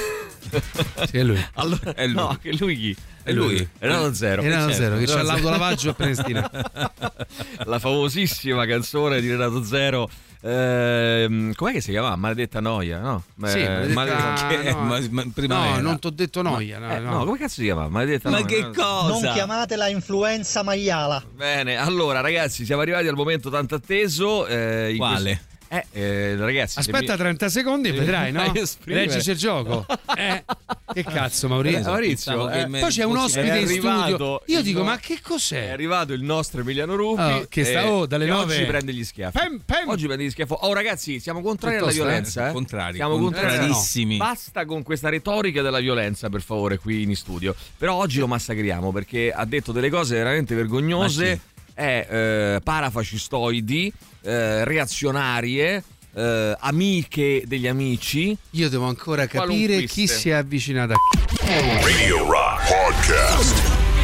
Speaker 4: Sì, è lui.
Speaker 3: Allora,
Speaker 5: È lui.
Speaker 3: no, che lui chi?
Speaker 5: È lui.
Speaker 3: Renato Zero.
Speaker 4: Renato
Speaker 5: certo.
Speaker 4: Zero, che c'ha
Speaker 3: Renato
Speaker 4: l'autolavaggio a Prenestina.
Speaker 3: La famosissima canzone di Renato Zero. Ehm, com'è che si chiamava? Maledetta Noia, no?
Speaker 4: Sì,
Speaker 3: Eh,
Speaker 4: maledetta,
Speaker 3: male-
Speaker 4: no,
Speaker 5: ma- ma- prima
Speaker 4: no,
Speaker 5: era.
Speaker 4: non t'ho detto noia. No,
Speaker 3: Eh,
Speaker 4: no.
Speaker 3: no, come cazzo si chiama? Maledetta
Speaker 5: Ma
Speaker 3: Noia.
Speaker 5: che
Speaker 3: no?
Speaker 5: cosa?
Speaker 13: Non chiamatela influenza maiala.
Speaker 3: Bene, allora ragazzi, siamo arrivati al momento tanto atteso. eh, in
Speaker 5: Quale?
Speaker 3: questo- Eh, eh, ragazzi, se
Speaker 4: Aspetta
Speaker 3: mi-
Speaker 4: trenta secondi e vedrai, no?
Speaker 3: Fai esprimere.
Speaker 4: Reggici il gioco. Eh, che cazzo, Maurizio?
Speaker 3: Eh, Maurizio,
Speaker 5: Pensavo
Speaker 3: eh,
Speaker 5: che me-
Speaker 4: Poi c'è un
Speaker 5: fosse-
Speaker 4: ospite
Speaker 3: è
Speaker 4: in
Speaker 3: arrivato
Speaker 4: studio. Io
Speaker 3: il
Speaker 4: dico,
Speaker 3: no-
Speaker 4: ma che
Speaker 3: È
Speaker 4: cos'è?
Speaker 3: arrivato il nostro Emiliano Rupi
Speaker 4: Oh, che sta-
Speaker 3: eh,
Speaker 4: oh, dalle
Speaker 3: che
Speaker 4: nove.
Speaker 3: oggi prende gli schiaffi.
Speaker 4: Pem, pem.
Speaker 3: Oggi prende gli schiaffi. Oh ragazzi, siamo contrari alla
Speaker 4: Piuttosto,
Speaker 3: violenza, eh?
Speaker 5: Contrari,
Speaker 3: Siamo contrari.
Speaker 5: contrarissimi.
Speaker 3: No. Basta con questa retorica della violenza, per favore, qui in studio. Però oggi lo massacriamo perché ha detto delle cose veramente vergognose,
Speaker 5: Ma sì.
Speaker 3: è eh, parafascistoidi, eh, reazionarie, eh, amiche degli amici.
Speaker 4: Io devo ancora capire
Speaker 3: Qualunquiste.
Speaker 4: chi si è avvicinato a chi.
Speaker 2: Radio Rock Podcast.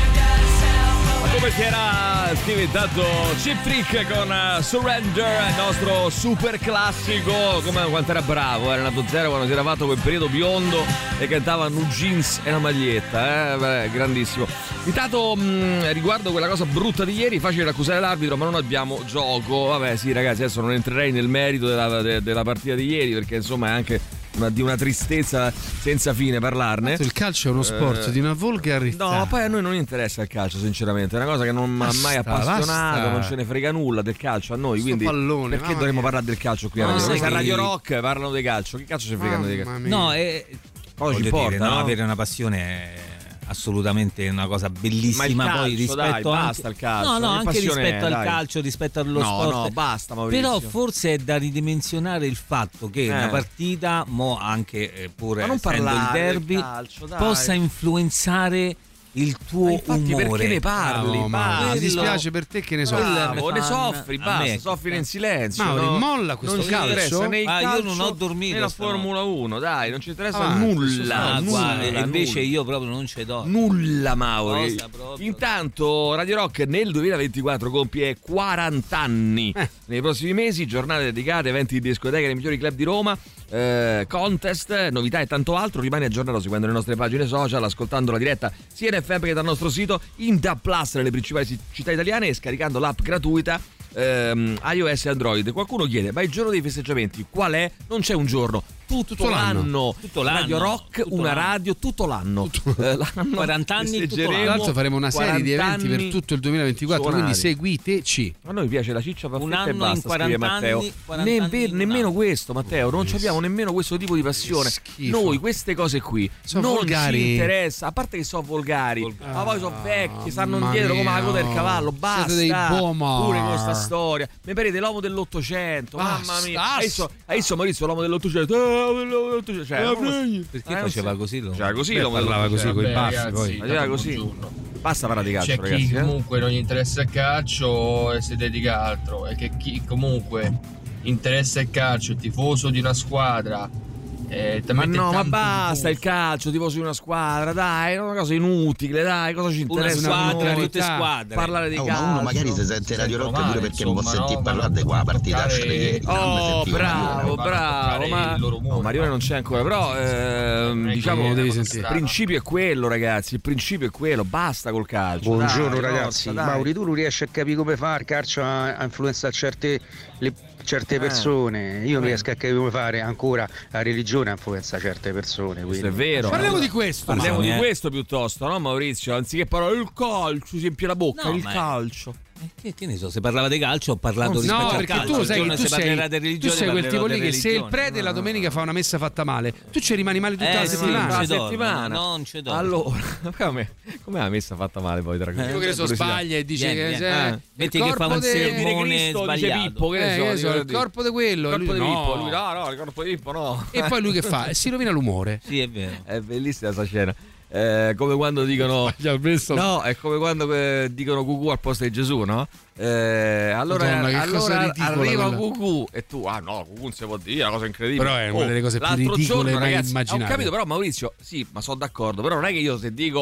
Speaker 3: Ma come si era diventato Cheap Trick con uh, Surrender, il nostro super classico. Come quanto era bravo eh, Renato Zero quando si era fatto quel periodo biondo e cantava nu jeans e una maglietta, eh? Beh, grandissimo. Intanto mh, riguardo quella cosa brutta di ieri, facile accusare l'arbitro ma non abbiamo gioco. Vabbè sì ragazzi, adesso non entrerei nel merito della, de, della partita di ieri perché insomma è anche una, di una tristezza senza fine parlarne.
Speaker 4: Il calcio è uno sport
Speaker 3: Eh,
Speaker 4: di una volgarità.
Speaker 3: No, poi a noi non interessa il calcio, sinceramente. È una cosa che non mi ha mai
Speaker 4: Basta,
Speaker 3: appassionato,
Speaker 4: basta.
Speaker 3: non ce ne frega nulla del calcio a noi.
Speaker 4: Sto
Speaker 3: Quindi
Speaker 4: pallone,
Speaker 3: perché
Speaker 4: mamma
Speaker 3: dovremmo
Speaker 4: mia.
Speaker 3: parlare del calcio qui a
Speaker 5: No,
Speaker 3: Radio?
Speaker 5: sai
Speaker 3: Questa
Speaker 5: che-
Speaker 3: Radio Rock parlano di calcio. Che cazzo ci fregano di calcio?
Speaker 4: Mamma mia.
Speaker 5: No, è,
Speaker 3: Cosa ci
Speaker 5: voglio
Speaker 3: importa,
Speaker 5: dire, no,
Speaker 3: no?
Speaker 5: avere una passione è assolutamente una cosa
Speaker 3: Ma il
Speaker 5: bellissima.
Speaker 3: calcio,
Speaker 5: Poi rispetto
Speaker 3: dai,
Speaker 5: anche,
Speaker 3: basta il calcio.
Speaker 5: no, no,
Speaker 3: Che
Speaker 5: anche
Speaker 3: passione
Speaker 5: rispetto
Speaker 3: è,
Speaker 5: al
Speaker 3: dai.
Speaker 5: calcio, rispetto allo
Speaker 3: No,
Speaker 5: sport.
Speaker 3: no, basta, Maurizio.
Speaker 5: Però forse è da ridimensionare il fatto che
Speaker 3: Eh.
Speaker 5: una partita, mo anche eh, pure
Speaker 3: Ma non
Speaker 5: essendo il
Speaker 3: parlare del
Speaker 5: derby,
Speaker 3: calcio, dai.
Speaker 5: possa influenzare il tuo
Speaker 3: Ma infatti
Speaker 5: umore.
Speaker 3: perché ne parli?
Speaker 4: Bravo, Mauro.
Speaker 3: Basta.
Speaker 4: Mi
Speaker 5: Quello-
Speaker 4: dispiace per te che ne so.
Speaker 3: Bravo,
Speaker 5: Quello
Speaker 3: ne
Speaker 5: mi fa-
Speaker 3: soffri,
Speaker 5: a
Speaker 3: basta,
Speaker 5: me-
Speaker 3: soffri in silenzio.
Speaker 4: Mauri,
Speaker 3: no?
Speaker 4: molla questo
Speaker 3: non ci
Speaker 4: calcio.
Speaker 3: interessa né il
Speaker 5: Ah, io
Speaker 3: calcio
Speaker 5: non ho dormito
Speaker 3: né la
Speaker 5: stanotte.
Speaker 3: Formula uno, dai, non ci interessa
Speaker 4: Avanti,
Speaker 3: nulla,
Speaker 5: Ah,
Speaker 3: nulla,
Speaker 5: guarda, e invece
Speaker 3: nulla.
Speaker 5: io proprio non ce do.
Speaker 3: Nulla, Mauri.
Speaker 5: Cosa proprio?
Speaker 3: Intanto Radio Rock nel duemilaventiquattro compie quaranta anni.
Speaker 4: Eh.
Speaker 3: Nei prossimi mesi giornate dedicate, eventi di discoteca nei migliori club di Roma, eh, contest, novità e tanto altro. Rimani aggiornato seguendo le nostre pagine social, ascoltando la diretta sia in F M che dal nostro sito, in D A B Plus nelle principali ci- città italiane e scaricando l'app gratuita ehm, iOS e Android. Qualcuno chiede, ma il giorno dei festeggiamenti qual è? Non c'è un giorno, tutto,
Speaker 4: Tutto l'anno.
Speaker 3: l'anno.
Speaker 5: Tutto l'anno.
Speaker 3: Radio Rock,
Speaker 5: Tutto
Speaker 3: una
Speaker 5: l'anno.
Speaker 3: radio tutto l'anno. Eh, l'anno
Speaker 5: quaranta anni, tutto
Speaker 3: festeggeremo
Speaker 5: l'anno.
Speaker 4: Tra l'altro faremo una serie di
Speaker 3: quaranta
Speaker 4: eventi per
Speaker 3: anni
Speaker 4: tutto il duemilaventiquattro,
Speaker 3: suonati.
Speaker 4: quindi seguiteci.
Speaker 3: A noi piace la ciccia
Speaker 5: Un
Speaker 3: paffetta e
Speaker 5: anno
Speaker 3: basta,
Speaker 5: in quaranta
Speaker 3: scrive Matteo.
Speaker 5: anni, quaranta
Speaker 3: Ne-
Speaker 5: anni
Speaker 3: be-
Speaker 5: in un
Speaker 3: nemmeno
Speaker 5: anno.
Speaker 3: questo, Matteo, non ci abbiamo nemmeno questo tipo di passione.
Speaker 4: Schifo.
Speaker 3: Noi queste cose qui
Speaker 4: Sono
Speaker 3: non
Speaker 4: volgari.
Speaker 3: ci interessa, a parte che sono volgari, ma poi sono vecchi, stanno
Speaker 4: mamma
Speaker 3: indietro come la coda del
Speaker 4: mia.
Speaker 3: cavallo, basta.
Speaker 4: Siete dei boomer.
Speaker 3: Pure con questa storia. Mi parete l'uomo dell'Ottocento,
Speaker 4: Basta.
Speaker 3: mamma mia. Hai visto, hai visto Maurizio l'uomo dell'Ottocento? Eh, dell'Ottocento. Cioè, non-
Speaker 5: Perché
Speaker 3: eh, non
Speaker 5: faceva
Speaker 3: so.
Speaker 5: così? Lo...
Speaker 3: Faceva così
Speaker 4: Beh,
Speaker 3: l'uomo
Speaker 4: parlava così
Speaker 3: dell'Ottocento.
Speaker 4: con i
Speaker 6: Vabbè,
Speaker 4: baffi poi.
Speaker 6: ragazzi,
Speaker 3: Faceva così.
Speaker 6: buongiorno.
Speaker 3: Basta parlare di calcio,
Speaker 6: C'è
Speaker 3: ragazzi.
Speaker 6: chi
Speaker 3: eh.
Speaker 6: comunque non gli interessa il calcio e si dedica a altro, e che chi comunque interessa il calcio, è tifoso di una squadra. Eh, ti
Speaker 3: Ma
Speaker 6: mette
Speaker 3: no, ma
Speaker 6: tanto
Speaker 3: basta
Speaker 6: in
Speaker 3: il calcio, tifoso di una squadra, dai, è una cosa inutile, dai, cosa ci
Speaker 5: Una
Speaker 3: interessa?
Speaker 5: squadra,
Speaker 3: a noi?
Speaker 5: tutte squadre.
Speaker 3: Parlare di
Speaker 18: Oh,
Speaker 3: calcio.
Speaker 18: ma uno magari si sente Radio Rock pure perché non può
Speaker 6: insomma,
Speaker 18: sentire
Speaker 6: no,
Speaker 18: parlare
Speaker 6: ma
Speaker 18: di qua
Speaker 6: non
Speaker 18: partita
Speaker 6: toccare-
Speaker 18: che
Speaker 3: Oh, bravo, bravo, ma no, Marione non c'è ancora, però ehm, diciamo
Speaker 4: lo devi
Speaker 3: il
Speaker 4: sentire.
Speaker 3: principio è quello, ragazzi, il principio è quello, basta col calcio.
Speaker 8: Buongiorno
Speaker 3: dai,
Speaker 8: ragazzi,
Speaker 3: forza, dai.
Speaker 8: Mauri, tu non riesci a capire come fa il calcio a, a influenzare certe, le- certe
Speaker 3: Eh.
Speaker 8: persone. Io non
Speaker 3: Eh.
Speaker 8: riesco a capire come fare ancora la religione a influenzare certe persone.
Speaker 3: Questo è
Speaker 8: quindi-
Speaker 3: vero.
Speaker 4: Parliamo di questo.
Speaker 3: Parliamo
Speaker 5: Mamma
Speaker 3: di
Speaker 5: mia.
Speaker 3: questo piuttosto, no Maurizio? Anziché parlare il calcio, si empie la bocca,
Speaker 5: No,
Speaker 3: il
Speaker 5: ma-
Speaker 3: calcio.
Speaker 5: Eh, Che, che ne so, se parlava di calcio ho parlato rispetto
Speaker 4: No,
Speaker 5: al
Speaker 4: perché
Speaker 5: calcio.
Speaker 4: tu
Speaker 5: Il
Speaker 4: sai
Speaker 5: giorno
Speaker 4: che tu
Speaker 5: se parlerà
Speaker 4: sei,
Speaker 5: di
Speaker 4: tu
Speaker 5: religione,
Speaker 4: sei quel tipo
Speaker 5: parlerò
Speaker 4: lì
Speaker 5: di
Speaker 4: che se il
Speaker 5: religione.
Speaker 4: prete la domenica fa una messa fatta male, tu ci rimani male tutta
Speaker 5: Eh,
Speaker 4: la
Speaker 5: sì,
Speaker 4: settimana.
Speaker 5: non
Speaker 3: La
Speaker 5: ci dormo,
Speaker 3: settimana.
Speaker 5: non ci dormo.
Speaker 3: Allora, come come la messa fatta male poi tra
Speaker 4: Quello che ne so sbaglia e dice
Speaker 5: Vieni,
Speaker 4: che
Speaker 5: vieni.
Speaker 4: se-
Speaker 3: Eh,
Speaker 4: il
Speaker 5: metti che fa
Speaker 4: corpo
Speaker 5: un
Speaker 4: de-
Speaker 5: sermone
Speaker 3: Cristo, dice
Speaker 5: sbagliato.
Speaker 3: Pippo, che ne
Speaker 4: Eh,
Speaker 3: so,
Speaker 4: che ne so,
Speaker 3: dico-
Speaker 4: il corpo di quello,
Speaker 3: il corpo
Speaker 4: lui-
Speaker 3: di
Speaker 4: no.
Speaker 3: Pippo, lui no, no, il corpo di Pippo no.
Speaker 4: E poi lui che fa? Si rovina l'umore.
Speaker 5: Sì, è vero.
Speaker 3: È bellissima questa scena. Eh, come quando dicono no, è come quando eh, dicono cucù al posto di Gesù, no? Eh, allora
Speaker 4: Madonna, che cosa
Speaker 3: allora
Speaker 4: ridicola
Speaker 3: arriva
Speaker 4: quella.
Speaker 3: cucù e tu ah no, cucù non si può dire, è una cosa incredibile.
Speaker 4: Però è una delle cose più
Speaker 3: l'altro
Speaker 4: ridicole
Speaker 3: giorno,
Speaker 4: mai
Speaker 3: ragazzi,
Speaker 4: immaginate.
Speaker 3: Ho capito, però Maurizio, sì, ma sono d'accordo, però non è che io se dico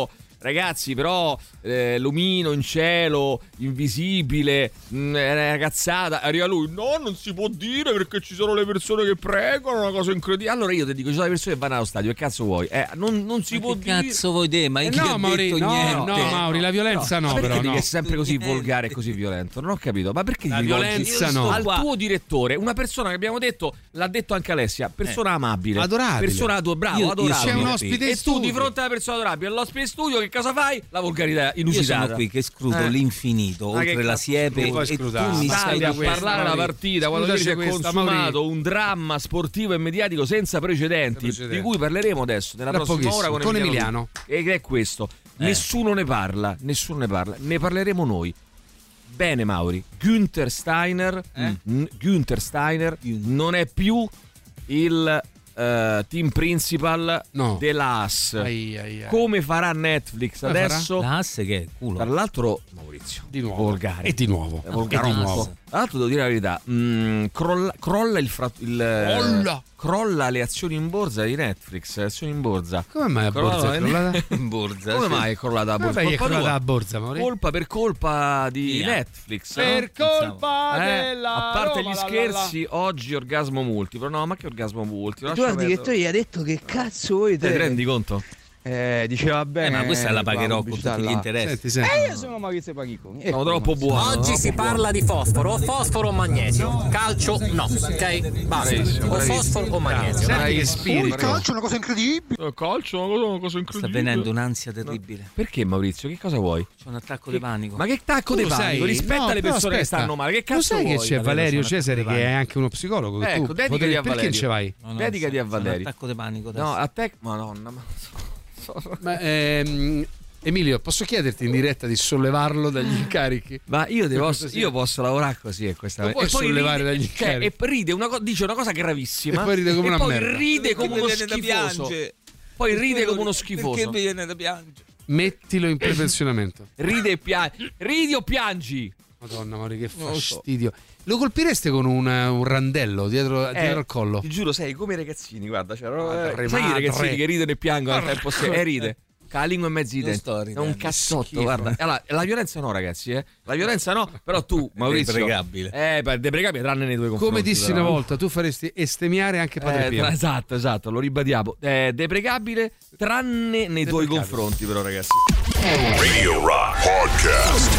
Speaker 3: ragazzi, però eh, l'omino in cielo, invisibile, mh, è una cazzata. Arriva lui, no, non si può dire perché ci sono le persone che pregano, una cosa incredibile. Allora io ti dico, ci sono le persone che vanno allo stadio, che cazzo vuoi? Eh, non, non si
Speaker 5: ma
Speaker 3: può
Speaker 5: che
Speaker 3: dire.
Speaker 5: cazzo vuoi te? Ma
Speaker 3: Eh
Speaker 5: chi
Speaker 3: no,
Speaker 5: ha
Speaker 3: Mauri,
Speaker 5: detto
Speaker 3: no,
Speaker 5: niente?
Speaker 4: No, Mauri, la violenza no,
Speaker 3: ma
Speaker 4: però
Speaker 3: perché
Speaker 4: no.
Speaker 3: è sempre così volgare e così violento? Non ho capito, ma perché
Speaker 4: La
Speaker 3: ti rivolgi
Speaker 4: violenza no.
Speaker 3: al
Speaker 5: Qua.
Speaker 3: tuo direttore, una persona che abbiamo detto, l'ha detto anche Alessia, persona
Speaker 5: Eh.
Speaker 3: amabile,
Speaker 4: Adorabile.
Speaker 3: persona ado- bravo,
Speaker 5: Io- io
Speaker 3: adorabile.
Speaker 4: C'è un ospite in
Speaker 3: e tu
Speaker 4: studio.
Speaker 3: di fronte alla persona adorabile, all'ospite in studio, che cosa fai? La volgarità
Speaker 5: Io
Speaker 3: inusitata.
Speaker 5: sono qui che scruto
Speaker 3: Eh.
Speaker 5: l'infinito,
Speaker 3: Ma che
Speaker 5: oltre la
Speaker 3: cazzo
Speaker 5: siepe,
Speaker 4: puoi
Speaker 5: e tu
Speaker 4: scrutare?
Speaker 5: mi
Speaker 3: Stai
Speaker 5: stai
Speaker 3: a
Speaker 4: questa,
Speaker 3: parlare della
Speaker 4: Mauri.
Speaker 3: partita quando
Speaker 4: Scusaci
Speaker 3: si è
Speaker 4: questa,
Speaker 3: consumato
Speaker 4: Mauri.
Speaker 3: un dramma sportivo e mediatico senza precedenti,
Speaker 4: precedenti.
Speaker 3: di cui parleremo adesso nella
Speaker 4: Tra
Speaker 3: prossima ora
Speaker 4: pochissimo,
Speaker 3: con,
Speaker 4: con Emiliano.
Speaker 3: Ed è questo, nessuno ne parla, nessuno ne parla, ne parleremo noi. Bene Mauri, Günther Steiner,
Speaker 5: Eh?
Speaker 3: mm, Günther Steiner non è più il eh, team principal
Speaker 4: No.
Speaker 3: della A S.
Speaker 4: Ai, ai, ai.
Speaker 3: Come farà Netflix
Speaker 4: Come farà?
Speaker 3: adesso?
Speaker 5: La asse che è culo.
Speaker 3: Tra l'altro, Maurizio,
Speaker 4: Di nuovo.
Speaker 3: volgare.
Speaker 4: E di nuovo.
Speaker 3: Eh, volgare.
Speaker 4: E di nuovo.
Speaker 3: Tra l'altro devo dire la verità, mh, crolla, crolla il, frat- il
Speaker 4: Crolla.
Speaker 3: crolla le azioni in borsa di Netflix, le azioni in borsa.
Speaker 4: Come mai la
Speaker 3: Crollano
Speaker 4: borsa è
Speaker 3: le-
Speaker 4: crollata?
Speaker 5: In borsa.
Speaker 3: Come
Speaker 5: sì.
Speaker 3: mai è crollata la borsa?
Speaker 4: Vabbè, è
Speaker 3: Colpa
Speaker 4: crollata
Speaker 3: tua.
Speaker 4: la borsa, Mauri.
Speaker 3: Colpa per colpa di
Speaker 5: Via.
Speaker 3: Netflix.
Speaker 4: Per
Speaker 3: no?
Speaker 4: colpa
Speaker 3: Eh,
Speaker 4: della
Speaker 3: a parte
Speaker 4: Roma,
Speaker 3: gli
Speaker 4: la, la,
Speaker 3: scherzi, oggi orgasmo multiplo. No, ma che orgasmo multiplo?
Speaker 1: Tu
Speaker 3: Lascia
Speaker 1: al
Speaker 3: perdere.
Speaker 1: direttore gli ha detto che cazzo vuoi
Speaker 3: Te
Speaker 1: te?
Speaker 3: ti rendi conto?
Speaker 1: Eh, diceva bene.
Speaker 5: Eh, ma questa la pagherò con
Speaker 1: pubblicità
Speaker 5: tutti gli
Speaker 1: là.
Speaker 5: interessi.
Speaker 4: Senti, senti.
Speaker 1: Eh, io sono Maurizio Pagiconi.
Speaker 3: Sono troppo buono.
Speaker 27: Oggi
Speaker 3: troppo
Speaker 27: si
Speaker 3: buono.
Speaker 27: parla di fosforo, fosforo o magnesio. Calcio no, ok? Basta.
Speaker 3: Bravissimo,
Speaker 27: O
Speaker 3: bravissimo.
Speaker 27: fosforo o magnesio.
Speaker 3: Senti che spirito.
Speaker 1: calcio è una cosa incredibile.
Speaker 3: Eh, Calcio, una cosa, una cosa
Speaker 5: Sta
Speaker 3: incredibile.
Speaker 5: venendo un'ansia terribile.
Speaker 3: Perché Maurizio? Che cosa vuoi?
Speaker 5: C'è un attacco di panico.
Speaker 3: Ma che tacco
Speaker 4: Tu
Speaker 3: di
Speaker 4: lo
Speaker 3: panico?
Speaker 4: sai?
Speaker 3: Rispetta
Speaker 4: No,
Speaker 3: le
Speaker 4: però
Speaker 3: persone che
Speaker 4: aspetta.
Speaker 3: stanno male. Che
Speaker 4: Lo
Speaker 3: cazzo
Speaker 4: sai che
Speaker 3: vuoi?
Speaker 4: c'è
Speaker 5: Davvero,
Speaker 4: Valerio
Speaker 5: sono
Speaker 4: Cesare
Speaker 5: attacco
Speaker 4: che
Speaker 5: di
Speaker 4: è anche uno psicologo che
Speaker 3: Ecco,
Speaker 4: tu
Speaker 3: dedicati
Speaker 4: potrei-
Speaker 3: a
Speaker 4: perché
Speaker 3: Valerio.
Speaker 4: ce vai?
Speaker 5: No, no,
Speaker 3: Dedicati a
Speaker 5: c'è un
Speaker 3: Valerio.
Speaker 5: attacco di panico adesso.
Speaker 3: No, a te. Madonna, ma.
Speaker 4: Ma, ehm, Emilio, posso chiederti in diretta di sollevarlo dagli incarichi?
Speaker 3: Ma io, devo,
Speaker 4: Questo
Speaker 3: io
Speaker 4: sia-
Speaker 3: posso lavorare così e questa
Speaker 4: Lo
Speaker 3: e
Speaker 4: puoi
Speaker 3: poi
Speaker 4: sollevare
Speaker 3: ride,
Speaker 4: dagli
Speaker 3: cioè,
Speaker 4: incarichi.
Speaker 3: e ride una co- dice una cosa gravissima
Speaker 4: E poi ride come
Speaker 3: e
Speaker 4: una
Speaker 3: poi
Speaker 4: merda.
Speaker 3: ride come uno
Speaker 5: Perché mi viene da
Speaker 3: schifoso.
Speaker 5: piangere?
Speaker 3: Poi ride
Speaker 5: Perché
Speaker 3: come uno
Speaker 5: mi-
Speaker 3: schifoso.
Speaker 5: Perché mi viene da piangere?
Speaker 4: Mettilo in prepensionamento.
Speaker 3: Ride e piangi. Ridi o piangi?
Speaker 4: Madonna, Mauri, che
Speaker 3: Non lo so.
Speaker 4: fastidio. Lo colpireste con un, un randello dietro,
Speaker 3: Eh,
Speaker 4: dietro al collo?
Speaker 3: Ti giuro, sei come i ragazzini, guarda, cioè,
Speaker 4: Madre,
Speaker 3: eh, sai i
Speaker 4: madre.
Speaker 3: ragazzini che ridono e piangono al tempo stesso e ride. Con la lingua in mezzo ai
Speaker 5: Non
Speaker 3: denti.
Speaker 5: sto
Speaker 3: È
Speaker 5: ridendo.
Speaker 3: un cazzotto,
Speaker 4: Schifo.
Speaker 3: guarda. Allora, la violenza no, ragazzi, eh. La violenza no, però tu, Maurizio.
Speaker 5: deprecabile.
Speaker 3: Eh, beh, deprecabile tranne nei tuoi confronti.
Speaker 4: Come dissi
Speaker 3: però.
Speaker 4: una volta, tu faresti estemmiare anche Padre
Speaker 3: Eh,
Speaker 4: Pio.
Speaker 3: tra- esatto, esatto, lo ribadiamo. Eh, deprecabile tranne nei tuoi
Speaker 4: Deprecabile.
Speaker 3: confronti, però, ragazzi.
Speaker 2: Radio Rock Podcast.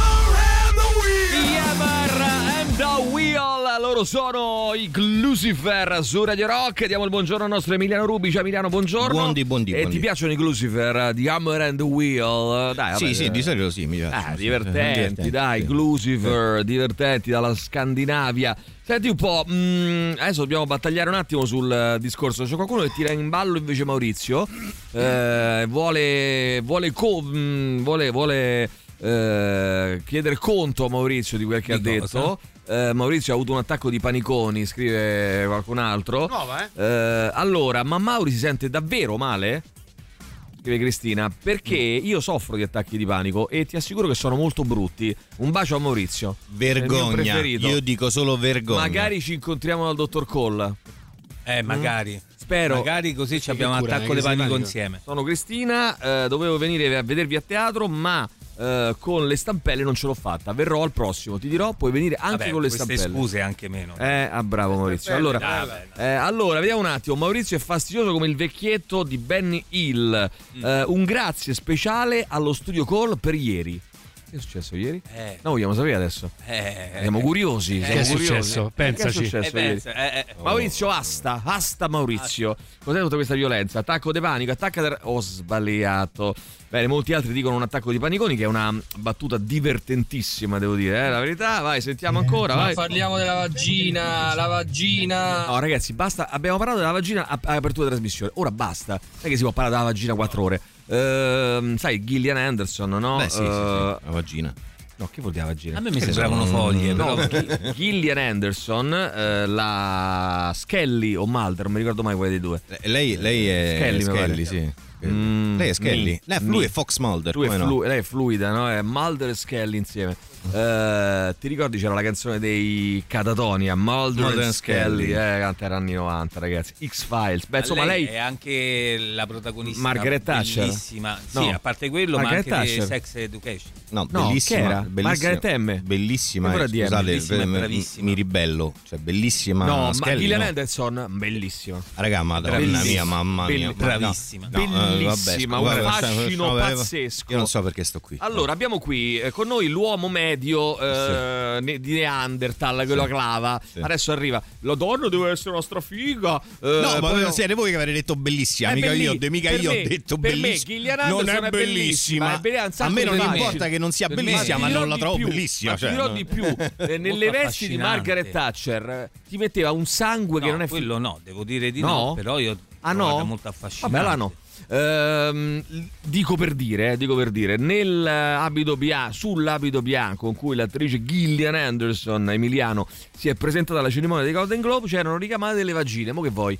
Speaker 3: Yammer and the Wheel, loro sono i Glucifer su Radio Rock. Diamo il buongiorno al nostro Emiliano Rubi. Ciao Emiliano, buongiorno.
Speaker 9: Buondì, buondì,
Speaker 3: E
Speaker 9: buondì.
Speaker 3: ti piacciono i Glucifer di Hammer and the Wheel? Dai,
Speaker 9: Sì,
Speaker 3: vabbè,
Speaker 9: sì, di solito sì, mi piace.
Speaker 3: Ah,
Speaker 9: Sì,
Speaker 3: divertenti,
Speaker 9: divertenti,
Speaker 3: dai,
Speaker 9: sì.
Speaker 3: Glucifer, divertenti dalla Scandinavia. Senti un po', mm, adesso dobbiamo battagliare un attimo sul eh, discorso. C'è qualcuno che tira in ballo invece Maurizio. Eh, vuole, vuole, co- mm, vuole, vuole eh, chiedere conto a Maurizio di quel che
Speaker 5: Di
Speaker 3: ha
Speaker 5: cosa?
Speaker 3: detto. Eh, Maurizio ha avuto un attacco di paniconi, scrive qualcun altro.
Speaker 4: Nuova, eh?
Speaker 3: Eh, allora, ma Mauri si sente davvero male? Scrive Cristina, perché io soffro di attacchi di panico e ti assicuro che sono molto brutti. Un bacio a Maurizio. È il mio
Speaker 9: Vergogna,
Speaker 3: preferito.
Speaker 9: io dico solo vergogna.
Speaker 3: Magari ci incontriamo dal dottor Cole.
Speaker 5: Eh, magari.
Speaker 3: Spero.
Speaker 5: Magari così ci abbiamo un
Speaker 4: cura,
Speaker 5: attacco
Speaker 4: eh,
Speaker 5: di
Speaker 4: che sei
Speaker 5: panico
Speaker 4: panico.
Speaker 5: insieme.
Speaker 3: Sono Cristina, eh, dovevo venire a vedervi a teatro, ma eh, con le stampelle non ce l'ho fatta. Verrò al prossimo, ti dirò, puoi venire anche
Speaker 5: Vabbè,
Speaker 3: con le
Speaker 5: queste
Speaker 3: stampelle.
Speaker 5: scuse anche meno.
Speaker 3: Eh, ah, bravo Maurizio. Allora,
Speaker 5: Dai, vabbè,
Speaker 3: eh, allora, vediamo un attimo. Maurizio è fastidioso come il vecchietto di Benny Hill.
Speaker 5: Mm.
Speaker 3: Eh, un grazie speciale allo studio Call per ieri. Che è successo ieri?
Speaker 5: Eh.
Speaker 3: No, vogliamo sapere adesso.
Speaker 5: Eh.
Speaker 3: Siamo curiosi.
Speaker 5: Eh,
Speaker 3: siamo
Speaker 4: che è
Speaker 3: curiosi.
Speaker 4: successo?
Speaker 3: Eh,
Speaker 4: Pensaci.
Speaker 3: Che è successo
Speaker 5: Eh,
Speaker 3: ieri?
Speaker 5: pensa, eh, eh.
Speaker 3: Maurizio, asta, asta Maurizio. Cos'è tutta questa violenza? Attacco di panico, attacca de... Ho sbagliato. Bene, molti altri dicono un attacco di paniconi, che è una battuta divertentissima, devo dire, eh? La verità. Vai, sentiamo ancora,
Speaker 6: Ma
Speaker 3: vai.
Speaker 6: parliamo della vagina, la vagina.
Speaker 3: No, ragazzi, basta. Abbiamo parlato della vagina a, a apertura della trasmissione. Ora basta. Sai che si può parlare della vagina quattro ore. Ehm, sai, Gillian Anderson, no?
Speaker 9: Beh, sì, sì, sì,
Speaker 3: Eh,
Speaker 9: la vagina.
Speaker 3: No, che vuol dire la vagina?
Speaker 5: A me mi sembravano foglie,
Speaker 3: No,
Speaker 5: però.
Speaker 3: Gi- Gillian Anderson, eh, la Skelly o Mulder, non mi ricordo mai quella dei due.
Speaker 9: Lei, lei è
Speaker 3: Skelly, mi pare.
Speaker 9: Skelly, sì.
Speaker 3: Mm,
Speaker 9: lei è Skelly?
Speaker 3: mi,
Speaker 9: lei è, lui è Fox Mulder.
Speaker 3: Lui è
Speaker 9: come
Speaker 3: flu-
Speaker 9: no?
Speaker 3: Lei è fluida, no? È Mulder e Skelly insieme. Uh, ti ricordi c'era la canzone dei Catatonia, Mulder,
Speaker 9: Mulder
Speaker 3: e Skelly,
Speaker 9: Skelly.
Speaker 3: eh, canta era anni novanta, ragazzi. X-Files. Beh,
Speaker 5: Ma
Speaker 3: insomma, lei,
Speaker 5: lei è anche la protagonista
Speaker 3: Margaret Thatcher.
Speaker 5: bellissima.
Speaker 3: No.
Speaker 5: Sì, a parte quello,
Speaker 3: Margaret
Speaker 5: ma anche di
Speaker 3: Thatcher.
Speaker 5: Sex Education.
Speaker 9: No,
Speaker 3: No,
Speaker 9: bellissima,
Speaker 3: che era?
Speaker 9: bellissima,
Speaker 3: Margaret M.
Speaker 9: Bellissima,
Speaker 3: Ancora
Speaker 9: eh,
Speaker 3: di M.
Speaker 9: scusate,
Speaker 5: Bellissima e
Speaker 9: mi-
Speaker 5: bravissima.
Speaker 9: mi ribello, cioè bellissima.
Speaker 3: No, ma
Speaker 9: Skelly,
Speaker 3: Gillian
Speaker 9: no.
Speaker 3: Anderson, bellissima.
Speaker 9: Raga, madonna
Speaker 3: Bellissima.
Speaker 9: mia, mamma mia,
Speaker 3: Belli-
Speaker 5: bravissima.
Speaker 9: No, no, eh,
Speaker 3: Bellissima,
Speaker 9: vabbè,
Speaker 3: un
Speaker 9: vabbè,
Speaker 3: fascino
Speaker 9: vabbè, vabbè,
Speaker 3: pazzesco.
Speaker 9: Io non so perché sto qui.
Speaker 3: Allora, abbiamo qui eh, con noi l'uomo medio eh, ne- di Neanderthal, quello
Speaker 9: Sì.
Speaker 3: clava.
Speaker 9: Sì.
Speaker 3: Adesso arriva, la donna deve essere una strafiga. Eh,
Speaker 9: No, ma
Speaker 3: poi-
Speaker 9: siete voi che avete detto bellissima,
Speaker 3: È
Speaker 9: mica
Speaker 3: belli-
Speaker 9: io, de- mica
Speaker 3: per
Speaker 9: io
Speaker 3: me-
Speaker 9: ho detto
Speaker 3: per me
Speaker 9: bellissima.
Speaker 3: Gillian
Speaker 9: Non
Speaker 3: Anderson
Speaker 9: è
Speaker 3: è bellissima,
Speaker 9: bellissima.
Speaker 3: è be- un sacco
Speaker 9: A me non
Speaker 3: di facile.
Speaker 9: importa che non sia
Speaker 3: Per me-
Speaker 9: bellissima,
Speaker 3: ti
Speaker 9: ma
Speaker 3: dirò
Speaker 9: non la
Speaker 3: di
Speaker 9: trovo
Speaker 3: più,
Speaker 9: bellissima.
Speaker 3: ma ti
Speaker 9: cioè,
Speaker 3: dirò
Speaker 9: no.
Speaker 3: di più, eh, nelle
Speaker 5: Molto
Speaker 3: vesti di
Speaker 5: affascinante.
Speaker 3: Margaret Thatcher eh, ti metteva un sangue che
Speaker 5: No,
Speaker 3: non è
Speaker 5: quello no, devo dire di
Speaker 3: No?
Speaker 5: no, però io
Speaker 3: Ah,
Speaker 5: l'ho
Speaker 3: no?
Speaker 5: trovata molto affascinante.
Speaker 3: Vabbè, là no. Ehm, dico per dire, eh, dico per dire, nell'abito bianco, sull'abito bianco con cui l'attrice Gillian Anderson, Emiliano, si è presentata alla cerimonia dei Golden Globe, c'erano ricamate delle vagine. Mo che vuoi?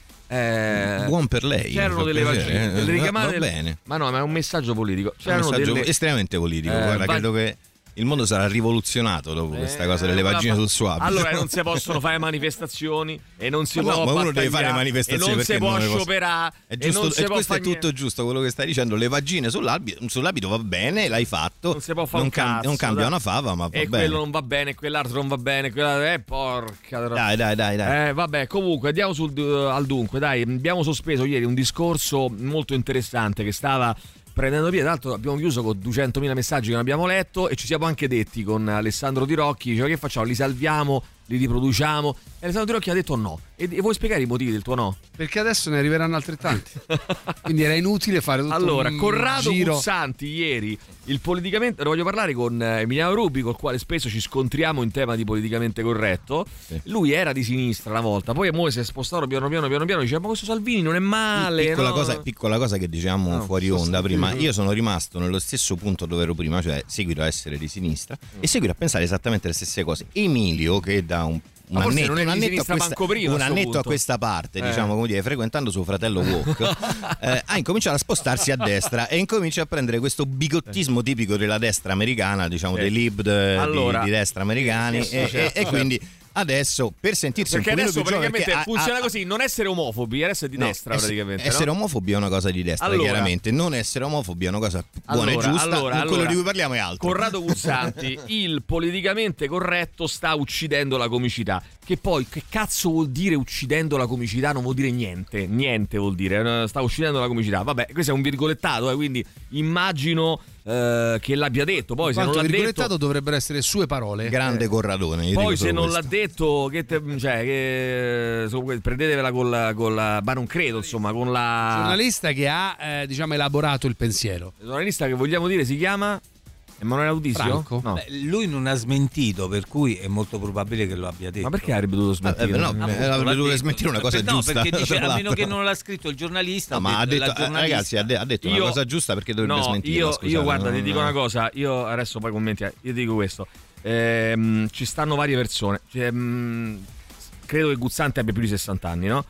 Speaker 3: Eh,
Speaker 9: Buon per lei.
Speaker 3: C'erano
Speaker 9: mi fa
Speaker 3: delle
Speaker 9: piacere,
Speaker 3: vagine,
Speaker 9: eh.
Speaker 3: delle ricamate.
Speaker 9: Va
Speaker 3: delle-
Speaker 9: bene.
Speaker 3: Ma no, ma è un messaggio politico.
Speaker 9: È un
Speaker 3: C'erano
Speaker 9: messaggio
Speaker 3: delle
Speaker 9: estremamente politico.
Speaker 3: Eh,
Speaker 9: Guarda,
Speaker 3: va-
Speaker 9: credo che il mondo sarà rivoluzionato dopo questa cosa delle
Speaker 3: Eh,
Speaker 9: vagine
Speaker 3: allora,
Speaker 9: sul suo abito.
Speaker 3: Allora non si possono fare manifestazioni e non si
Speaker 9: Ma no,
Speaker 3: può
Speaker 9: ma uno deve
Speaker 3: battagliare,
Speaker 9: fare manifestazioni,
Speaker 3: e non
Speaker 9: perché
Speaker 3: si può
Speaker 9: non le posso-
Speaker 3: scioperare
Speaker 9: È
Speaker 3: e
Speaker 9: giusto,
Speaker 3: non si
Speaker 9: e
Speaker 3: può
Speaker 9: questo è
Speaker 3: fare
Speaker 9: tutto giusto quello che stai dicendo. Le vagine sull'abito, sull'abito va bene, l'hai fatto.
Speaker 3: Non si può fare
Speaker 9: non,
Speaker 3: un
Speaker 9: cam-
Speaker 3: cazzo,
Speaker 9: non cambia
Speaker 3: dai.
Speaker 9: una fava, ma va
Speaker 3: e
Speaker 9: bene.
Speaker 3: quello non va bene, quell'altro non va bene, quella eh, porca tro-
Speaker 9: Dai, dai, dai, dai.
Speaker 3: Eh, vabbè, comunque andiamo sul, al dunque. Dai, abbiamo sospeso ieri un discorso molto interessante che stava prendendo via. Tra l'altro abbiamo chiuso con duecentomila messaggi che non abbiamo letto e ci siamo anche detti con Alessandro Di Rocchi, diceva che facciamo, li salviamo, li riproduciamo, e Alessandro Di Rocchi ha detto no. E, e vuoi spiegare i motivi del tuo no?
Speaker 4: Perché adesso ne arriveranno altrettanti. Quindi era inutile fare tutto
Speaker 3: Allora,
Speaker 4: un
Speaker 3: Corrado
Speaker 4: giro.
Speaker 3: Guzzanti ieri, il politicamente, ne voglio parlare con eh, Emiliano Rubi, col quale spesso ci scontriamo in tema di politicamente corretto. Lui era di sinistra una volta, poi mo si è spostato piano piano piano piano, diceva ma questo Salvini non è male.
Speaker 9: Piccola,
Speaker 3: no?
Speaker 9: cosa, piccola cosa che dicevamo
Speaker 3: No,
Speaker 9: fuori
Speaker 3: sto
Speaker 9: onda prima.
Speaker 3: sentendo.
Speaker 9: Io sono rimasto nello stesso punto dove ero prima, cioè seguito a essere di sinistra e seguito a pensare esattamente le stesse cose. Emilio, che da un un
Speaker 3: Ma forse
Speaker 9: annetto,
Speaker 3: non è
Speaker 9: un
Speaker 3: di
Speaker 9: annetto, a
Speaker 3: sinistra
Speaker 9: questa,
Speaker 3: manco prima,
Speaker 9: un
Speaker 3: a sto
Speaker 9: annetto a
Speaker 3: punto.
Speaker 9: questa parte,
Speaker 3: Eh.
Speaker 9: diciamo come dire, frequentando suo fratello Walk, eh, ha incominciato a spostarsi a destra e incomincia a prendere questo bigottismo tipico della destra americana, diciamo
Speaker 3: Sì.
Speaker 9: dei libd
Speaker 3: Allora,
Speaker 9: di, di destra americani,
Speaker 3: sì, sì,
Speaker 9: e,
Speaker 3: certo,
Speaker 9: e- e quindi adesso per sentirsi
Speaker 3: Perché
Speaker 9: un pochino
Speaker 3: adesso
Speaker 9: più giovane,
Speaker 3: praticamente
Speaker 9: perché ha-
Speaker 3: funziona
Speaker 9: ha-
Speaker 3: così, non essere omofobi, adesso è di
Speaker 9: No,
Speaker 3: destra
Speaker 9: ess-
Speaker 3: praticamente.
Speaker 9: essere
Speaker 3: no?
Speaker 9: omofobi è una cosa di destra,
Speaker 3: Allora-
Speaker 9: chiaramente. Non essere omofobi è una cosa buona
Speaker 3: Allora,
Speaker 9: e giusta.
Speaker 3: allora,
Speaker 9: quello
Speaker 3: allora,
Speaker 9: di cui parliamo è altro.
Speaker 3: Corrado Guzzanti, il politicamente corretto sta uccidendo la comicità. Che poi, che cazzo vuol dire uccidendo la comicità? Non vuol dire niente. Niente vuol dire. eh, Sta uccidendo la comicità. Vabbè, questo è un virgolettato, eh, quindi immagino eh, che l'abbia detto. Poi se non
Speaker 4: Quanto
Speaker 3: l'ha
Speaker 4: virgolettato
Speaker 3: detto,
Speaker 4: dovrebbero essere sue parole.
Speaker 9: Grande Corradone. io
Speaker 3: poi
Speaker 9: dico
Speaker 3: se
Speaker 9: solo
Speaker 3: non
Speaker 9: questo.
Speaker 3: l'ha detto, che te- cioè, che so, prendetevela con la, con la. Ma non credo, insomma, con la.
Speaker 4: Giornalista che ha eh, diciamo elaborato il pensiero.
Speaker 3: Il giornalista che vogliamo dire si chiama Emanuele Audisio?
Speaker 4: Franco?
Speaker 3: No.
Speaker 5: Beh, lui non ha smentito, per cui è molto probabile che lo abbia detto.
Speaker 3: Ma perché avrebbe dovuto
Speaker 9: Eh,
Speaker 3: smentire?
Speaker 9: no,
Speaker 5: Appunto,
Speaker 9: eh,
Speaker 5: l'ha
Speaker 9: avrebbe dovuto
Speaker 5: detto.
Speaker 9: smentire una cosa
Speaker 5: Per- no,
Speaker 9: giusta.
Speaker 5: perché dice,
Speaker 9: tra
Speaker 5: a meno
Speaker 9: l'altro.
Speaker 5: che non l'ha scritto il giornalista.
Speaker 9: No, ma ha
Speaker 5: la
Speaker 9: detto, eh,
Speaker 5: giornalista-
Speaker 9: ragazzi, ha, de- ha detto
Speaker 3: Io-
Speaker 9: una cosa giusta, perché dovrebbe
Speaker 3: no,
Speaker 9: smentirla.
Speaker 3: io,
Speaker 9: scusate,
Speaker 3: io guarda,
Speaker 9: non-
Speaker 3: ti dico una cosa. Io adesso poi commenti. eh, Io dico questo: Ehm, ci stanno varie persone. Cioè, mh, credo che Guzzanti abbia più di sessanta anni, no?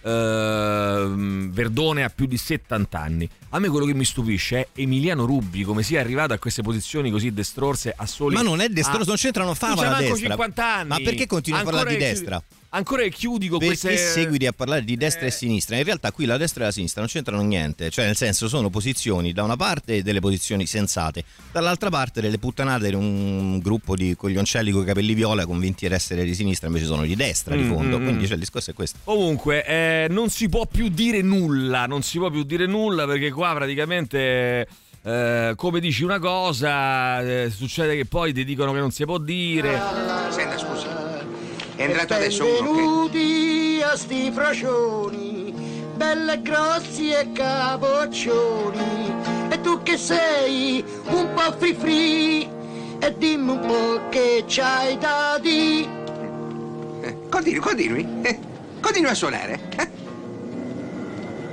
Speaker 3: Ehm, Verdone ha più di settanta anni. A me quello che mi stupisce è Emiliano Rubi, come sia arrivato a queste posizioni così destrorse a soli.
Speaker 9: Ma non è destrorso,
Speaker 3: a-
Speaker 9: non c'entrano
Speaker 3: Tu
Speaker 9: fava
Speaker 3: c'hai
Speaker 9: la
Speaker 3: manco
Speaker 9: destra.
Speaker 3: cinquanta anni.
Speaker 9: Ma perché continui a parlare di
Speaker 3: Ancora che-
Speaker 9: destra?
Speaker 3: Ancora che chiudi con
Speaker 9: Perché
Speaker 3: queste.
Speaker 9: seguiti a parlare di destra e sinistra? In realtà qui la destra e la sinistra non c'entrano niente, cioè nel senso sono posizioni da una parte delle posizioni sensate, dall'altra parte delle puttanate di un gruppo di coglioncelli con i capelli viola convinti ad essere di sinistra, invece sono di destra di
Speaker 3: Mm,
Speaker 9: fondo,
Speaker 3: mm,
Speaker 9: quindi
Speaker 3: mm.
Speaker 9: cioè, il discorso è questo.
Speaker 3: Comunque, eh, non si può più dire nulla, non si può più dire nulla perché qua praticamente, eh, come dici una cosa, eh, succede che poi ti dicono che non si può dire.
Speaker 10: Senta, scusi, è entrato adesso uno che...
Speaker 13: Benvenuti a sti frocioni, belle grossi e capoccioni. E tu che sei un po' free free, e dimmi un po' che c'hai da di.
Speaker 10: Continui, continui, eh, continui a suonare. eh.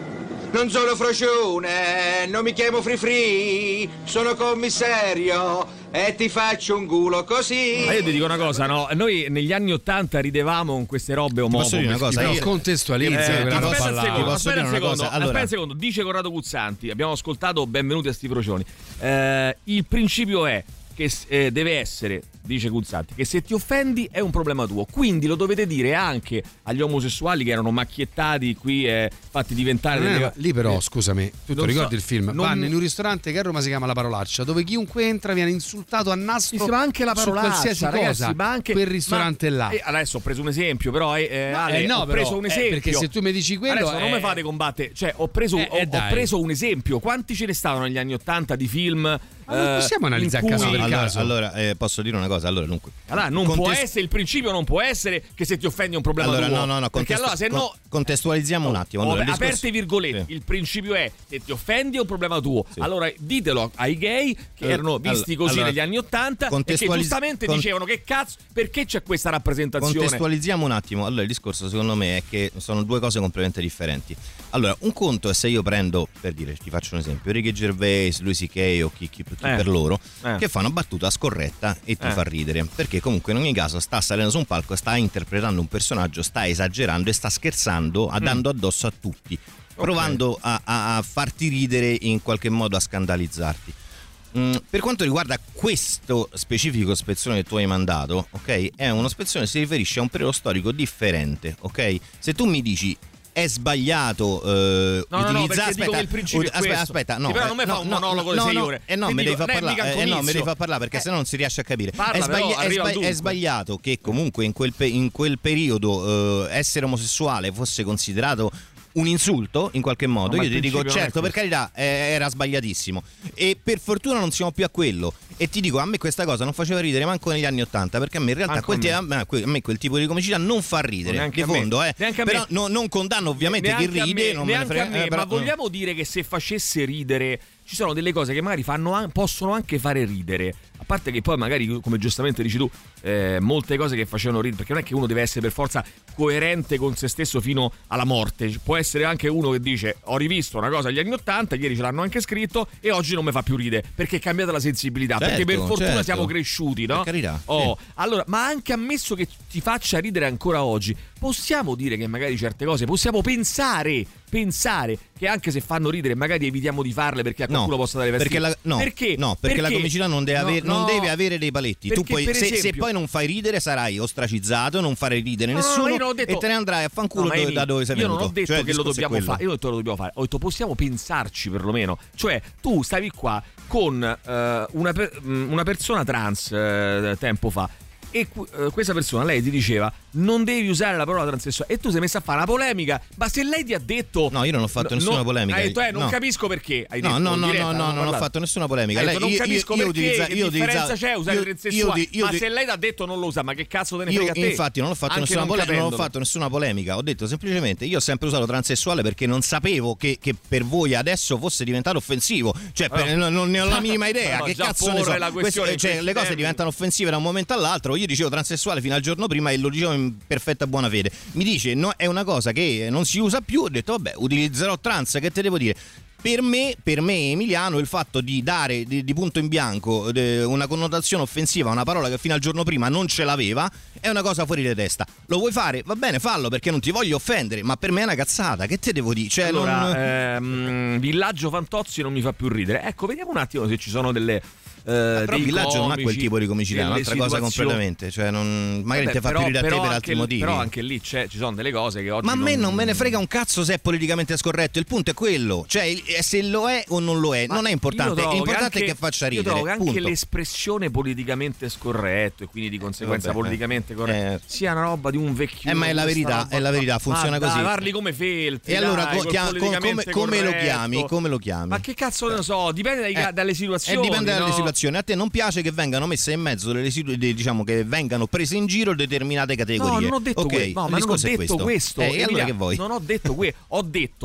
Speaker 13: Non sono frocione, non mi chiamo Free Free, sono commissario e ti faccio un culo così.
Speaker 3: Ma io ti dico una cosa, no? Noi negli anni Ottanta ridevamo con queste robe omofobe.
Speaker 9: Posso dire una cosa?
Speaker 4: Io
Speaker 9: Io
Speaker 4: contestualizzo
Speaker 3: Eh,
Speaker 4: quella roba
Speaker 3: aspetta un
Speaker 4: là.
Speaker 3: secondo,
Speaker 9: Posso
Speaker 3: aspetta
Speaker 9: dire
Speaker 3: un
Speaker 9: una
Speaker 3: secondo,
Speaker 9: cosa? Allora-
Speaker 3: aspetta un secondo. Dice Corrado Guzzanti, abbiamo ascoltato Benvenuti a sti frocioni. Eh, il principio è che eh, deve essere, dice Guzzanti, che se ti offendi è un problema tuo, quindi lo dovete dire anche agli omosessuali che erano macchiettati qui e fatti diventare
Speaker 4: Eh,
Speaker 3: delle...
Speaker 4: ma lì però,
Speaker 3: eh,
Speaker 4: scusami, tu ti
Speaker 3: non
Speaker 4: ricordi
Speaker 3: so,
Speaker 4: il film?
Speaker 3: non-
Speaker 4: Vanno in un ristorante che a Roma si chiama La Parolaccia, dove chiunque entra viene insultato a nastro.
Speaker 3: Sì, ma anche la
Speaker 4: su
Speaker 3: parolaccia,
Speaker 4: qualsiasi
Speaker 3: ragazzi,
Speaker 4: cosa.
Speaker 3: ma anche
Speaker 4: quel ristorante
Speaker 3: ma-
Speaker 4: là.
Speaker 3: eh, adesso ho preso un esempio, però eh, eh,
Speaker 4: No,
Speaker 3: Ale,
Speaker 4: eh, no,
Speaker 3: ho
Speaker 4: però,
Speaker 3: preso un
Speaker 4: eh,
Speaker 3: esempio.
Speaker 4: perché se tu mi dici quello,
Speaker 3: adesso non
Speaker 4: eh,
Speaker 3: mi fate combattere, cioè ho preso,
Speaker 4: eh,
Speaker 3: ho,
Speaker 4: eh,
Speaker 3: ho
Speaker 4: dai.
Speaker 3: preso un esempio. Quanti ce ne stavano negli anni Ottanta di film?
Speaker 4: Ma non possiamo
Speaker 3: eh,
Speaker 4: analizzare
Speaker 3: in
Speaker 4: a caso
Speaker 3: cui-
Speaker 4: per
Speaker 9: allora,
Speaker 4: caso.
Speaker 9: allora, eh, posso dire una cosa? Allora, dunque,
Speaker 3: Allora, non può
Speaker 9: Contest-
Speaker 3: essere, il principio non può essere che se ti offendi è un problema
Speaker 9: allora,
Speaker 3: tuo.
Speaker 9: no, no, no,
Speaker 3: perché
Speaker 9: contestu-
Speaker 3: allora se no...
Speaker 9: con- contestualizziamo un attimo. Allora,
Speaker 3: Oh,
Speaker 9: il discorso-
Speaker 3: aperte virgolette,
Speaker 9: Sì.
Speaker 3: il principio è se ti offendi è un problema tuo. Allora ditelo ai gay che
Speaker 9: Eh,
Speaker 3: erano visti
Speaker 9: allora-
Speaker 3: così
Speaker 9: allora,
Speaker 3: negli anni Ottanta e che
Speaker 9: contestualizz-
Speaker 3: giustamente
Speaker 9: con-
Speaker 3: dicevano che cazzo, perché c'è questa rappresentazione?
Speaker 9: Contestualizziamo un attimo. Allora, il discorso secondo me è che sono due cose completamente differenti. Allora, un conto è se io prendo, per dire, ti faccio un esempio, Ricky Gervais, Louis C K o chi, chi, chi
Speaker 3: Eh.
Speaker 9: per loro,
Speaker 3: Eh.
Speaker 9: che fa una battuta scorretta e ti
Speaker 3: Eh.
Speaker 9: fa ridere, perché comunque in ogni caso sta salendo su un palco, sta interpretando un personaggio, sta esagerando e sta scherzando, a- dando addosso a tutti, provando a, a- a farti ridere e in qualche modo a scandalizzarti. Mm, per quanto riguarda questo specifico spezzone che tu hai mandato, ok? È uno spezzone che si riferisce a un periodo storico differente, ok? Se tu mi dici è sbagliato eh,
Speaker 3: No, no, no,
Speaker 9: utilizzare
Speaker 3: perché dico che il principio è
Speaker 9: aspetta,
Speaker 3: questo.
Speaker 9: aspetta, no,
Speaker 3: Sì, però non mi
Speaker 9: eh,
Speaker 3: fa
Speaker 9: no,
Speaker 3: un
Speaker 9: no,
Speaker 3: monologo di
Speaker 9: no,
Speaker 3: sei
Speaker 9: no,
Speaker 3: ore.
Speaker 9: eh no,
Speaker 3: Ti
Speaker 9: me
Speaker 3: dico,
Speaker 9: devi far
Speaker 3: non è
Speaker 9: parlare,
Speaker 3: mica
Speaker 9: eh, no, me
Speaker 3: comizio.
Speaker 9: devi far parlare perché
Speaker 3: Eh.
Speaker 9: sennò non si riesce a capire.
Speaker 3: Parla,
Speaker 9: è,
Speaker 3: però,
Speaker 9: è
Speaker 3: arriva al
Speaker 9: è
Speaker 3: dunque.
Speaker 9: sbagliato che comunque in quel, pe- in quel periodo eh, essere omosessuale fosse considerato un insulto in qualche modo.
Speaker 3: No, ma
Speaker 9: Io
Speaker 3: il
Speaker 9: ti dico
Speaker 3: principio non è
Speaker 9: certo, per carità, eh, era sbagliatissimo e per fortuna non siamo più a quello. E ti dico, a me questa cosa non faceva ridere manco negli anni Ottanta, perché a me in realtà
Speaker 3: Manco
Speaker 9: quel,
Speaker 3: a me.
Speaker 9: a me- a me quel tipo di comicità non fa ridere
Speaker 3: Neanche
Speaker 9: di
Speaker 3: a me.
Speaker 9: fondo, eh.
Speaker 3: Neanche a me.
Speaker 9: Però no- non condanno ovviamente chi
Speaker 3: Neanche a
Speaker 9: ride,
Speaker 3: me,
Speaker 9: non me ne
Speaker 3: neanche
Speaker 9: frega,
Speaker 3: a me,
Speaker 9: eh, però-
Speaker 3: ma vogliamo dire che se facesse ridere ci sono delle cose che magari fanno an- possono anche fare ridere, a parte che poi magari, come giustamente dici tu, eh, molte cose che facevano ridere, perché non è che uno deve essere per forza coerente con se stesso fino alla morte. Può essere anche uno che dice ho rivisto una cosa agli anni Ottanta, ieri ce l'hanno anche scritto e oggi non mi fa più ridere perché è cambiata la sensibilità,
Speaker 9: Certo,
Speaker 3: perché per fortuna
Speaker 9: certo.
Speaker 3: siamo cresciuti, no?
Speaker 9: Per carità,
Speaker 3: Oh,
Speaker 9: sì.
Speaker 3: allora, ma anche ammesso che ti faccia ridere ancora oggi, possiamo dire che magari certe cose possiamo pensare pensare che anche se fanno ridere magari evitiamo di farle perché a qualcuno
Speaker 9: No,
Speaker 3: possa dare fastidio.
Speaker 9: perché la, no,
Speaker 3: perché?
Speaker 9: no, perché la comicità non deve,
Speaker 3: No,
Speaker 9: avere, non
Speaker 3: no.
Speaker 9: deve avere dei paletti. Tu
Speaker 3: Perché,
Speaker 9: puoi,
Speaker 3: per
Speaker 9: se, se
Speaker 3: esempio-
Speaker 9: poi non fai ridere sarai ostracizzato, non farai ridere
Speaker 3: No,
Speaker 9: nessuno
Speaker 3: io non ho detto-
Speaker 9: e te ne andrai a fanculo
Speaker 3: No, ma
Speaker 9: dove-
Speaker 3: Emi,
Speaker 9: da dove sei
Speaker 3: io
Speaker 9: venuto.
Speaker 3: non ho detto
Speaker 9: Cioè, il
Speaker 3: che lo
Speaker 9: discorso è
Speaker 3: dobbiamo
Speaker 9: quello.
Speaker 3: fare, io ho detto che lo dobbiamo fare, ho detto possiamo pensarci perlomeno. Cioè, tu stavi qua con eh, una, per- mh, una persona trans eh, tempo fa e qu- eh, questa persona, lei ti diceva non devi usare la parola transessuale e tu sei messa a fare una polemica, ma se lei ti ha detto
Speaker 9: No, io non ho fatto nessuna
Speaker 3: no,
Speaker 9: polemica.
Speaker 3: hai detto eh non
Speaker 9: No.
Speaker 3: capisco perché hai
Speaker 9: No,
Speaker 3: detto
Speaker 9: no,
Speaker 3: in
Speaker 9: no,
Speaker 3: diretta,
Speaker 9: no, no,
Speaker 3: abbiamo
Speaker 9: non ho
Speaker 3: parlato.
Speaker 9: fatto nessuna polemica.
Speaker 3: Hai
Speaker 9: Lei-
Speaker 3: detto, non
Speaker 9: io-
Speaker 3: capisco
Speaker 9: io- io
Speaker 3: perché
Speaker 9: utilizza-
Speaker 3: che
Speaker 9: io
Speaker 3: differenza
Speaker 9: utilizza-
Speaker 3: c'è usare
Speaker 9: io-
Speaker 3: il transessuale,
Speaker 9: io- io-
Speaker 3: ma
Speaker 9: io-
Speaker 3: se lei ti ha detto non lo usa, ma che cazzo te ne
Speaker 9: Io
Speaker 3: frega a te?
Speaker 9: infatti non ho fatto
Speaker 3: Anche
Speaker 9: nessuna
Speaker 3: non
Speaker 9: polemica, non ho
Speaker 3: capendolo.
Speaker 9: fatto nessuna polemica, ho detto semplicemente io ho sempre usato transessuale perché non sapevo che, che per voi adesso fosse diventato offensivo, cioè per-
Speaker 3: Oh.
Speaker 9: non, non ne ho la minima idea,
Speaker 3: No,
Speaker 9: che
Speaker 3: già
Speaker 9: cazzo ne
Speaker 3: porre
Speaker 9: so.
Speaker 3: la
Speaker 9: Queste-
Speaker 3: questione in
Speaker 9: cioè,
Speaker 3: questi
Speaker 9: le cose
Speaker 3: termini.
Speaker 9: diventano offensive da un momento all'altro, io dicevo transessuale fino al giorno prima e lo dicevo in perfetta buona fede. Mi dice no, è una cosa che non si usa più, ho detto vabbè utilizzerò trans, che te devo dire. Per me, per me Emiliano, il fatto di dare di, di punto in bianco de, una connotazione offensiva a una parola che fino al giorno prima non ce l'aveva è una cosa fuori di testa. Lo vuoi fare? Va bene, fallo perché non ti voglio offendere, ma per me è una cazzata, che te devo dire? Cioè,
Speaker 3: Allora,
Speaker 9: non...
Speaker 3: ehm, Villaggio Fantozzi non mi fa più ridere. Ecco, vediamo un attimo se ci sono delle. Eh,
Speaker 9: Però
Speaker 3: dei
Speaker 9: Villaggio non ha quel
Speaker 3: comici,
Speaker 9: tipo di comicità, è
Speaker 3: delle
Speaker 9: un'altra cosa
Speaker 3: situazioni.
Speaker 9: completamente. Cioè, non, magari
Speaker 3: Vabbè,
Speaker 9: ti fa
Speaker 3: però-
Speaker 9: più ridere a te
Speaker 3: però
Speaker 9: per
Speaker 3: anche
Speaker 9: altri
Speaker 3: lì-
Speaker 9: motivi.
Speaker 3: Però anche lì c'è, ci sono delle cose che oggi.
Speaker 9: Ma a me
Speaker 3: non,
Speaker 9: non me ne frega un cazzo se è politicamente scorretto, il punto è quello, cioè il- se lo è o non lo è,
Speaker 3: Ma
Speaker 9: non è importante,
Speaker 3: io trovo
Speaker 9: l'importante
Speaker 3: che
Speaker 9: è che
Speaker 3: anche-
Speaker 9: faccia
Speaker 3: Io
Speaker 9: ridere.
Speaker 3: trovo che anche
Speaker 9: punto.
Speaker 3: l'espressione politicamente scorretto e quindi di conseguenza
Speaker 9: Vabbè,
Speaker 3: politicamente
Speaker 9: eh.
Speaker 3: corretto
Speaker 9: Eh.
Speaker 3: sia una roba di un vecchio.
Speaker 9: Eh, ma è la verità, è la verità, funziona
Speaker 3: ma dai,
Speaker 9: così.
Speaker 3: parli come Feltri.
Speaker 9: E allora
Speaker 3: dai,
Speaker 9: co-
Speaker 3: col
Speaker 9: chia- co- come,
Speaker 3: politicamente
Speaker 9: come lo
Speaker 3: corretto.
Speaker 9: chiami? Come lo chiami?
Speaker 3: Ma che cazzo ne lo so, dipende dai-
Speaker 9: Eh,
Speaker 3: dalle
Speaker 9: E
Speaker 3: situazioni.
Speaker 9: dipende dalle
Speaker 3: no?
Speaker 9: situazioni. A te non piace che vengano messe in mezzo delle situ- de- diciamo che vengano prese in giro determinate
Speaker 3: No,
Speaker 9: categorie.
Speaker 3: non ho detto,
Speaker 9: Ok,
Speaker 3: que- no,
Speaker 9: il
Speaker 3: ma non ho
Speaker 9: discorso è
Speaker 3: detto questo.
Speaker 9: Eh, e allora
Speaker 3: Emilia,
Speaker 9: che vuoi?
Speaker 3: Non ho detto questo. Ho detto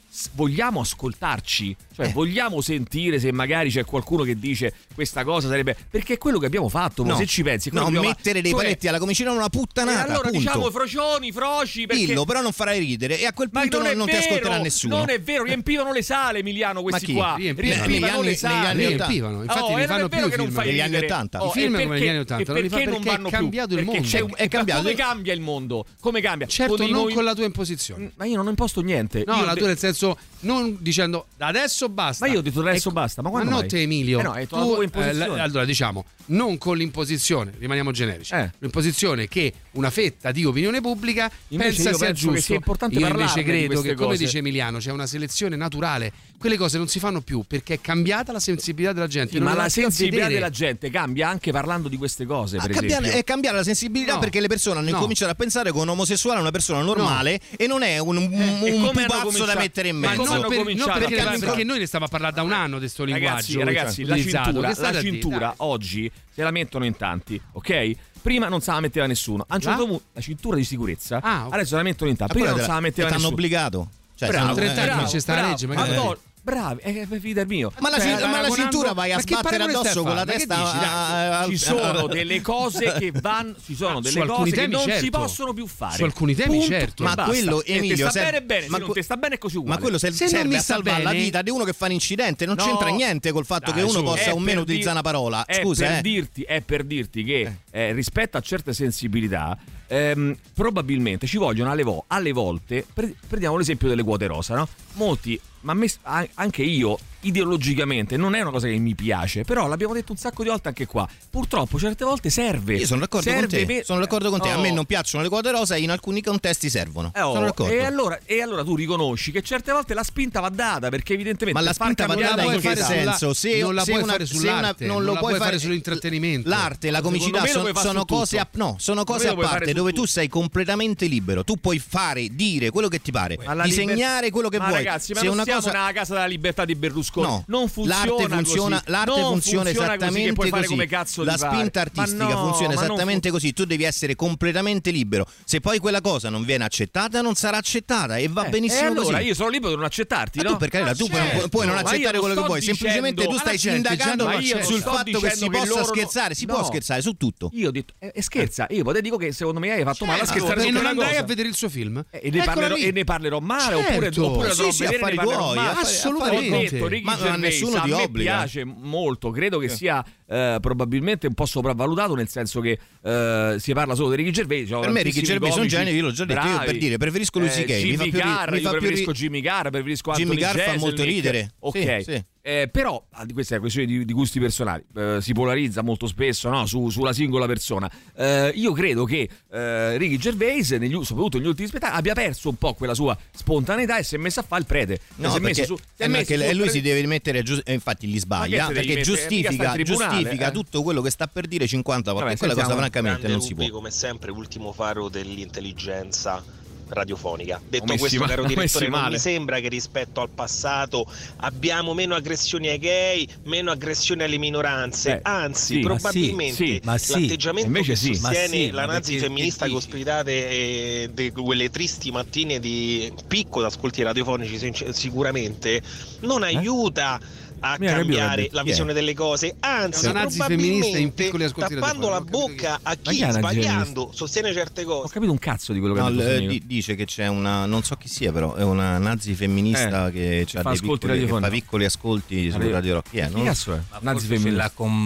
Speaker 3: vogliamo ascoltarci, cioè eh. vogliamo sentire se magari c'è qualcuno che dice questa cosa sarebbe, perché è quello che abbiamo fatto,
Speaker 9: no.
Speaker 3: se ci pensi,
Speaker 9: no,
Speaker 3: abbiamo...
Speaker 9: mettere dei cioè... paletti alla comicina è una puttanata.
Speaker 3: E allora
Speaker 9: punto.
Speaker 3: diciamo frocioni, froci, perché...
Speaker 9: dillo, però non farai ridere e a quel punto non, non, non ti ascolterà nessuno.
Speaker 3: Non è vero, riempivano le sale, Emiliano, questi qua.
Speaker 4: Riempivano,
Speaker 3: riempivano le sale,
Speaker 4: riempivano. Infatti
Speaker 3: oh,
Speaker 4: ne fanno più film
Speaker 9: negli anni ottanta.
Speaker 4: I film come negli anni ottanta
Speaker 3: non li fa perché è cambiato il mondo.
Speaker 9: È cambiato.
Speaker 3: Come cambia il mondo? Come cambia?
Speaker 4: Certo, non con la tua imposizione.
Speaker 3: Ma io non ho imposto niente.
Speaker 4: No, la tua nel senso non dicendo adesso basta.
Speaker 3: Ma io ho detto adesso ecco, basta. Ma quando
Speaker 4: ma
Speaker 3: mai?
Speaker 4: no, te Emilio.
Speaker 3: Eh no, hai tu, la tua
Speaker 4: eh, allora diciamo non con l'imposizione, rimaniamo generici.
Speaker 3: Eh.
Speaker 4: L'imposizione che una fetta di opinione pubblica
Speaker 3: invece
Speaker 4: pensa sia giusto.
Speaker 3: Che sia importante
Speaker 4: io invece credo
Speaker 3: di
Speaker 4: che, come
Speaker 3: cose.
Speaker 4: dice Emiliano, c'è una selezione naturale. Quelle cose non si fanno più perché è cambiata la sensibilità della gente.
Speaker 3: Sì, ma la sensibilità della gente cambia anche parlando di queste cose. Per
Speaker 9: cambia, è cambiare la sensibilità
Speaker 4: no.
Speaker 9: perché le persone hanno
Speaker 4: no.
Speaker 9: incominciato a pensare che un omosessuale è una persona normale no. e non è un, un,
Speaker 3: eh,
Speaker 9: un pupazzo da mettere in mezzo.
Speaker 4: Ma non, per, non perché,
Speaker 9: perché,
Speaker 4: perché noi ne stiamo a parlare da un anno di sto
Speaker 3: ragazzi,
Speaker 4: linguaggio.
Speaker 3: Ragazzi, la cintura, la cintura oggi se la mettono in tanti, ok? Prima non se la metteva nessuno. A un certo punto la cintura di sicurezza ah, okay. adesso la mettono in tanti. Prima non se la metteva nessuno.
Speaker 9: T'hanno obbligato.
Speaker 4: Cioè, bravo, trenta anni c'è sta legge, magari.
Speaker 3: Allora, bravi, è eh, fida mio.
Speaker 9: Ma la,
Speaker 3: cioè,
Speaker 9: c- ma la cintura vai a sbattere addosso con la testa.
Speaker 3: Dici, a, a, ci sono delle cose che vanno, ci sono delle cose che non
Speaker 4: certo.
Speaker 3: si possono più fare.
Speaker 4: Su alcuni temi,
Speaker 3: punto,
Speaker 4: certo.
Speaker 9: Ma
Speaker 3: basta.
Speaker 9: quello, Emilio,
Speaker 3: se ti sta
Speaker 9: serve,
Speaker 3: bene bene,
Speaker 9: ma
Speaker 3: se non ti sta bene è così uguale.
Speaker 9: Ma quello serve, se serve a salvare bene, la vita di uno che fa un incidente, non no, c'entra niente col fatto dai, che uno su, possa o meno utilizzare una parola. Scusa,
Speaker 3: è per
Speaker 9: eh.
Speaker 3: dirti, è per dirti che eh, rispetto a certe sensibilità ehm, probabilmente ci vogliono alle, vo- alle volte, pre- prendiamo l'esempio delle quote rosa, no? Molti, ma me, anche io ideologicamente non è una cosa che mi piace, però l'abbiamo detto un sacco di volte anche qua, purtroppo certe volte serve.
Speaker 9: Io sono d'accordo
Speaker 3: serve
Speaker 9: con te,
Speaker 3: per...
Speaker 9: sono d'accordo con te.
Speaker 3: Oh.
Speaker 9: A me non piacciono le quote rosa e in alcuni contesti servono.
Speaker 3: Eh, oh.
Speaker 9: Sono d'accordo.
Speaker 3: E allora, e allora tu riconosci che certe volte la spinta va data, perché evidentemente
Speaker 9: ma la spinta va data in che senso? Se,
Speaker 4: non la
Speaker 9: se
Speaker 4: puoi
Speaker 9: una,
Speaker 4: fare sull'arte,
Speaker 9: non,
Speaker 4: non
Speaker 9: lo
Speaker 4: la
Speaker 9: puoi
Speaker 4: puoi
Speaker 9: fare,
Speaker 4: fare sull'intrattenimento.
Speaker 9: L'arte, la comicità sono, sono cose a, no, sono cose a parte dove tu sei completamente libero. Tu puoi fare, dire quello che ti pare, disegnare liber... quello che
Speaker 3: ma
Speaker 9: vuoi.
Speaker 3: Ragazzi, ma
Speaker 9: se
Speaker 3: non
Speaker 9: una
Speaker 3: siamo
Speaker 9: cosa...
Speaker 3: nella casa della libertà di Berlusconi.
Speaker 9: No,
Speaker 3: non funziona
Speaker 9: l'arte funziona,
Speaker 3: così.
Speaker 9: l'arte
Speaker 3: non
Speaker 9: funziona,
Speaker 3: funziona
Speaker 9: esattamente
Speaker 3: così.
Speaker 9: così.
Speaker 3: Come cazzo
Speaker 9: la
Speaker 3: pare.
Speaker 9: spinta artistica
Speaker 3: no,
Speaker 9: funziona esattamente
Speaker 3: fu...
Speaker 9: così. Tu devi essere completamente libero. Se poi quella cosa non viene accettata, non sarà accettata e va
Speaker 3: eh,
Speaker 9: benissimo
Speaker 3: e allora
Speaker 9: così.
Speaker 3: io sono libero di non accettarti,
Speaker 9: ma
Speaker 3: no?
Speaker 9: tu per carità, tu
Speaker 3: certo.
Speaker 9: puoi, puoi non accettare quello che vuoi,
Speaker 3: dicendo...
Speaker 9: semplicemente tu stai sindacando sul fatto che si possa scherzare. Si può scherzare su tutto.
Speaker 3: Io ho detto e eh, scherza, io potrei dico che secondo me hai fatto male a scherzare.
Speaker 4: Perché non andrai a vedere il suo film?
Speaker 3: E ne parlerò, e ne parlerò male oppure oppure
Speaker 9: sì, sì, affari tuoi,
Speaker 4: assolutamente.
Speaker 9: Ma non ha nessuno ti obbliga.
Speaker 3: Mi piace molto, credo che sia eh, probabilmente un po' sopravvalutato, nel senso che eh, si parla solo di Ricky Gervais. Cioè,
Speaker 9: per me Ricky Gervais è un genio, io l'ho già detto, io per dire preferisco Louis C K,
Speaker 3: eh,
Speaker 9: mi fa più
Speaker 3: Carr,
Speaker 9: mi fa
Speaker 3: io
Speaker 9: più
Speaker 3: preferisco
Speaker 9: ri...
Speaker 3: Jimmy Carr, preferisco
Speaker 9: Jimmy
Speaker 3: Anthony
Speaker 9: Carr fa molto ridere.
Speaker 3: Ok.
Speaker 9: Sì, sì.
Speaker 3: Eh, però questa è una questione di, di gusti personali, eh, si polarizza molto spesso, no? Su, sulla singola persona. Eh, io credo che eh, Ricky Gervais, negli, soprattutto negli ultimi spettacoli, abbia perso un po' quella sua spontaneità e si è messo a fare il prete.
Speaker 9: No,
Speaker 3: si è
Speaker 9: perché,
Speaker 3: messo su, si
Speaker 9: è
Speaker 3: è messo
Speaker 9: perché
Speaker 3: su,
Speaker 9: lui si deve rimettere, e infatti gli sbaglia, perché
Speaker 3: mettere,
Speaker 9: giustifica, giustifica
Speaker 3: eh?
Speaker 9: tutto quello che sta per dire cinquanta volte.
Speaker 3: Vabbè,
Speaker 9: quella cosa francamente non si può.
Speaker 11: Come sempre, ultimo faro dell'intelligenza radiofonica. Detto
Speaker 3: messi
Speaker 11: questo,
Speaker 3: ma-
Speaker 11: caro direttore, non
Speaker 3: male.
Speaker 11: mi sembra che rispetto al passato abbiamo meno aggressioni ai gay, meno aggressioni alle minoranze,
Speaker 3: eh,
Speaker 11: anzi
Speaker 3: sì,
Speaker 11: probabilmente
Speaker 3: sì,
Speaker 11: ma sì, l'atteggiamento
Speaker 3: invece
Speaker 11: che
Speaker 3: sì,
Speaker 11: sostiene
Speaker 3: sì,
Speaker 11: la nazi
Speaker 3: perché,
Speaker 11: femminista che ospitate eh, de, quelle tristi mattine di picco d'ascolti radiofonici sinc- sicuramente non eh? aiuta a
Speaker 3: Mi
Speaker 11: cambiare la visione delle cose, anzi probabilmente tappando la bocca a chi sbagliando sostiene certe cose.
Speaker 3: Ho capito un cazzo di quello che
Speaker 9: no,
Speaker 3: ha detto
Speaker 9: l- d- dice che c'è una, non so chi sia, però è una nazi femminista eh, che, che, ha dei piccoli, che fa piccoli ascolti su Radio Rock. Chi è?
Speaker 3: Chi cazzo è?
Speaker 5: Nazi femminista là con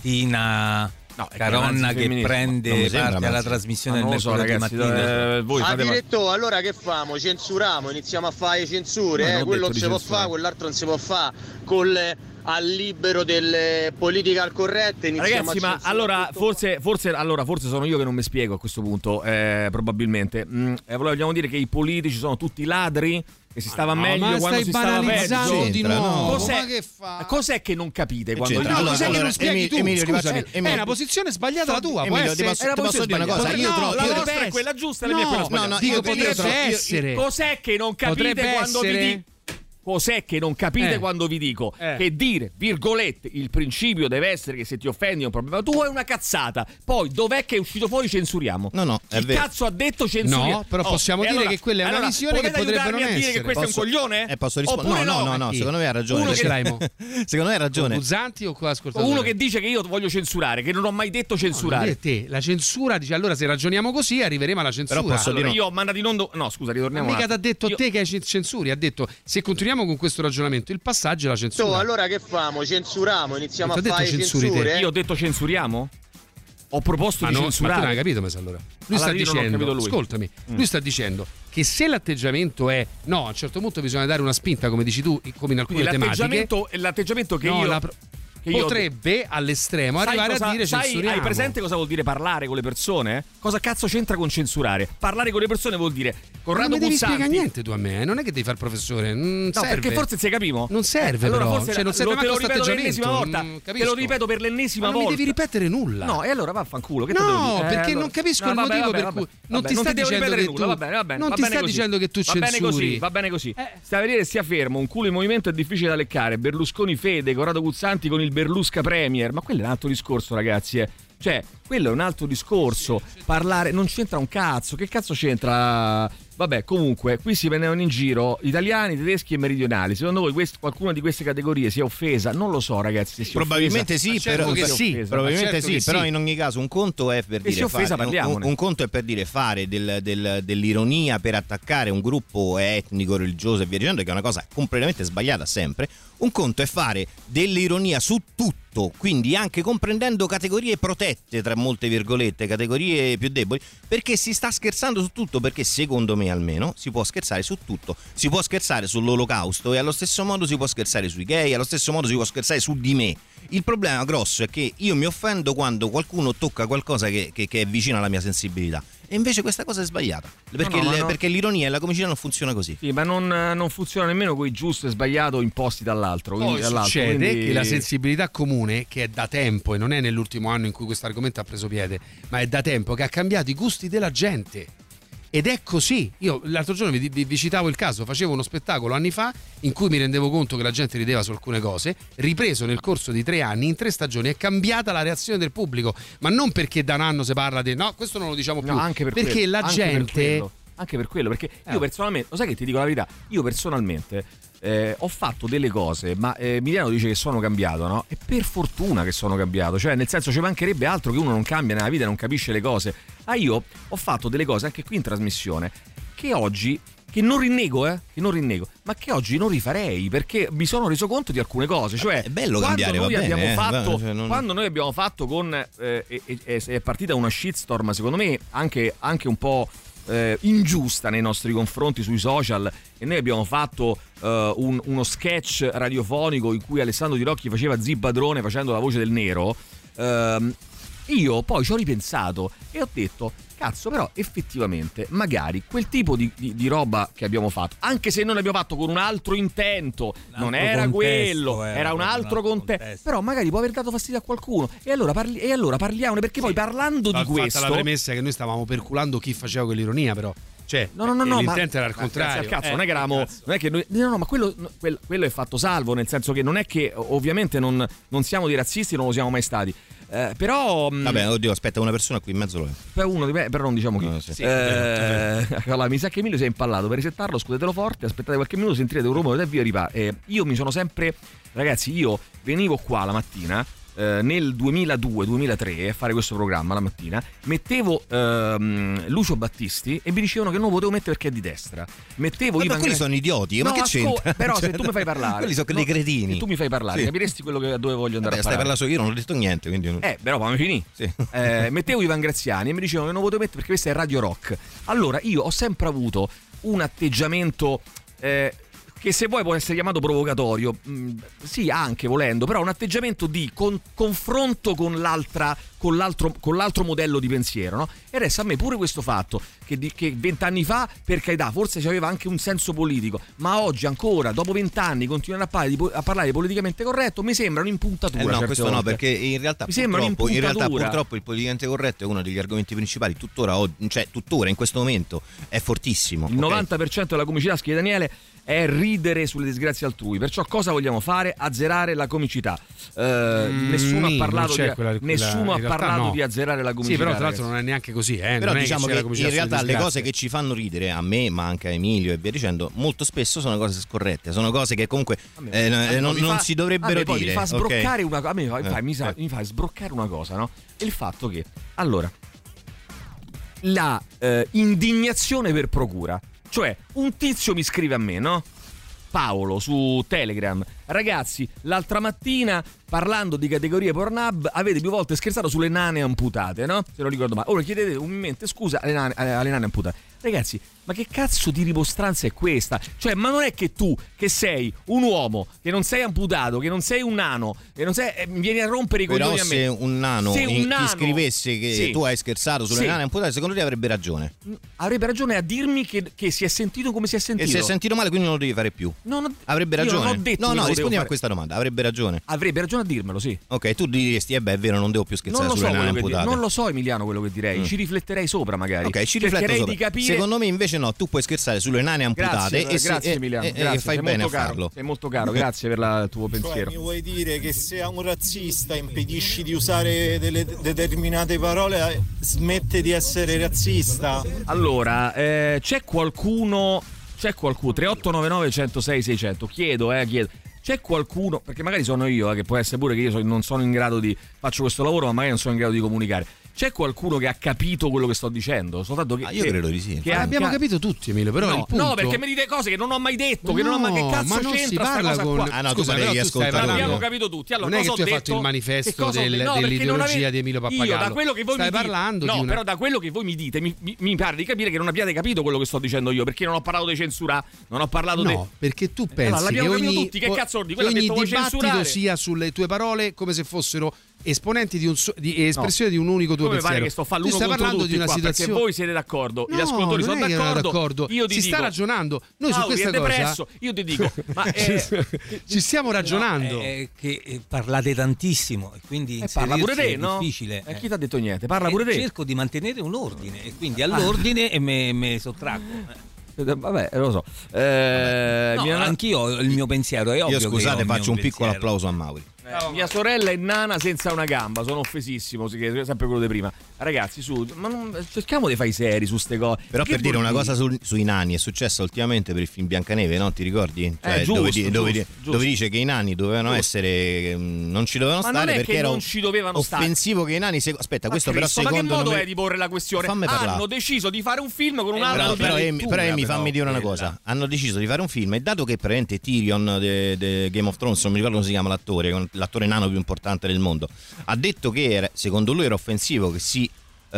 Speaker 5: Martina No, Caronna che prende parte alla trasmissione del mercoledì mattina.
Speaker 11: Eh, voi ah, direttore, allora che famo? Censuriamo, iniziamo a fare censure, eh? Quello non si può fare, quell'altro non si può fare. Col al libero delle political corrette iniziamo.
Speaker 3: Ragazzi, ma allora forse, forse, allora forse sono io che non mi spiego a questo punto, eh, probabilmente. Mm, eh, vogliamo dire che i politici sono tutti ladri? Che si stava
Speaker 4: no,
Speaker 3: meglio quando si stava peggio
Speaker 4: di nuovo.
Speaker 3: Cos'è,
Speaker 4: ma che fa?
Speaker 3: cos'è che non capite quando
Speaker 4: no,
Speaker 3: allora,
Speaker 4: cos'è
Speaker 3: allora,
Speaker 4: che non spieghi
Speaker 9: Emilio,
Speaker 4: tu?
Speaker 9: Emilio,
Speaker 4: Scusami,
Speaker 9: Emilio,
Speaker 4: è una posizione sbagliata la tua.
Speaker 9: Emilio, ti posso, ti posso dire una cosa? Io
Speaker 3: no,
Speaker 9: trovo,
Speaker 3: la
Speaker 9: io
Speaker 3: vostra è quella giusta, la
Speaker 4: no,
Speaker 3: mia è quella sbagliata.
Speaker 4: No, no, io potrebbe essere.
Speaker 3: Cos'è che non capite quando vi dico? cos'è che non capite
Speaker 4: Eh.
Speaker 3: quando vi dico
Speaker 4: Eh.
Speaker 3: che dire, virgolette, il principio deve essere che se ti offendi è un problema tuo, è una cazzata. Poi dov'è che è uscito fuori censuriamo?
Speaker 9: No, no, è
Speaker 3: Chi
Speaker 9: vero.
Speaker 3: cazzo ha detto censuriamo?
Speaker 4: No, però possiamo
Speaker 3: e
Speaker 4: dire
Speaker 3: allora-
Speaker 4: che quella è una
Speaker 3: allora,
Speaker 4: visione che
Speaker 3: potete
Speaker 4: potrebbe non
Speaker 3: aiutarmi a dire
Speaker 4: essere.
Speaker 3: che questo
Speaker 9: Posso-
Speaker 3: è un coglione?
Speaker 9: Eh, posso rispondere?
Speaker 3: Oppure
Speaker 9: No, no, no, no,
Speaker 4: Chi?
Speaker 9: secondo me ha ragione.
Speaker 3: Uno
Speaker 4: Ce l'hai, mo?
Speaker 9: Secondo me ha ragione.
Speaker 4: Con Guzzanti o con l'ascoltatore?
Speaker 3: Uno che dice che io voglio censurare, che non ho mai detto censurare.
Speaker 4: No, te, la censura dice allora se ragioniamo così arriveremo alla censura.
Speaker 9: Però posso
Speaker 3: Allora,
Speaker 9: dire-
Speaker 3: io ho mandato in onda. No, scusa, ritorniamo.
Speaker 4: Ma
Speaker 3: un
Speaker 4: mica ti ha
Speaker 3: attimo.
Speaker 4: detto
Speaker 3: Io-
Speaker 4: te che hai censuri, ha detto se continuiamo con questo ragionamento il passaggio è la censura.
Speaker 11: Oh, allora che famo? Censuriamo, iniziamo
Speaker 4: Ma
Speaker 11: a
Speaker 4: t'ho detto
Speaker 11: fare
Speaker 4: censuri te.
Speaker 11: censure?
Speaker 3: Io ho detto censuriamo? Ho proposto
Speaker 4: Ma,
Speaker 3: di
Speaker 4: no, ma tu non
Speaker 3: censurare.
Speaker 4: hai capito, Mesa, allora. Lui
Speaker 3: Allora,
Speaker 4: sta
Speaker 3: io non ho
Speaker 4: dicendo,
Speaker 3: capito lui.
Speaker 4: ascoltami,
Speaker 3: Mm.
Speaker 4: lui sta dicendo che se l'atteggiamento è no, a un certo punto bisogna dare una spinta, come dici tu, come in alcune
Speaker 3: Quindi
Speaker 4: tematiche.
Speaker 3: l'atteggiamento, l'atteggiamento che
Speaker 4: No,
Speaker 3: io.
Speaker 4: la-
Speaker 3: che io-
Speaker 4: potrebbe all'estremo
Speaker 3: Sai
Speaker 4: arrivare
Speaker 3: cosa-
Speaker 4: a dire
Speaker 3: sai,
Speaker 4: censuriamo.
Speaker 3: hai presente cosa vuol dire parlare con le persone? Cosa cazzo c'entra con censurare? Parlare con le persone vuol dire
Speaker 4: Ma
Speaker 3: Corrado
Speaker 4: non mi devi
Speaker 3: Guzzanti.
Speaker 4: spiegare niente tu a me, eh? Non è che devi fare il professore, non
Speaker 3: No,
Speaker 4: serve.
Speaker 3: perché forse se capivo.
Speaker 4: Non serve,
Speaker 3: allora
Speaker 4: però.
Speaker 3: forse
Speaker 4: Cioè, non serve
Speaker 3: lo, te lo
Speaker 4: manco
Speaker 3: ripeto per
Speaker 4: sto
Speaker 3: l'ennesima volta.
Speaker 4: atteggiamento, mm,
Speaker 3: Te
Speaker 4: capisco.
Speaker 3: lo ripeto per l'ennesima
Speaker 4: Ma non mi
Speaker 3: volta.
Speaker 4: devi ripetere nulla.
Speaker 3: No, e allora vaffanculo. Che te devo
Speaker 4: No,
Speaker 3: dire? Eh,
Speaker 4: perché
Speaker 3: allora-
Speaker 4: non capisco
Speaker 3: No,
Speaker 4: il
Speaker 3: vabbè,
Speaker 4: motivo
Speaker 3: vabbè,
Speaker 4: per cui
Speaker 3: vabbè,
Speaker 4: non
Speaker 3: vabbè,
Speaker 4: ti sta
Speaker 3: devo
Speaker 4: dicendo
Speaker 3: ripetere
Speaker 4: che
Speaker 3: nulla,
Speaker 4: tu
Speaker 3: va bene, va bene,
Speaker 4: non
Speaker 3: va
Speaker 4: ti
Speaker 3: bene
Speaker 4: sta
Speaker 3: così.
Speaker 4: dicendo che tu
Speaker 3: Va bene
Speaker 4: censuri.
Speaker 3: così, va bene così. Sta a vedere stia fermo, un culo in movimento è difficile da leccare. Berlusconi Fede, Corrado Guzzanti con il Berlusca Premier, ma quello è un altro discorso, ragazzi, eh. Cioè, quello è un altro discorso. Parlare non c'entra un cazzo. Che cazzo c'entra? Vabbè, comunque, qui si prendevano in giro italiani, tedeschi e meridionali. Secondo voi quest- qualcuna di queste categorie si è offesa? Non lo so, ragazzi. Se si è
Speaker 9: Probabilmente
Speaker 3: offesa.
Speaker 9: sì,
Speaker 3: Ma certo
Speaker 9: però,
Speaker 3: che
Speaker 9: però-
Speaker 3: sì.
Speaker 9: probabilmente
Speaker 3: Ma certo
Speaker 9: sì,
Speaker 3: che
Speaker 9: però
Speaker 3: sì.
Speaker 9: in ogni caso un conto è per
Speaker 3: E si
Speaker 9: dire
Speaker 3: è offesa,
Speaker 9: fare, un,
Speaker 3: parliamone.
Speaker 9: un conto è per dire fare del- del- dell'ironia per attaccare un gruppo etnico, religioso e via dicendo, che è una cosa completamente sbagliata sempre. Un conto è fare dell'ironia su tutto, quindi anche comprendendo categorie protette, tra molte virgolette, categorie più deboli, perché si sta scherzando su tutto, perché secondo me almeno si può scherzare su tutto. Si può scherzare sull'olocausto e allo stesso modo si può scherzare sui gay, allo stesso modo si può scherzare su di me. Il problema grosso è che io mi offendo quando qualcuno tocca qualcosa che, che- che è vicino alla mia sensibilità. E invece questa cosa è sbagliata, perché,
Speaker 3: No, no, ma
Speaker 9: il-
Speaker 3: no.
Speaker 9: perché l'ironia e la comicità non funziona così.
Speaker 3: Sì, ma non, non funziona nemmeno con i giusto e sbagliato imposti dall'altro. Quindi,
Speaker 4: Poi
Speaker 3: dall'altro,
Speaker 4: succede
Speaker 3: quindi-
Speaker 4: che la sensibilità comune, che è da tempo e non è nell'ultimo anno in cui questo argomento ha preso piede, ma è da tempo che ha cambiato i gusti della gente. Ed è così. Io l'altro giorno vi, vi- vi citavo il caso, facevo uno spettacolo anni fa in cui mi rendevo conto che la gente rideva su alcune cose, ripreso nel corso di tre anni, in tre stagioni è cambiata la reazione del pubblico, ma non perché da un anno si parla di no, questo non lo diciamo più,
Speaker 3: No, anche per
Speaker 4: perché
Speaker 3: quello,
Speaker 4: la
Speaker 3: anche per
Speaker 4: gente
Speaker 3: quello, anche per quello, perché
Speaker 4: Eh.
Speaker 3: io personalmente, lo sai che ti dico la verità, io personalmente eh, ho fatto delle cose, ma eh, Emiliano dice che sono cambiato, no? E per fortuna che sono cambiato, cioè nel senso ci mancherebbe altro che uno non cambia nella vita e non capisce le cose. Ah, io ho fatto delle cose anche qui in trasmissione che oggi che non rinnego, eh, che non rinnego, ma che oggi non rifarei perché mi sono reso conto di alcune cose, cioè
Speaker 9: È bello
Speaker 3: quando
Speaker 9: cambiare,
Speaker 3: noi
Speaker 9: va bene,
Speaker 3: abbiamo
Speaker 9: eh,
Speaker 3: fatto,
Speaker 9: cioè, non-
Speaker 3: quando noi abbiamo fatto con eh, e- e- e- è partita una shitstorm secondo me anche, anche un po' eh, ingiusta nei nostri confronti sui social, e noi abbiamo fatto eh, un- uno sketch radiofonico in cui Alessandro Di Rocchi faceva Zibadrone facendo la voce del nero. ehm, io poi ci ho ripensato e ho detto cazzo, però effettivamente magari quel tipo di, di- di roba che abbiamo fatto, anche se non l'abbiamo fatto con un altro intento, non era
Speaker 5: contesto,
Speaker 3: quello,
Speaker 5: era
Speaker 3: era un
Speaker 5: proprio
Speaker 3: altro
Speaker 5: un altro
Speaker 3: contesto,
Speaker 5: contesto.
Speaker 3: però magari può aver dato fastidio a qualcuno e allora, parli- e allora parliamone, perché poi parlando
Speaker 4: Va
Speaker 3: di
Speaker 4: fatta
Speaker 3: questo
Speaker 4: la premessa che noi stavamo perculando chi faceva quell'ironia, però cioè
Speaker 3: No, no, no, no,
Speaker 4: l'intento
Speaker 3: ma,
Speaker 4: era al
Speaker 3: ma
Speaker 4: contrario.
Speaker 3: grazie al cazzo,
Speaker 4: Eh,
Speaker 3: non è che eravamo,
Speaker 4: cazzo.
Speaker 3: non è che noi, no, no, ma quello, no, quel- quello è fatto salvo, nel senso che non è che ovviamente non, non siamo dei razzisti, non lo siamo mai stati. Eh, però mh,
Speaker 9: Vabbè, oddio, aspetta, una persona qui in mezzo lo è.
Speaker 3: per uno di me, però non diciamo chi.
Speaker 9: No, sì.
Speaker 3: Eh, allora, mi sa che Emilio si è impallato. Per resettarlo, scudetelo forte, aspettate qualche minuto, sentirete un rumore e via ripara. Eh, io mi sono sempre, ragazzi, io venivo qua la mattina. eh, Nel duemiladue duemilatré a fare questo programma la mattina mettevo ehm, Lucio Battisti e mi dicevano che non lo potevo mettere perché è di destra. Mettevo
Speaker 9: Ma
Speaker 3: Ivan
Speaker 9: quelli
Speaker 3: Gra-
Speaker 9: sono idioti, ma
Speaker 3: No,
Speaker 9: che
Speaker 3: ascol-
Speaker 9: c'entra?
Speaker 3: Però se
Speaker 9: Cioè,
Speaker 3: tu mi fai parlare,
Speaker 9: quelli sono dei
Speaker 3: no,
Speaker 9: cretini.
Speaker 3: se tu mi fai parlare,
Speaker 9: Sì.
Speaker 3: capiresti quello che, dove voglio andare
Speaker 9: Vabbè,
Speaker 3: a
Speaker 9: stai
Speaker 3: parlare.
Speaker 9: parlando io, non ho detto niente, quindi non-
Speaker 3: Eh, però fammi finire.
Speaker 9: Sì.
Speaker 3: Eh, mettevo Ivan Graziani e mi dicevano che non potevo mettere perché questo è Radio Rock. Allora io ho sempre avuto un atteggiamento eh, che se vuoi può essere chiamato provocatorio, mh, sì, anche volendo, però un atteggiamento di con- confronto con l'altra, con l'altro, con l'altro modello di pensiero, no? E adesso a me pure questo fatto che di- che vent'anni fa, per carità, forse aveva anche un senso politico, ma oggi ancora, dopo vent'anni, continuare a parlare, di, po- a parlare di politicamente corretto mi sembra un'impuntatura.
Speaker 9: Eh no,
Speaker 3: certe
Speaker 9: questo no,
Speaker 3: volte.
Speaker 9: perché in realtà,
Speaker 3: mi sembra
Speaker 9: purtroppo, in realtà
Speaker 3: un'impuntatura.
Speaker 9: purtroppo il politicamente corretto è uno degli argomenti principali, tuttora, og- cioè tuttora in questo momento è fortissimo.
Speaker 3: Il
Speaker 9: ok?
Speaker 3: novanta per cento della comicità, scrive Daniele, è ridere sulle disgrazie altrui. Perciò cosa vogliamo fare? Azzerare la comicità. Eh,
Speaker 4: Mm,
Speaker 3: nessuno ha
Speaker 4: non
Speaker 3: parlato,
Speaker 4: c'è
Speaker 3: di,
Speaker 4: quella- quella-
Speaker 3: nessuno ha
Speaker 4: in realtà
Speaker 3: parlato
Speaker 4: no.
Speaker 3: di azzerare la comicità.
Speaker 4: Sì, però tra l'altro
Speaker 3: ragazzi.
Speaker 4: non è neanche così, eh.
Speaker 9: Però
Speaker 4: non è
Speaker 9: diciamo
Speaker 4: che,
Speaker 9: che,
Speaker 4: c'è la comicità
Speaker 9: in realtà
Speaker 4: sulle
Speaker 9: le
Speaker 4: disgrazie.
Speaker 9: cose che ci fanno ridere, a me ma anche a Emilio e via dicendo, molto spesso sono cose scorrette, sono cose che comunque eh, eh, non,
Speaker 3: mi
Speaker 9: non
Speaker 3: fa-
Speaker 9: si dovrebbero
Speaker 3: a me poi
Speaker 9: dire.
Speaker 3: Mi fa sbroccare
Speaker 9: ok?
Speaker 3: una cosa. A me fa-
Speaker 9: Eh,
Speaker 3: mi, sa-
Speaker 9: eh.
Speaker 3: mi fa sbroccare una cosa, no? Il fatto che allora la eh, indignazione per procura, cioè un tizio mi scrive a me, no? Paolo su Telegram: ragazzi, l'altra mattina parlando di categorie Pornhub avete più volte scherzato sulle nane amputate, no? Se non ricordo male. Ora chiedete umilmente scusa alle nane, alle nane amputate. Ragazzi, ma che cazzo di rimostranza è questa? Cioè, ma non è che tu, che sei un uomo, che non sei amputato, che non sei un nano, che non sei, eh, vieni a rompere i
Speaker 9: Però
Speaker 3: coglioni a me.
Speaker 9: se un nano,
Speaker 3: Se un
Speaker 9: in-
Speaker 3: nano-
Speaker 9: ti scrivesse che
Speaker 3: Sì.
Speaker 9: tu hai scherzato sulle
Speaker 3: Sì.
Speaker 9: nane amputate, secondo te avrebbe ragione.
Speaker 3: Avrebbe ragione a dirmi che, che si è sentito come si è sentito.
Speaker 9: E si è sentito male, quindi non lo devi fare più.
Speaker 3: Non ho-
Speaker 9: Avrebbe
Speaker 3: io
Speaker 9: ragione.
Speaker 3: non ho detto
Speaker 9: no,
Speaker 3: che
Speaker 9: no,
Speaker 3: lo devo
Speaker 9: rispondiamo
Speaker 3: fare.
Speaker 9: a questa domanda. Avrebbe ragione.
Speaker 3: Avrebbe ragione a dirmelo, sì.
Speaker 9: Ok, tu diresti, eh beh, è vero, non devo più scherzare
Speaker 3: Non lo, so
Speaker 9: sulle nane
Speaker 3: quello che di-
Speaker 9: amputate.
Speaker 3: non lo so, Emiliano, quello che direi.
Speaker 9: Mm.
Speaker 3: Ci rifletterei sopra, magari.
Speaker 9: Ok, ci rifletto
Speaker 3: Cercherei
Speaker 9: sopra.
Speaker 3: di capire.
Speaker 9: Secondo me invece no, tu puoi scherzare sulle nane amputate
Speaker 3: Grazie,
Speaker 9: e, se-
Speaker 3: grazie
Speaker 9: e-
Speaker 3: Emiliano.
Speaker 9: e- e
Speaker 3: grazie,
Speaker 9: fai
Speaker 3: sei
Speaker 9: bene a
Speaker 3: molto caro,
Speaker 9: farlo.
Speaker 3: Sei molto caro, grazie per la- il tuo pensiero.
Speaker 12: Mi vuoi dire che se a un razzista impedisci di usare delle determinate parole, eh, smette di essere razzista?
Speaker 3: Allora, eh, c'è qualcuno. C'è qualcuno. tre otto nove nove uno zero sei sei zero zero. Chiedo, eh, chiedo. C'è qualcuno, perché magari sono io, eh, che può essere pure che io so- non sono in grado di. Faccio questo lavoro, ma magari non sono in grado di comunicare. C'è qualcuno che ha capito quello che sto dicendo? Soltanto che,
Speaker 9: Ah, io
Speaker 3: che-
Speaker 9: credo di sì.
Speaker 3: che
Speaker 4: Ma
Speaker 3: ha-
Speaker 4: abbiamo
Speaker 3: che ha-
Speaker 4: capito tutti, Emilio, però
Speaker 3: no,
Speaker 4: il punto...
Speaker 3: no, perché mi dite cose che non ho mai detto, che non ho mai. Che
Speaker 4: No,
Speaker 3: cazzo
Speaker 4: ma non si
Speaker 3: c'entra sta
Speaker 4: parla
Speaker 3: cosa
Speaker 4: con-
Speaker 3: qua?
Speaker 9: Ah, no, tu
Speaker 4: Scusa,
Speaker 9: pare
Speaker 4: però
Speaker 9: che
Speaker 4: tu stai
Speaker 9: ascoltare.
Speaker 4: parlando-
Speaker 3: Abbiamo capito tutti. Allora,
Speaker 4: non è che
Speaker 3: cosa
Speaker 4: tu
Speaker 3: ho
Speaker 4: hai fatto
Speaker 3: detto?
Speaker 4: il manifesto
Speaker 3: Che cosa ho
Speaker 4: del-
Speaker 3: detto? No, perché non
Speaker 4: dell'ideologia
Speaker 3: avete-
Speaker 4: di Emilio
Speaker 3: Io,
Speaker 4: Pappagallo.
Speaker 3: da quello che voi
Speaker 4: Stai
Speaker 3: mi dite,
Speaker 4: parlando
Speaker 3: no,
Speaker 4: di una-
Speaker 3: però da quello che voi mi dite, mi, mi- mi pare di capire che non abbiate capito quello che sto dicendo io, perché non ho parlato di censura, non ho parlato di.
Speaker 4: No, perché tu
Speaker 3: Allora,
Speaker 4: pensi che
Speaker 3: l'abbiamo capito
Speaker 4: ogni,
Speaker 3: tutti, che cazzo vuol dire?
Speaker 4: che
Speaker 3: Quello ha
Speaker 4: ogni
Speaker 3: detto, vuoi
Speaker 4: dibattito
Speaker 3: censurare?
Speaker 4: sia sulle tue parole come se fossero esponenti di un so- di espressione di un unico tuo
Speaker 3: Come
Speaker 4: pensiero.
Speaker 3: pare che sto a fare
Speaker 4: Tu
Speaker 3: l'uno
Speaker 4: stai
Speaker 3: contro
Speaker 4: parlando
Speaker 3: tutti
Speaker 4: di una
Speaker 3: qua,
Speaker 4: situazione.
Speaker 3: perché voi siete d'accordo, gli
Speaker 4: No,
Speaker 3: ascoltatori
Speaker 4: non
Speaker 3: sono
Speaker 4: è che non è
Speaker 3: d'accordo,
Speaker 4: d'accordo.
Speaker 3: io ti
Speaker 4: si
Speaker 3: dico,
Speaker 4: sta ragionando. Noi su
Speaker 3: Mauri
Speaker 4: questa
Speaker 3: è
Speaker 4: cosa
Speaker 3: depresso, io ti dico, ma eh,
Speaker 4: ci stiamo ragionando.
Speaker 5: No, è che eh, parlate tantissimo e quindi
Speaker 3: eh, parla pure
Speaker 5: inserirsi
Speaker 3: te,
Speaker 5: è
Speaker 3: no?
Speaker 5: difficile.
Speaker 3: Eh,
Speaker 5: eh.
Speaker 3: chi ti ha detto niente? Parla
Speaker 5: Eh,
Speaker 3: pure te.
Speaker 5: Cerco di mantenere un ordine e quindi all'ordine e me, me sottraggo. eh.
Speaker 3: Eh, Vabbè, lo so. Eh,
Speaker 5: No,
Speaker 3: mia,
Speaker 5: anch'io ho il mio pensiero, è ovvio
Speaker 9: Io
Speaker 5: che
Speaker 9: scusate,
Speaker 5: ho il
Speaker 9: faccio
Speaker 5: mio
Speaker 9: un piccolo
Speaker 5: pensiero.
Speaker 9: applauso a Mauri.
Speaker 3: eh, mia sorella è nana senza una gamba, sono offesissimo, sì, che è sempre quello di prima. Ragazzi, su, ma non, cerchiamo di fare i seri su ste cose.
Speaker 9: Però
Speaker 3: Che
Speaker 9: per dire
Speaker 3: vuol
Speaker 9: una cosa sul- sui nani è successo ultimamente per il film Biancaneve, no? Ti ricordi? Cioè,
Speaker 3: Eh, giusto,
Speaker 9: dove, di- dove, di-
Speaker 3: giusto, giusto.
Speaker 9: dove dice che i nani dovevano
Speaker 3: Giusto.
Speaker 9: essere mm, non ci dovevano
Speaker 3: Ma non
Speaker 9: stare
Speaker 3: è
Speaker 9: perché
Speaker 3: che
Speaker 9: era
Speaker 3: non ci dovevano stare.
Speaker 9: offensivo che i nani segu- aspetta,
Speaker 3: Ma
Speaker 9: questo
Speaker 3: Cristo,
Speaker 9: però
Speaker 3: ma che
Speaker 9: secondo
Speaker 3: modo
Speaker 9: me
Speaker 3: è di porre la questione?
Speaker 9: Fammi parlare.
Speaker 3: Hanno deciso di fare un film con un
Speaker 9: Eh,
Speaker 3: altro
Speaker 9: però, però,
Speaker 3: di
Speaker 9: Amy, però Amy,
Speaker 5: però,
Speaker 9: fammi dire una
Speaker 5: quella.
Speaker 9: cosa. Hanno deciso di fare un film e dato che praticamente Tyrion di Game of Thrones, non mi ricordo come si chiama l'attore, con- l'attore nano più importante del mondo, ha detto che era, secondo lui era offensivo che si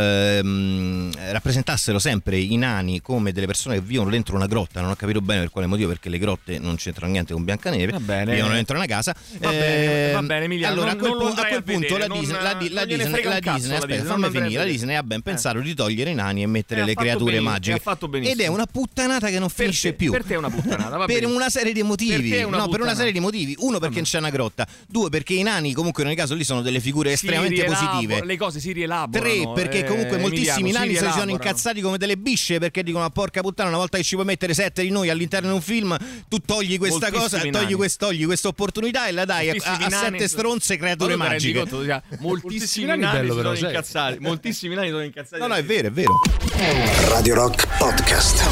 Speaker 9: ehm, rappresentassero sempre i nani come delle persone che vivono dentro una grotta. Non ho capito bene per quale motivo, perché le grotte non c'entrano niente con Biancaneve,
Speaker 3: Va bene.
Speaker 9: vivono dentro una casa.
Speaker 3: Va bene, va
Speaker 9: Ehm,
Speaker 3: bene, Emiliano,
Speaker 9: allora
Speaker 3: non-
Speaker 9: a quel,
Speaker 3: non lo
Speaker 9: pu- a
Speaker 3: andrai
Speaker 9: quel
Speaker 3: a
Speaker 9: punto
Speaker 3: vedere,
Speaker 9: la Disney,
Speaker 3: non-
Speaker 9: la, Di- la
Speaker 3: non gliene
Speaker 9: Disney,
Speaker 3: frega
Speaker 9: la
Speaker 3: un cazzo
Speaker 9: Disney,
Speaker 3: alla
Speaker 9: aspetta,
Speaker 3: Disney,
Speaker 9: fammi
Speaker 3: non andrai a
Speaker 9: finire, la
Speaker 3: vedere.
Speaker 9: Disney ha ben
Speaker 3: Eh.
Speaker 9: pensato di togliere i nani e mettere
Speaker 3: Eh, ha
Speaker 9: le
Speaker 3: fatto
Speaker 9: creature
Speaker 3: benissimo,
Speaker 9: magiche.
Speaker 3: ha fatto benissimo.
Speaker 9: Ed è una puttanata che non
Speaker 3: Per
Speaker 9: finisce
Speaker 3: te,
Speaker 9: più.
Speaker 3: per te è una puttanata, va
Speaker 9: Per
Speaker 3: bene.
Speaker 9: una serie di motivi.
Speaker 3: Per te è una
Speaker 9: no, per una
Speaker 3: puttanata.
Speaker 9: serie di motivi. Uno, perché non c'è una grotta. Due, perché i nani, comunque, in ogni caso, lì sono delle figure
Speaker 3: Si
Speaker 9: estremamente
Speaker 3: rielabora-
Speaker 9: positive.
Speaker 3: Le cose si rielaborano.
Speaker 9: Tre, perché
Speaker 3: eh,
Speaker 9: comunque moltissimi
Speaker 3: Emiliano,
Speaker 9: nani si sono
Speaker 3: rielaborano.
Speaker 9: incazzati come delle bisce, perché dicono: ma porca puttana, una volta che ci puoi mettere sette di noi all'interno di un film, tu togli questa
Speaker 3: Moltissimi
Speaker 9: cosa,
Speaker 3: nani.
Speaker 9: togli, quest- togli questa opportunità e la dai a, a- a
Speaker 3: Moltissimi nani-
Speaker 9: sette stronze creature
Speaker 3: Ma tu ti rendi
Speaker 9: magiche.
Speaker 3: conto, cioè, moltissimi
Speaker 4: nani
Speaker 3: nani
Speaker 4: bello
Speaker 3: si
Speaker 4: però,
Speaker 3: sono
Speaker 4: sai.
Speaker 3: incazzati. Moltissimi nani sono incazzati.
Speaker 9: No, no, è vero, è vero.
Speaker 2: Radio Rock Podcast.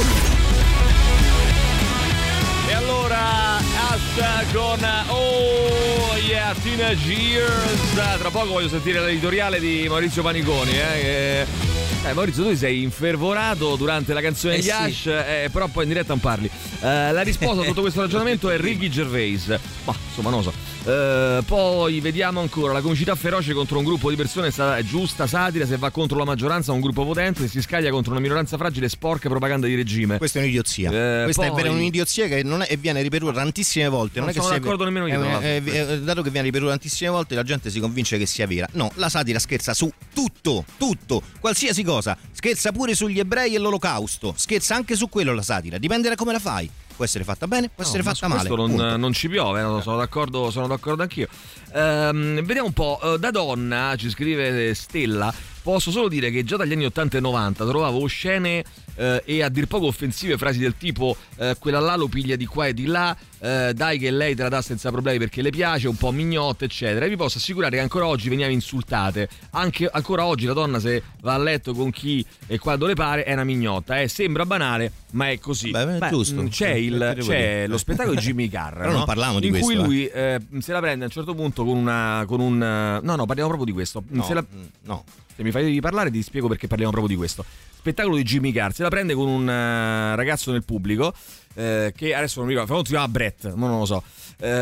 Speaker 3: E allora Asha con Oh yeah, Teenage Years. Tra poco voglio sentire l'editoriale di Maurizio Paniconi, eh, che- eh, Maurizio, tu ti sei infervorato durante la canzone
Speaker 5: Eh
Speaker 3: di
Speaker 5: sì.
Speaker 3: Ash, eh, però poi in diretta non parli. Eh, la risposta a tutto questo ragionamento è Ricky Gervais. Ma insomma, non lo so. Eh, poi vediamo ancora la comicità feroce contro un gruppo di persone è stata giusta satira, se va contro la maggioranza un gruppo potente, se si scaglia contro una minoranza fragile sporca propaganda di regime.
Speaker 9: Questa è un'idiozia.
Speaker 3: Eh,
Speaker 9: Questa
Speaker 3: poi-
Speaker 9: è vera un'idiozia che non è, e viene ripetuta tantissime volte. Non,
Speaker 3: Non
Speaker 9: è che
Speaker 3: sono
Speaker 9: sia-
Speaker 3: d'accordo nemmeno io,
Speaker 9: è-
Speaker 3: tra l'altro.
Speaker 9: è- è- dato che viene ripetuta tantissime volte, la gente si convince che sia vera. No, la satira scherza su tutto, tutto, qualsiasi cosa. Scherza pure sugli ebrei e l'olocausto. Scherza anche su quello la satira. Dipende da come la fai. Può essere fatta bene, può
Speaker 3: No,
Speaker 9: essere
Speaker 3: ma
Speaker 9: fatta
Speaker 3: su
Speaker 9: male.
Speaker 3: questo non,
Speaker 9: punto.
Speaker 3: non ci piove, no? sono d'accordo, sono d'accordo anch'io. Ehm, vediamo un po', eh, da donna ci scrive Stella. Posso solo dire che già dagli anni ottanta e novanta trovavo oscene eh, e a dir poco offensive frasi del tipo eh, quella là lo piglia di qua e di là, eh, dai che lei te la dà senza problemi perché le piace, un po' mignotta eccetera, e vi posso assicurare che ancora oggi veniamo insultate. Anche ancora oggi la donna, se va a letto con chi e quando le pare, è una mignotta, eh, sembra banale ma è così.
Speaker 9: Beh,
Speaker 3: Beh,
Speaker 9: giusto.
Speaker 3: c'è, il, c'è lo spettacolo di Jimmy Carr,
Speaker 9: però
Speaker 3: no?
Speaker 9: non parliamo di
Speaker 3: in
Speaker 9: questo,
Speaker 3: cui lui
Speaker 9: eh.
Speaker 3: eh, se la prende a un certo punto con una con un no no parliamo proprio di questo.
Speaker 9: No,
Speaker 3: se la,
Speaker 9: no.
Speaker 3: Se mi fai parlare ti spiego perché parliamo proprio di questo spettacolo di Jimmy Carr. Se la prende con un uh, ragazzo nel pubblico eh, che adesso non mi ricordo, si chiama Brett, ma non lo so.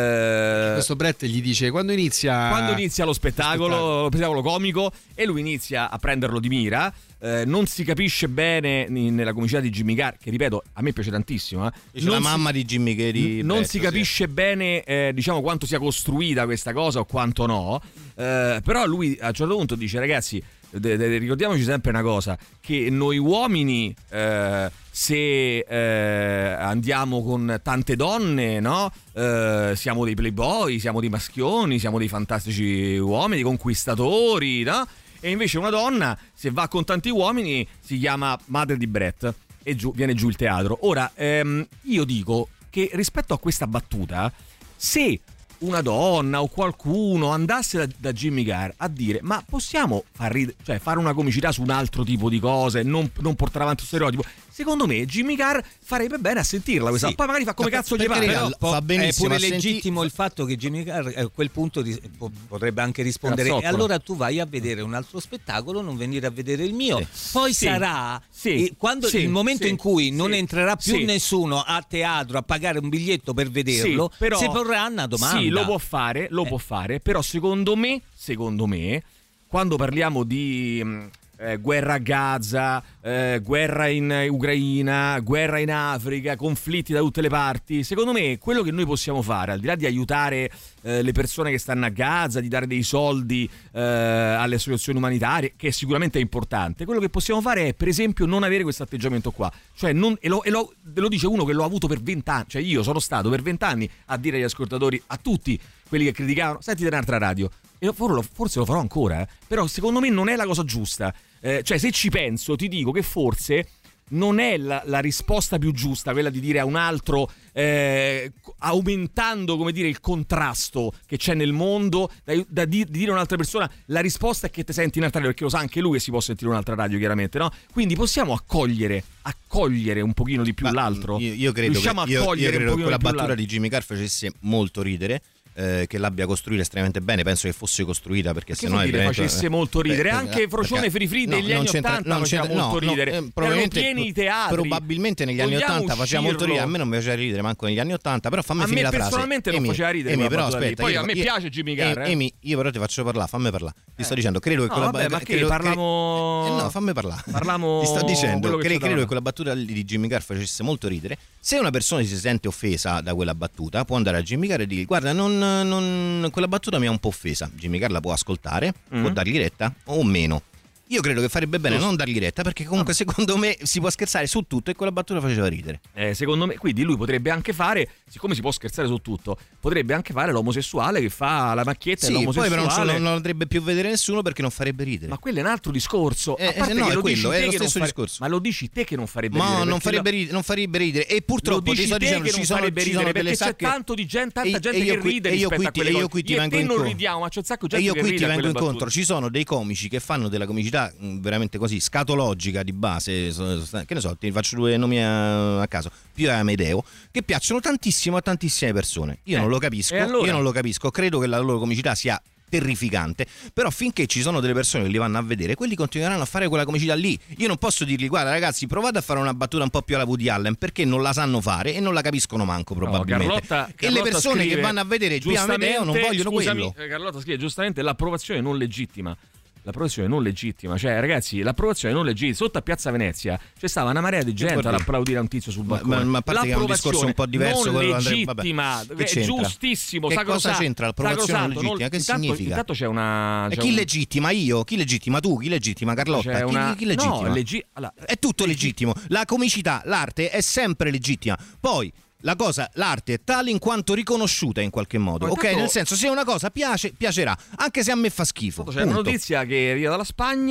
Speaker 3: Eh,
Speaker 4: questo Brett gli dice quando inizia
Speaker 3: quando inizia lo spettacolo,
Speaker 4: lo spettacolo,
Speaker 3: lo spettacolo comico, e lui inizia a prenderlo di mira. Eh, non si capisce bene nella comicità di Jimmy Carr, che ripeto a me piace tantissimo, eh.
Speaker 9: Dice la mamma di Jimmy Carr di
Speaker 3: non
Speaker 9: Brett,
Speaker 3: si capisce
Speaker 9: sì.
Speaker 3: bene eh, diciamo quanto sia costruita questa cosa o quanto no, eh, però lui a un certo punto dice ragazzi de- de- ricordiamoci sempre una cosa, che noi uomini eh, se eh, andiamo con tante donne, no? Eh, siamo dei playboy, siamo dei maschioni, siamo dei fantastici uomini, conquistatori, no? E invece una donna, se va con tanti uomini, si chiama madre di Brett e giù, viene giù il teatro. Ora, ehm, io dico che rispetto a questa battuta, se una donna o qualcuno andasse da, da Jimmy Carr a dire ma possiamo far rid- cioè fare una comicità su un altro tipo di cose, non, non portare avanti un stereotipo, secondo me Jimmy Carr farebbe bene a sentirla questa, sì. Poi magari fa come
Speaker 5: no,
Speaker 3: cazzo gli pare,
Speaker 5: però
Speaker 9: fa benissimo,
Speaker 5: è pure legittimo
Speaker 9: senti...
Speaker 5: il fatto che Jimmy Carr a quel punto potrebbe anche rispondere e allora tu vai a vedere un altro spettacolo, non venire a vedere il mio, sì. Poi sì. sarà sì. quando sì. il momento sì. in cui non sì. entrerà più sì. nessuno a teatro a pagare un biglietto per vederlo, sì, però, si porrà una domanda.
Speaker 3: Sì, lo può fare, lo eh. può fare, però secondo me, secondo me, quando parliamo di eh, guerra a Gaza, eh, guerra in Ucraina, guerra in Africa, conflitti da tutte le parti, secondo me quello che noi possiamo fare, al di là di aiutare eh, le persone che stanno a Gaza, di dare dei soldi eh, alle associazioni umanitarie, che sicuramente è importante, quello che possiamo fare è per esempio non avere questo atteggiamento qua, cioè non, e, lo, e lo, lo dice uno che l'ho avuto per vent'anni, cioè io sono stato per vent'anni a dire agli ascoltatori, a tutti quelli che criticavano, sentite un'altra radio, e forse lo farò ancora, eh. Però secondo me non è la cosa giusta, eh, cioè se ci penso ti dico che forse non è la, la risposta più giusta quella di dire a un altro eh, aumentando come dire il contrasto che c'è nel mondo da, da di, di dire a un'altra persona la risposta è che ti senti in un'altra radio, perché lo sa anche lui che si può sentire un'altra radio chiaramente, no? Quindi possiamo accogliere accogliere un pochino di più Ma l'altro
Speaker 9: io, io credo
Speaker 3: riusciamo
Speaker 9: che,
Speaker 3: a accogliere
Speaker 9: io, io credo
Speaker 3: un
Speaker 9: che quella
Speaker 3: di più
Speaker 9: battuta
Speaker 3: l'altro.
Speaker 9: di Jimmy Carr facesse molto ridere, eh, che l'abbia costruita estremamente bene, penso che fosse costruita perché
Speaker 3: che
Speaker 9: sennò
Speaker 3: dire
Speaker 9: veramente...
Speaker 3: facesse molto ridere,
Speaker 9: Beh,
Speaker 3: anche Frocione Free
Speaker 9: no,
Speaker 3: degli anni ottanta faceva molto
Speaker 9: no,
Speaker 3: ridere,
Speaker 9: no, probabilmente,
Speaker 3: erano pieni i teatri,
Speaker 9: probabilmente negli anni ottanta faceva molto ridere, a me non mi faceva ridere manco negli anni ottanta, però fammi
Speaker 3: a
Speaker 9: finire la frase.
Speaker 3: A me personalmente non
Speaker 9: Amy,
Speaker 3: faceva ridere,
Speaker 9: Amy, però
Speaker 3: aspetta,
Speaker 9: aspetta,
Speaker 3: poi
Speaker 9: io,
Speaker 3: a me
Speaker 9: io,
Speaker 3: piace Jimmy Carr, eh.
Speaker 9: Amy, io però ti faccio parlare, fammi parlare, ti sto
Speaker 3: eh.
Speaker 9: dicendo, credo che
Speaker 3: no,
Speaker 9: quella
Speaker 3: vabbè, ma che
Speaker 9: credo,
Speaker 3: parliamo
Speaker 9: eh, no, fammi parlare.
Speaker 3: Parliamo
Speaker 9: ti sto dicendo,
Speaker 3: che
Speaker 9: credo, credo che quella battuta di Jimmy Carr facesse molto ridere. Se una persona si sente offesa da quella battuta, può andare a Jimmy Carr e dire guarda, non, non quella battuta mi ha un po' offesa. Jimmy Carr la può ascoltare, mm. può dargli retta o meno. Io credo che farebbe bene non dargli retta, perché comunque secondo me si può scherzare su tutto e quella battuta faceva ridere.
Speaker 3: Eh, secondo me, quindi lui potrebbe anche fare, siccome si può scherzare su tutto, potrebbe anche fare l'omosessuale che fa la macchietta
Speaker 9: sì,
Speaker 3: e l'omosessuale.
Speaker 9: Poi però non, non lo potrebbe più vedere nessuno perché non farebbe ridere.
Speaker 3: Ma quello è un altro discorso.
Speaker 9: Eh,
Speaker 3: a parte
Speaker 9: no,
Speaker 3: che
Speaker 9: è
Speaker 3: lo
Speaker 9: quello, è lo stesso
Speaker 3: fare...
Speaker 9: discorso.
Speaker 3: Ma lo dici te che non farebbe
Speaker 9: ma
Speaker 3: ridere.
Speaker 9: Ma non farebbe,
Speaker 3: lo...
Speaker 9: ridere, non farebbe ridere. E purtroppo
Speaker 3: ti sto dicendo ci sono,
Speaker 9: ci sono
Speaker 3: perché
Speaker 9: delle
Speaker 3: c'è
Speaker 9: sacche...
Speaker 3: tanto di gente, tanta
Speaker 9: e,
Speaker 3: gente
Speaker 9: e
Speaker 3: che ride
Speaker 9: e io
Speaker 3: rispetto
Speaker 9: qui,
Speaker 3: a quelle
Speaker 9: e
Speaker 3: cose.
Speaker 9: io qui ti
Speaker 3: io
Speaker 9: vengo
Speaker 3: e te
Speaker 9: incontro.
Speaker 3: non ridiamo, ma c'è un sacco di
Speaker 9: gente
Speaker 3: che
Speaker 9: ride. E io qui ti vengo
Speaker 3: incontro.
Speaker 9: incontro. Ci sono dei comici che fanno della comicità veramente così scatologica di base, che ne so, ti faccio due nomi a, a caso, Pio e Amedeo, che piacciono tantissimo a tantissime persone. Io eh, non lo capisco, allora? io non lo capisco, credo che la loro comicità sia terrificante, però finché ci sono delle persone che li vanno a vedere, quelli continueranno a fare quella comicità lì. Io non posso dirgli guarda ragazzi, provate a fare una battuta un po' più alla Woody Allen, perché non la sanno fare e non la capiscono manco probabilmente. No, Carlotta, Carlotta e le persone
Speaker 3: scrive,
Speaker 9: che vanno a vedere Pio e Amedeo non vogliono
Speaker 3: scusami,
Speaker 9: quello.
Speaker 3: Carlotta scrive giustamente l'approvazione non legittima. L'approvazione non legittima, cioè ragazzi, l'approvazione non legittima. Sotto a Piazza Venezia c'è stava una marea di gente ad applaudire a un tizio sul balcone.
Speaker 9: Ma, ma a parte che è un discorso un po' diverso,
Speaker 3: non legittima,
Speaker 9: vabbè,
Speaker 3: è giustissimo.
Speaker 9: Che
Speaker 3: sacrosanto,
Speaker 9: cosa c'entra l'approvazione non legittima?
Speaker 3: Non,
Speaker 9: che
Speaker 3: intanto,
Speaker 9: significa?
Speaker 3: Intanto c'è una.
Speaker 9: C'è
Speaker 3: c'è
Speaker 9: chi
Speaker 3: un...
Speaker 9: legittima? Io? Chi legittima? Tu? Chi legittima? Carlotta?
Speaker 3: C'è
Speaker 9: Chi,
Speaker 3: una...
Speaker 9: chi legittima?
Speaker 3: No, leggi... allora,
Speaker 9: è tutto legittimo. La comicità, l'arte è sempre legittima. Poi la cosa, l'arte è tale in quanto riconosciuta in qualche modo, ok? Nel senso, se una cosa piace, piacerà, anche se a me fa schifo.
Speaker 3: C'è una notizia che arriva dalla Spagna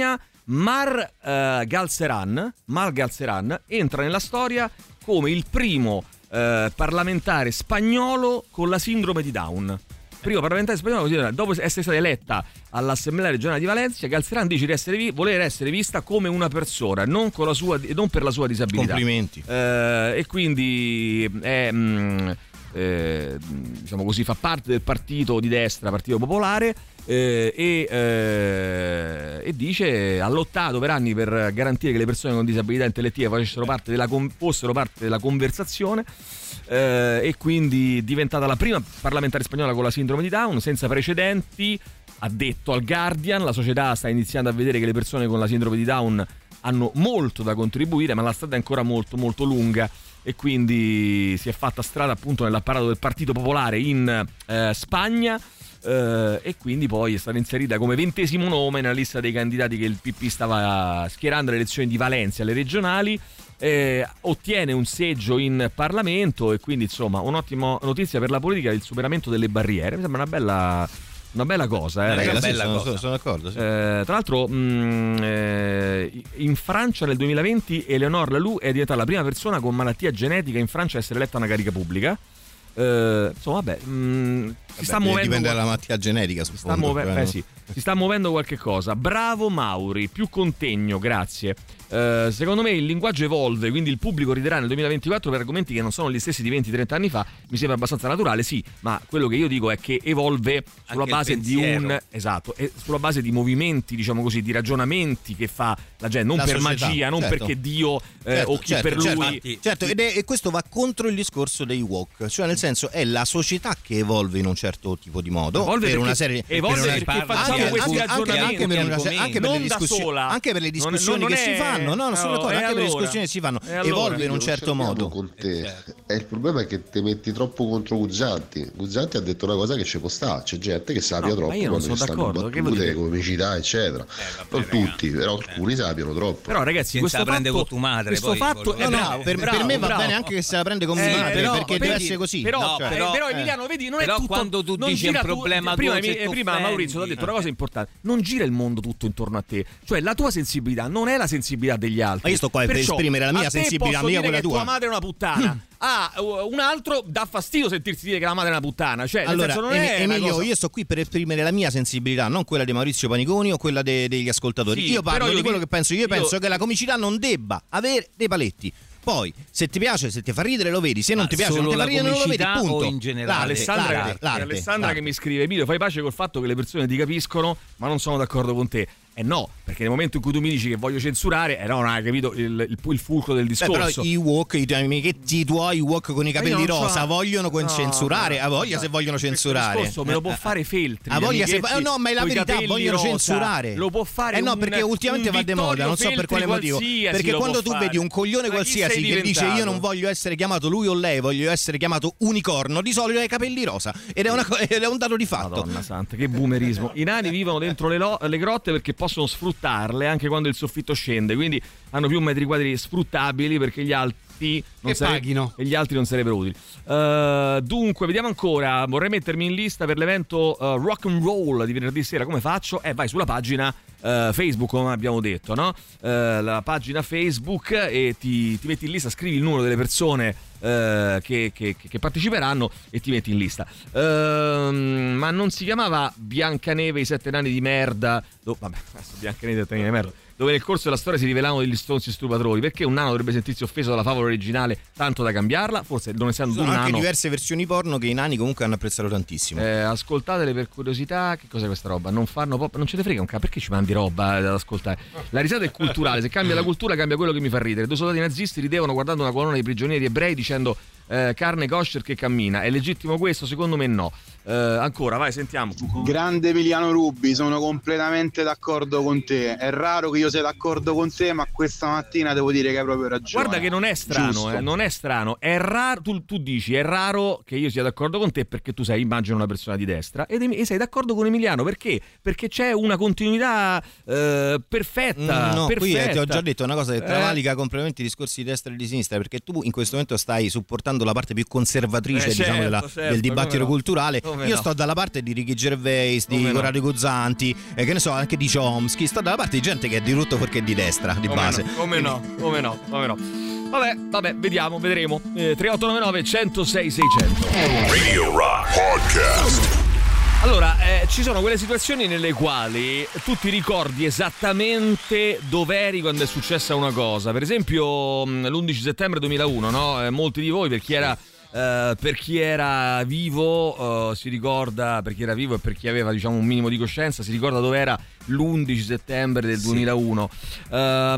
Speaker 3: Mar uh, Galceran, Mar Galceran entra nella storia come il primo uh, parlamentare spagnolo con la sindrome di Down. Primo parlamentare spagnolo, dopo essere stata eletta all'Assemblea regionale di Valencia, Galceran dice di essere vi- voler essere vista come una persona, non, con la sua, non per la sua disabilità.
Speaker 9: Complimenti.
Speaker 3: Uh, e quindi è... Mh, Eh, diciamo così, fa parte del partito di destra, Partito Popolare, eh, e, eh, e dice ha lottato per anni per garantire che le persone con disabilità intellettive facessero parte della, fossero parte della conversazione, eh, e quindi è diventata la prima parlamentare spagnola con la sindrome di Down senza precedenti. Ha detto al Guardian: la società sta iniziando a vedere che le persone con la sindrome di Down hanno molto da contribuire, ma la strada è ancora molto molto lunga. E quindi si è fatta strada appunto nell'apparato del Partito Popolare in eh, Spagna, eh, e quindi poi è stata inserita come ventesimo nome nella lista dei candidati che il P P stava schierando alle elezioni di Valencia, alle regionali. Eh, ottiene un seggio in Parlamento e quindi insomma un'ottima notizia per la politica, il superamento delle barriere. Mi sembra una bella... Una bella cosa, eh,
Speaker 9: ragazzi,
Speaker 3: ragazzi,
Speaker 9: bella
Speaker 3: sono,
Speaker 9: cosa. Sono d'accordo. Sì.
Speaker 3: Eh, tra l'altro, mh, eh, in Francia nel duemilaventi Eleonore Laloux è diventata la prima persona con malattia genetica in Francia a essere eletta a una carica pubblica. Eh, insomma, vabbè, mh, si
Speaker 9: vabbè,
Speaker 3: sta muovendo.
Speaker 9: Dipende dalla malattia genetica,
Speaker 3: si sta, muove- eh, sì, si sta muovendo qualche cosa. Bravo Mauri, più contegno, grazie. Uh, secondo me il linguaggio evolve, quindi il pubblico riderà nel duemilaventiquattro per argomenti che non sono gli stessi di venti trenta anni fa. Mi sembra abbastanza naturale, sì, ma quello che io dico è che evolve sulla
Speaker 5: anche
Speaker 3: base di un esatto, e sulla base di movimenti, diciamo così, di ragionamenti che fa la gente, non
Speaker 9: la
Speaker 3: per
Speaker 9: società,
Speaker 3: magia, non
Speaker 9: certo.
Speaker 3: perché Dio eh,
Speaker 9: certo,
Speaker 3: o chi
Speaker 9: certo,
Speaker 3: per
Speaker 9: certo,
Speaker 3: lui.
Speaker 9: Certo, ed è, e questo va contro il discorso dei woke, cioè nel senso è la società che evolve in un certo tipo di modo,
Speaker 3: evolve
Speaker 9: per
Speaker 3: perché,
Speaker 9: una serie
Speaker 3: evolve
Speaker 9: per una,
Speaker 3: perché facciamo
Speaker 9: anche,
Speaker 3: questi
Speaker 9: anche,
Speaker 3: ragionamenti
Speaker 9: anche per, una, anche per le discussioni, anche per le discussioni
Speaker 3: non, non
Speaker 9: che
Speaker 3: è,
Speaker 9: si fanno, no, non sono
Speaker 3: no,
Speaker 9: d'accordo, anche
Speaker 3: allora,
Speaker 9: per le discussioni che si fanno,
Speaker 3: allora,
Speaker 9: evolve in un
Speaker 16: non
Speaker 9: certo modo.
Speaker 16: Con te. E il problema è che te metti troppo contro Guzzanti. Guzzanti ha detto una cosa che ci può stare, c'è gente che sappia
Speaker 3: no,
Speaker 16: troppo quando ci stanno battute, comicità, eccetera. Eh, vabbè, non ragazzi, tutti, però alcuni eh. sappiano troppo.
Speaker 3: Però ragazzi, questo fatto,
Speaker 5: con tu madre,
Speaker 3: questo
Speaker 5: poi,
Speaker 3: fatto
Speaker 5: no,
Speaker 3: no,
Speaker 9: per,
Speaker 3: bravo,
Speaker 9: per me va
Speaker 3: bravo.
Speaker 9: bene anche che se la prende con mia
Speaker 3: eh,
Speaker 9: madre,
Speaker 3: però,
Speaker 9: perché
Speaker 3: vedi,
Speaker 9: deve essere così.
Speaker 3: Però,
Speaker 9: no, cioè,
Speaker 3: però, però Emiliano, vedi, non è
Speaker 5: però
Speaker 3: tutto,
Speaker 5: quando tu
Speaker 3: non
Speaker 5: dici
Speaker 3: gira
Speaker 5: un problema
Speaker 3: tu, prima,
Speaker 5: tuo,
Speaker 3: prima, prima Maurizio ha detto una cosa importante: non gira il mondo tutto intorno a te, cioè la tua sensibilità non è la sensibilità degli altri.
Speaker 9: Ma io sto qua per
Speaker 3: Perciò,
Speaker 9: esprimere la mia sensibilità, mia quella tua.
Speaker 3: Tua madre è una puttana. Ah, un altro dà fastidio sentirsi dire che la madre è una puttana. Cioè,
Speaker 9: allora,
Speaker 3: nel senso, non
Speaker 9: em-
Speaker 3: è
Speaker 9: Emilio,
Speaker 3: cosa...
Speaker 9: io sto qui per esprimere la mia sensibilità, non quella di Maurizio Paniconi o quella de- degli ascoltatori.
Speaker 3: Sì,
Speaker 9: io parlo
Speaker 3: io
Speaker 9: di quello
Speaker 3: vi...
Speaker 9: che penso. Io, io penso che la comicità non debba avere dei paletti. Poi, se ti piace, se ti fa ridere, lo vedi. Se non
Speaker 5: Ma
Speaker 9: ti piace, non ti fa ridere, non lo vedi. Punto.
Speaker 5: O in generale?
Speaker 3: Alessandra,
Speaker 9: l'arte, l'arte,
Speaker 3: Alessandra
Speaker 9: l'arte.
Speaker 3: che mi scrive: Emilio, fai pace col fatto che le persone ti capiscono, ma non sono d'accordo con te. Eh no, perché nel momento in cui tu mi dici che voglio censurare, eh no, non hai capito il, il, il fulcro del discorso.
Speaker 9: Beh, però i woke, i tuoi amichetti tuoi, i woke con i capelli rosa, so. vogliono con no, censurare. Ha voglia no, se vogliono censurare.
Speaker 3: Discorso, me lo può fare Feltri.
Speaker 9: Ha voglia se oh, no, ma è la verità, vogliono rosa, censurare.
Speaker 3: Lo può fare.
Speaker 9: Eh no,
Speaker 3: un,
Speaker 9: perché ultimamente va de moda, non so per quale motivo. Perché quando tu vedi un coglione qualsiasi che dice io non voglio essere chiamato lui o lei, voglio essere chiamato unicorno, di solito ha i capelli rosa. Ed è, una, ed è un dato di fatto.
Speaker 3: Madonna santa, che boomerismo. I nani vivono dentro le, lo, le grotte perché possono sfruttare anche quando il soffitto scende, quindi hanno più metri quadri sfruttabili perché gli altri non, sare- e gli altri non sarebbero utili. Uh, dunque, vediamo ancora. Vorrei mettermi in lista per l'evento uh, Rock and Roll di venerdì sera. Come faccio? Eh, vai sulla pagina uh, Facebook, come abbiamo detto, no? Uh, la pagina Facebook e ti, ti metti in lista, scrivi il numero delle persone Uh, che, che, che parteciperanno e ti metti in lista. Uh, ma non si chiamava Biancaneve i sette nani di merda? Oh, vabbè, adesso Biancaneve i sette nani di merda, dove nel corso della storia si rivelavano degli stronzi stupratori. Perché un nano dovrebbe sentirsi offeso dalla favola originale tanto da cambiarla? Forse non essendo
Speaker 9: sono
Speaker 3: un
Speaker 9: anche
Speaker 3: nano.
Speaker 9: diverse versioni porno che i nani comunque hanno apprezzato tantissimo.
Speaker 3: Eh, ascoltatele per curiosità. Che cos'è questa roba? Non fanno pop, non ce ne frega un cazzo. Perché ci mandi roba ad ascoltare? La risata è culturale. Se cambia la cultura, cambia quello che mi fa ridere. Due soldati nazisti ridevano guardando una colonna di prigionieri ebrei dicendo eh, carne kosher che cammina. È legittimo questo? Secondo me no. Eh, ancora, vai, sentiamo.
Speaker 17: Grande Emiliano Rubi, sono completamente d'accordo con te. È raro che io sia d'accordo con te, ma questa mattina devo dire che hai proprio ragione.
Speaker 3: Guarda che non è strano, eh, non è strano. È raro, tu, tu dici, è raro che io sia d'accordo con te perché tu sei, immagino, una persona di destra ed, e sei d'accordo con Emiliano. Perché? Perché c'è una continuità eh, perfetta.
Speaker 9: Mm, no,
Speaker 3: perfetta.
Speaker 9: qui eh, ti ho già detto una cosa che travalica
Speaker 3: eh.
Speaker 9: completamente i discorsi di destra e di sinistra, perché tu in questo momento stai supportando la parte più conservatrice,
Speaker 3: eh,
Speaker 9: diciamo,
Speaker 3: certo,
Speaker 9: della,
Speaker 3: certo,
Speaker 9: del dibattito
Speaker 3: no.
Speaker 9: culturale.
Speaker 3: Come
Speaker 9: io
Speaker 3: no.
Speaker 9: sto dalla parte di Ricky Gervais, di
Speaker 3: Come
Speaker 9: Corrado
Speaker 3: no.
Speaker 9: Guzzanti, eh, che ne so, anche di Chomsky. Sto dalla parte di gente che è di innanzitutto perché è di destra, di
Speaker 3: come
Speaker 9: base.
Speaker 3: No, come no, come no, come no. Vabbè, vabbè, vediamo, vedremo. Eh, tre otto nove nove uno zero sei sei zero zero.
Speaker 7: Radio Rock Podcast.
Speaker 3: Allora, eh, ci sono quelle situazioni nelle quali tu ti ricordi esattamente dov'eri quando è successa una cosa. Per esempio l'undici settembre duemilauno, no? Eh, molti di voi, per chi era... Uh, per chi era vivo uh, si ricorda, per chi era vivo e per chi aveva diciamo un minimo di coscienza si ricorda dove era l'undici settembre del duemilauno. Sì.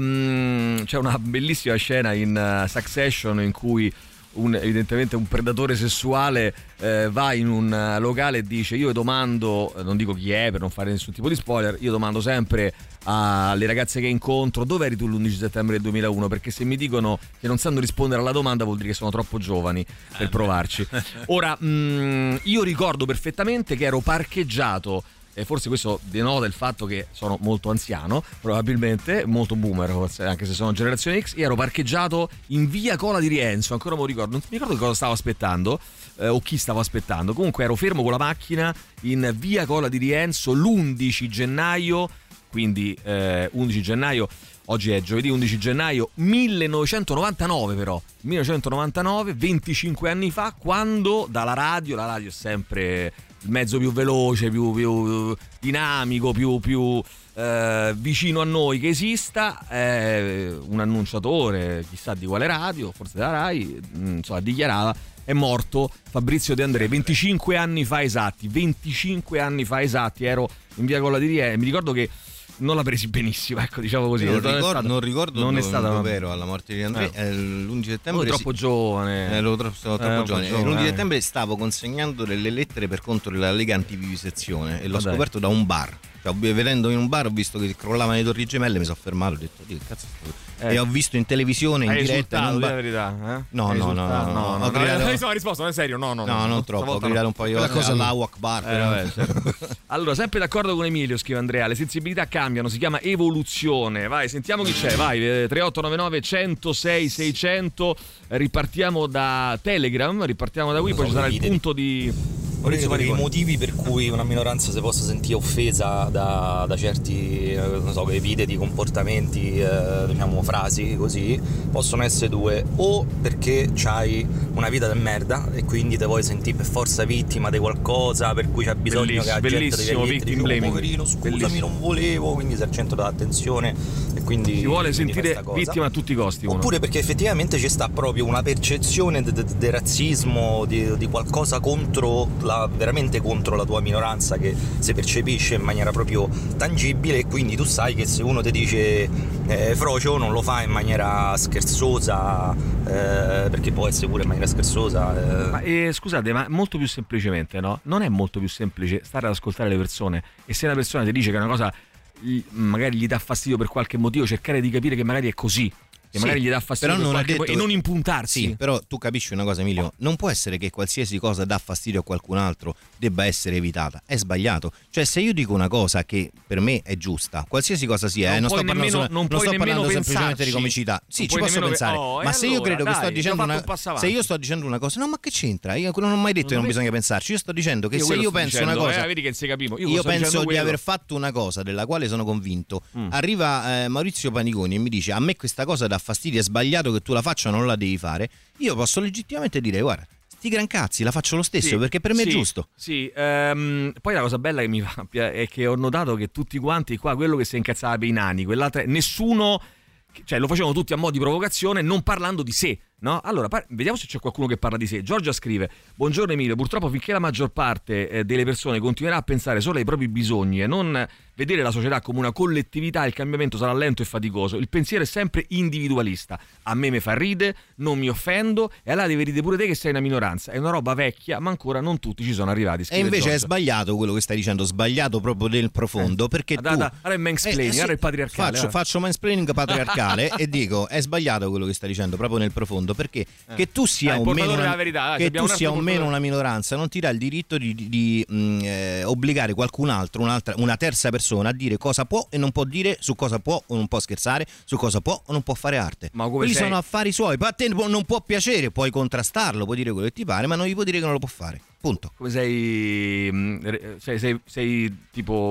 Speaker 3: Um, c'è una bellissima scena in uh, Succession in cui un, evidentemente un predatore sessuale eh, va in un uh, locale e dice: io domando, non dico chi è per non fare nessun tipo di spoiler, io domando sempre alle ragazze che incontro dove eri tu l'undici settembre del duemilauno, perché se mi dicono che non sanno rispondere alla domanda vuol dire che sono troppo giovani per eh provarci. Ora mh, io ricordo perfettamente che ero parcheggiato, e forse questo denota il fatto che sono molto anziano, probabilmente molto boomer, anche se sono generazione X. Io ero parcheggiato in via Cola di Rienzo, ancora me lo ricordo, non mi ricordo cosa stavo aspettando eh, o chi stavo aspettando, comunque ero fermo con la macchina in via Cola di Rienzo l'undici gennaio, quindi eh, undici gennaio, oggi è giovedì undici gennaio millenovecentonovantanove, però millenovecentonovantanove, venticinque anni fa, quando dalla radio, la radio è sempre il mezzo più veloce, più, più dinamico, più, più eh, vicino a noi che esista, eh, un annunciatore, chissà di quale radio, forse della Rai, insomma, dichiarava: è morto Fabrizio De André, venticinque anni fa esatti, venticinque anni fa esatti, ero in via Colla di Rienzo, mi ricordo che non l'ha presi benissimo, ecco, diciamo così.
Speaker 9: Non,
Speaker 3: non,
Speaker 9: ricordo,
Speaker 3: è stato,
Speaker 9: non ricordo
Speaker 3: non
Speaker 9: dove,
Speaker 3: è stato
Speaker 9: dove ero alla morte di André, eh. l'undici settembre.
Speaker 3: Ero troppo
Speaker 9: sì.
Speaker 3: giovane.
Speaker 9: Eh, ero troppo, stavo troppo
Speaker 3: eh,
Speaker 9: giovane.
Speaker 3: giovane.
Speaker 9: L'undici
Speaker 3: Eh.
Speaker 9: settembre stavo consegnando delle lettere per conto della Lega Antivivisezione e l'ho
Speaker 3: Ah, dai.
Speaker 9: scoperto da un bar. Cioè, vedendo in un bar ho visto che crollavano le Torri Gemelle, mi sono fermato, ho detto: che cazzo sto...
Speaker 3: Eh.
Speaker 9: E ho visto in televisione, in
Speaker 3: Hai
Speaker 9: diretta, in
Speaker 3: esultato,
Speaker 9: un
Speaker 3: di
Speaker 9: bar.
Speaker 3: la verità, eh?
Speaker 9: No,
Speaker 3: Hai
Speaker 9: no, no,
Speaker 3: esultato?
Speaker 9: no, no,
Speaker 3: no,
Speaker 9: ho
Speaker 3: no,
Speaker 9: gridato-
Speaker 3: no, no, risposta, non è serio, no, no,
Speaker 9: No, non troppo, ho gridato un po' io. Allahu Akbar.
Speaker 3: Eh, vabbè, certo. Allora, sempre d'accordo con Emilio, scrive Andrea, le sensibilità cambiano, si chiama evoluzione. Vai, sentiamo chi c'è, vai, tre otto nove nove uno zero sei sei zero zero. Ripartiamo da Telegram, ripartiamo da qui, poi ci sarà il punto di...
Speaker 20: Maurizio, per i motivi per cui una minoranza si possa sentire offesa da, da certi, eh, non so, vite di comportamenti, eh, diciamo frasi così, possono essere due: o perché c'hai una vita di merda e quindi te vuoi sentire per forza vittima di qualcosa per cui c'è bisogno che la gente
Speaker 3: bellissimo,
Speaker 20: ti
Speaker 3: victim
Speaker 20: dica: oh,
Speaker 3: blaming.
Speaker 20: poverino, scusami,
Speaker 3: Bellissimo.
Speaker 20: non volevo, quindi sei al centro dell'attenzione e quindi
Speaker 3: Si vuole
Speaker 20: quindi
Speaker 3: sentire
Speaker 20: questa cosa.
Speaker 3: vittima a tutti i costi. Uno.
Speaker 20: Oppure perché effettivamente ci sta proprio una percezione di razzismo, di, di qualcosa contro la, veramente contro la tua minoranza, che si percepisce in maniera proprio tangibile, e quindi tu sai che se uno ti dice eh, frocio non lo fa in maniera scherzosa, eh, perché può essere pure in maniera scherzosa. Eh.
Speaker 3: Ma eh, scusate, ma molto più semplicemente, no? Non è molto più semplice stare ad ascoltare le persone, e se una persona ti dice che una cosa gli- magari gli dà fastidio per qualche motivo, cercare di capire che magari è così, che
Speaker 9: Sì,
Speaker 3: magari gli dà fastidio
Speaker 9: però
Speaker 3: per
Speaker 9: non ha
Speaker 3: qualche
Speaker 9: detto-
Speaker 3: motivo, e non impuntarsi.
Speaker 9: Sì, però tu capisci una cosa, Emilio, non può essere che qualsiasi cosa dà fastidio a qualcun altro debba essere evitata, è sbagliato. Cioè, se io dico una cosa che per me è giusta, qualsiasi cosa sia,
Speaker 3: Non
Speaker 9: eh, non
Speaker 3: puoi
Speaker 9: sto parlando,
Speaker 3: nemmeno-
Speaker 9: solo-
Speaker 3: non
Speaker 9: non
Speaker 3: puoi
Speaker 9: sto
Speaker 3: nemmeno
Speaker 9: parlando semplicemente di
Speaker 3: pensarci.
Speaker 9: comicità. Sì,
Speaker 3: Non
Speaker 9: ci
Speaker 3: puoi
Speaker 9: posso
Speaker 3: nemmeno-
Speaker 9: pensare,
Speaker 3: oh, e
Speaker 9: ma se io
Speaker 3: allora,
Speaker 9: credo che
Speaker 3: dai,
Speaker 9: sto dicendo
Speaker 3: abbiamo
Speaker 9: una
Speaker 3: fatto un passo
Speaker 9: se
Speaker 3: avanti.
Speaker 9: io sto dicendo una cosa, no, ma che c'entra? Io non ho mai detto che non
Speaker 3: vedi-
Speaker 9: bisogna pensarci. Io sto dicendo che
Speaker 3: Io
Speaker 9: se
Speaker 3: quello
Speaker 9: io
Speaker 3: sto
Speaker 9: penso
Speaker 3: dicendo,
Speaker 9: una cosa,
Speaker 3: eh, vedi che si capimo. Io
Speaker 9: io
Speaker 3: sto
Speaker 9: penso
Speaker 3: dicendo
Speaker 9: di
Speaker 3: quello.
Speaker 9: aver fatto una cosa della quale sono convinto.
Speaker 3: Mm.
Speaker 9: Arriva eh, Maurizio Paniconi e mi dice: a me questa cosa dà fastidio, è sbagliato che tu la faccia, non la devi fare. Io posso legittimamente dire: guarda, sti gran cazzi, la faccio lo stesso,
Speaker 3: Sì,
Speaker 9: perché per me
Speaker 3: sì,
Speaker 9: è giusto.
Speaker 3: Sì, ehm, poi la cosa bella che mi fa è che ho notato che tutti quanti qua, quello che si incazzava per i nani, quell'altra, nessuno, cioè lo facevano tutti a mo' di provocazione, non parlando di sé, no? Allora, par- vediamo se c'è qualcuno che parla di sé. Giorgia scrive: buongiorno Emilio, purtroppo finché la maggior parte eh, delle persone continuerà a pensare solo ai propri bisogni e non vedere la società come una collettività, il cambiamento sarà lento e faticoso. Il pensiero è sempre individualista. A me mi fa ride, non mi offendo, e allora devi ridere pure te che sei una minoranza. È una roba vecchia, ma ancora non tutti ci sono arrivati.
Speaker 9: E
Speaker 3: scrive
Speaker 9: invece
Speaker 3: Giorgia.
Speaker 9: è sbagliato quello che stai dicendo, sbagliato proprio nel profondo, perché
Speaker 3: Ah, da-
Speaker 9: tu
Speaker 3: da- Allora è mansplaining,
Speaker 9: Eh, sì,
Speaker 3: allora è il patriarcale.
Speaker 9: faccio,
Speaker 3: eh.
Speaker 9: faccio mansplaining patriarcale e dico: è sbagliato quello che stai dicendo proprio nel profondo, perché
Speaker 3: Eh.
Speaker 9: che tu sia
Speaker 3: Dai,
Speaker 9: o
Speaker 3: portatore
Speaker 9: meno una,
Speaker 3: della verità, dai, se
Speaker 9: che
Speaker 3: abbiamo
Speaker 9: tu
Speaker 3: un
Speaker 9: sia o
Speaker 3: altro
Speaker 9: meno
Speaker 3: portatore-
Speaker 9: una minoranza non ti dà il diritto di, di- di, mh, eh, obbligare qualcun altro, un'altra, una terza persona a dire cosa può e non può dire, su cosa può o non può scherzare, su cosa può o non può fare arte.
Speaker 3: Ma come
Speaker 9: Quelli
Speaker 3: sei-
Speaker 9: sono affari suoi, poi a te non può piacere, puoi contrastarlo, puoi dire quello che ti pare, ma non gli puoi dire che non lo può fare. Punto.
Speaker 3: Come sei, mh, re- sei, sei, sei tipo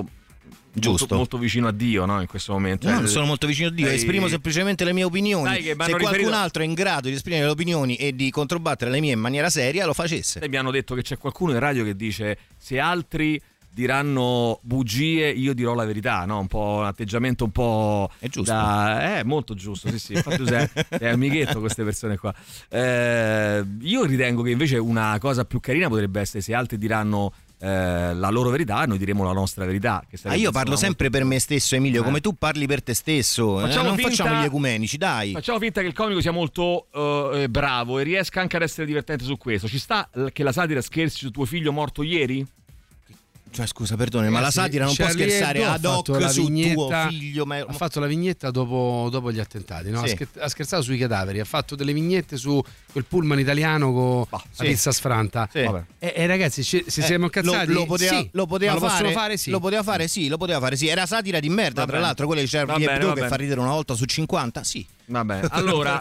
Speaker 9: Giusto.
Speaker 3: Molto, molto vicino a Dio, no? In questo momento.
Speaker 9: No, non sono molto vicino a Dio,
Speaker 3: Dai,
Speaker 9: esprimo semplicemente le mie opinioni. Se qualcun
Speaker 3: riferito...
Speaker 9: altro è in grado di esprimere le opinioni e di controbattere le mie in maniera seria, lo facesse.
Speaker 3: E mi hanno detto che c'è qualcuno in radio che dice: se altri diranno bugie, io dirò la verità, no? Un po' un atteggiamento un po'.
Speaker 9: È giusto.
Speaker 3: Da... È molto giusto, sì, sì. Infatti, sei, sei amichetto queste persone qua. Eh, io ritengo che invece una cosa più carina potrebbe essere se altri diranno. Eh, la loro verità, noi diremo la nostra verità. Che
Speaker 9: ah, io parlo sempre molto... per me stesso, Emilio,
Speaker 3: eh.
Speaker 9: come tu parli per te stesso. Eh, non
Speaker 3: finta...
Speaker 9: facciamo gli ecumenici, dai.
Speaker 3: Facciamo finta che il comico sia molto uh, bravo e riesca anche ad essere divertente su questo. Ci sta che la satira scherzi su tuo figlio morto ieri?
Speaker 9: Cioè, scusa, perdone, ma la satira non può scherzare ad hoc su tuo figlio. Ma...
Speaker 4: Ha fatto la vignetta dopo, dopo gli attentati, no?
Speaker 9: Sì.
Speaker 4: Ha, scher- ha scherzato sui cadaveri, ha fatto delle vignette su quel pullman italiano con bah, la sì. pizza sfranta. Sì. E, e ragazzi, ci, se eh, siamo incazzati,
Speaker 9: lo, lo poteva,
Speaker 4: sì.
Speaker 9: lo poteva
Speaker 4: lo
Speaker 9: fare,
Speaker 4: fare sì.
Speaker 9: Lo poteva fare, sì, lo poteva fare, sì. Era satira di merda, va tra bene. L'altro, quella di Charlie Hebdo che fa ridere una volta su cinquanta, sì.
Speaker 3: Va bene. Allora,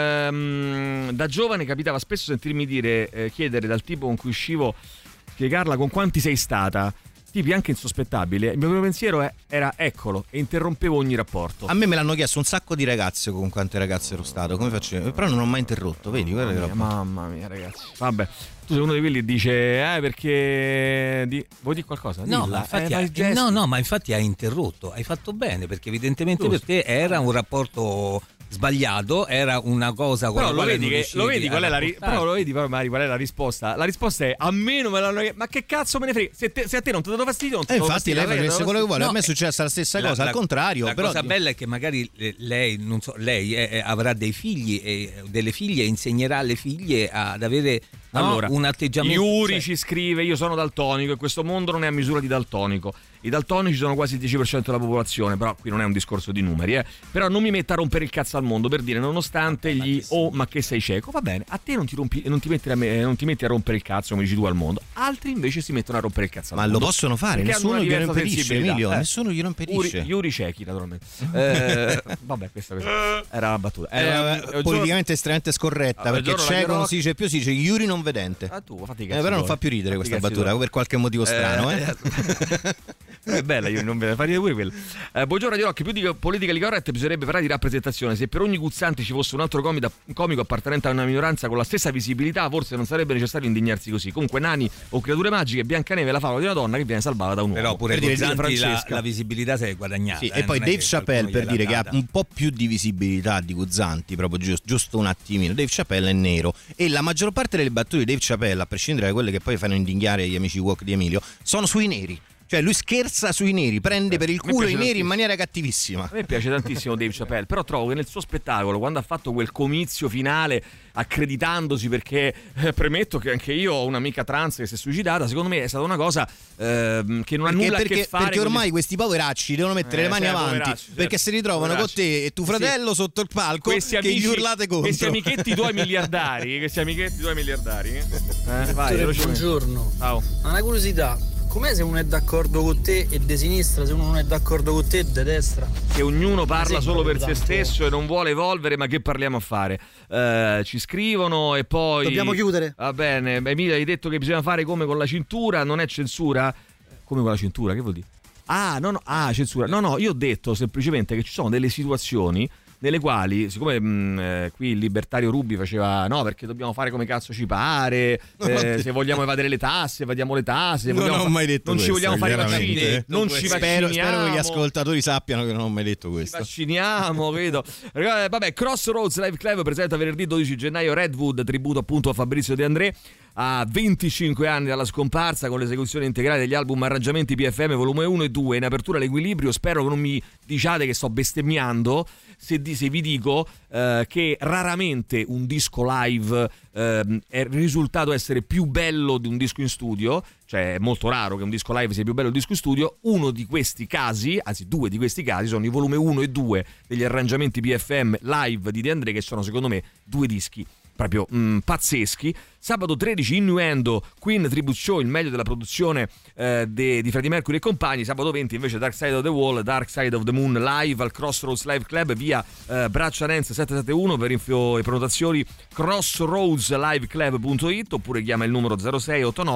Speaker 3: ehm, da giovane capitava spesso sentirmi dire, eh, chiedere dal tipo con cui uscivo, spiegarla con quanti sei stata. Tipi anche insospettabile. Il mio primo pensiero è, era eccolo, e interrompevo ogni rapporto.
Speaker 9: A me me l'hanno chiesto un sacco di ragazze con quante ragazze ero stato. Come faccio? Però non ho mai interrotto, vedi?
Speaker 3: Mamma mia, mamma mia, ragazzi. Vabbè, tu sei uno di quelli che dice eh perché di... vuoi dire qualcosa?
Speaker 5: No,
Speaker 3: Dilla.
Speaker 5: infatti
Speaker 3: eh,
Speaker 5: hai, no, no, ma infatti hai interrotto, hai fatto bene, perché evidentemente Giusto. Per te era un rapporto sbagliato, era una cosa con
Speaker 3: però
Speaker 5: la
Speaker 3: lo
Speaker 5: quale
Speaker 3: vedi che lo vedi qual è la ri- però lo vedi però magari qual è la risposta? La risposta è a me non me l'hanno, ma che cazzo me ne frega? Se, te, se a te non ti do fastidio non ti
Speaker 9: do
Speaker 3: eh,
Speaker 9: fastidio. Infatti lei facesse quello che vuole, no, a me è successa la stessa la, cosa,
Speaker 5: la,
Speaker 9: al contrario.
Speaker 5: La
Speaker 9: però
Speaker 5: cosa bella è che magari lei, non so, lei eh, avrà dei figli e delle figlie e insegnerà alle figlie ad avere no, allora, un atteggiamento.
Speaker 3: Yuri
Speaker 5: cioè,
Speaker 3: ci scrive: io sono daltonico e questo mondo non è a misura di daltonico. I daltonici sono quasi il dieci per cento della popolazione, però qui non è un discorso di numeri, eh. Però non mi metta a rompere il cazzo al mondo per dire nonostante gli oh ma che sei cieco, va bene, a te non ti rompi, non ti metti a, non ti metti a rompere il cazzo come dici tu al mondo, altri invece si mettono a rompere il cazzo al
Speaker 9: ma
Speaker 3: mondo.
Speaker 9: Ma lo possono fare, nessuno glielo impedisce, Emilio, eh. nessuno glielo impedisce.
Speaker 3: Yuri, Yuri ciechi naturalmente. eh, vabbè, questa, questa era una battuta.
Speaker 9: Era eh, politicamente giorno... estremamente scorretta, ah, perché cieco non si dice più, si dice Yuri non vedente.
Speaker 3: Ah, tu, fatti
Speaker 9: eh, però non fa più ridere fatti questa battuta per qualche motivo strano, eh.
Speaker 3: eh. È bella, io non ve la farei pure quella. Eh, buongiorno Radio Rock, più di politically correct bisognerebbe parlare di rappresentazione. Se per ogni guzzante ci fosse un altro comico, comico appartenente a una minoranza con la stessa visibilità, forse non sarebbe necessario indignarsi così. Comunque nani o creature magiche, Biancaneve è la favola di una donna che viene salvata da un uomo.
Speaker 5: Però pure
Speaker 3: per
Speaker 5: Guzzanti la, la visibilità si è guadagnata.
Speaker 9: Sì,
Speaker 5: eh,
Speaker 9: e poi Dave Chappelle, per dire data. Che ha un po' più di visibilità di Guzzanti, proprio giusto, giusto un attimino. Dave Chappelle è nero e la maggior parte delle battute di Dave Chappelle, a prescindere da quelle che poi fanno indignare gli amici walk di Emilio, sono sui neri. Cioè lui scherza sui neri, prende per il culo i neri in maniera cattivissima.
Speaker 3: A me piace tantissimo Dave Chappelle, però trovo che nel suo spettacolo, quando ha fatto quel comizio finale accreditandosi, perché eh, premetto che anche io ho un'amica trans che si è suicidata, secondo me è stata una cosa eh, che non ha
Speaker 9: perché,
Speaker 3: nulla
Speaker 9: perché,
Speaker 3: a che fare
Speaker 9: perché ormai
Speaker 3: con...
Speaker 9: questi poveracci devono mettere eh, le mani
Speaker 3: certo,
Speaker 9: avanti
Speaker 3: poveracci,
Speaker 9: perché
Speaker 3: certo,
Speaker 9: si ritrovano
Speaker 3: poveracci.
Speaker 9: con te e tuo fratello sì. sotto il palco
Speaker 3: questi
Speaker 9: che
Speaker 3: amici,
Speaker 9: gli urlate contro.
Speaker 3: Questi amichetti tuoi miliardari, questi amichetti tuoi miliardari. Eh,
Speaker 14: vai, buongiorno.
Speaker 3: Ciao.
Speaker 14: Una curiosità. Com'è se uno è d'accordo con te e di sinistra, se uno non è d'accordo con te di destra?
Speaker 3: Che ognuno parla solo per se stesso e non vuole evolvere, ma che parliamo a fare? Uh, ci scrivono e poi...
Speaker 14: Dobbiamo chiudere?
Speaker 3: Va bene, Emilia hai detto che bisogna fare come con la cintura, non è censura? Come con la cintura, che vuol dire? Ah, no, no, ah, censura. No, no, io ho detto semplicemente che ci sono delle situazioni nelle quali, siccome mh, eh, qui il libertario Rubi faceva no perché dobbiamo fare come cazzo ci pare, eh, se vogliamo evadere le tasse evadiamo le tasse,
Speaker 9: non ho mai detto
Speaker 3: non
Speaker 9: questo,
Speaker 3: ci vogliamo fare i vaccini, non ci
Speaker 9: spero,
Speaker 3: vacciniamo,
Speaker 9: spero che gli ascoltatori sappiano che non ho mai detto questo.
Speaker 3: Ci vacciniamo, vedo. Vabbè, Crossroads Live Club presenta venerdì dodici gennaio Redwood, tributo appunto a Fabrizio De André a venticinque anni dalla scomparsa, con l'esecuzione integrale degli album Arrangiamenti P F M volume uno e due. In apertura l'equilibrio. Spero che non mi diciate che sto bestemmiando se, di, se vi dico eh, che raramente un disco live eh, è risultato essere più bello di un disco in studio. Cioè è molto raro che un disco live sia più bello di un disco in studio. Uno di questi casi, anzi due di questi casi, sono i volume uno e due degli Arrangiamenti P F M live di De André, che sono secondo me due dischi proprio mh, pazzeschi. Sabato tredici Innuendo, Queen Tribute Show, il meglio della produzione eh, de, di Freddie Mercury e compagni. Sabato venti invece Dark Side of the Wall, Dark Side of the Moon live al Crossroads Live Club, via eh, Braccianense settecentosettantuno. Per info e prenotazioni crossroads live club punto it oppure chiama il numero zero sei ottantanove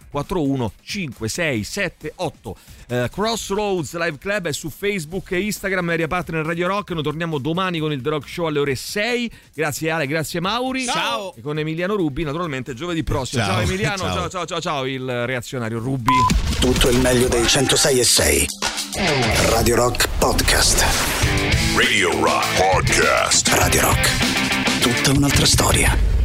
Speaker 3: quattro uno cinque sei sette otto. Uh, Crossroads Live Club è su Facebook e Instagram, area partner Radio Rock. Noi torniamo domani con il The Rock Show alle ore sei. Grazie Ale, grazie Mauri.
Speaker 5: Ciao.
Speaker 3: E con Emiliano Rubi naturalmente giovedì prossimo.
Speaker 2: Ciao,
Speaker 3: ciao Emiliano, ciao.
Speaker 2: ciao
Speaker 3: ciao ciao ciao il reazionario Rubi.
Speaker 2: Tutto il meglio dei centosei e sei. Radio Rock Podcast.
Speaker 7: Radio Rock Podcast.
Speaker 2: Radio Rock. Tutta un'altra storia.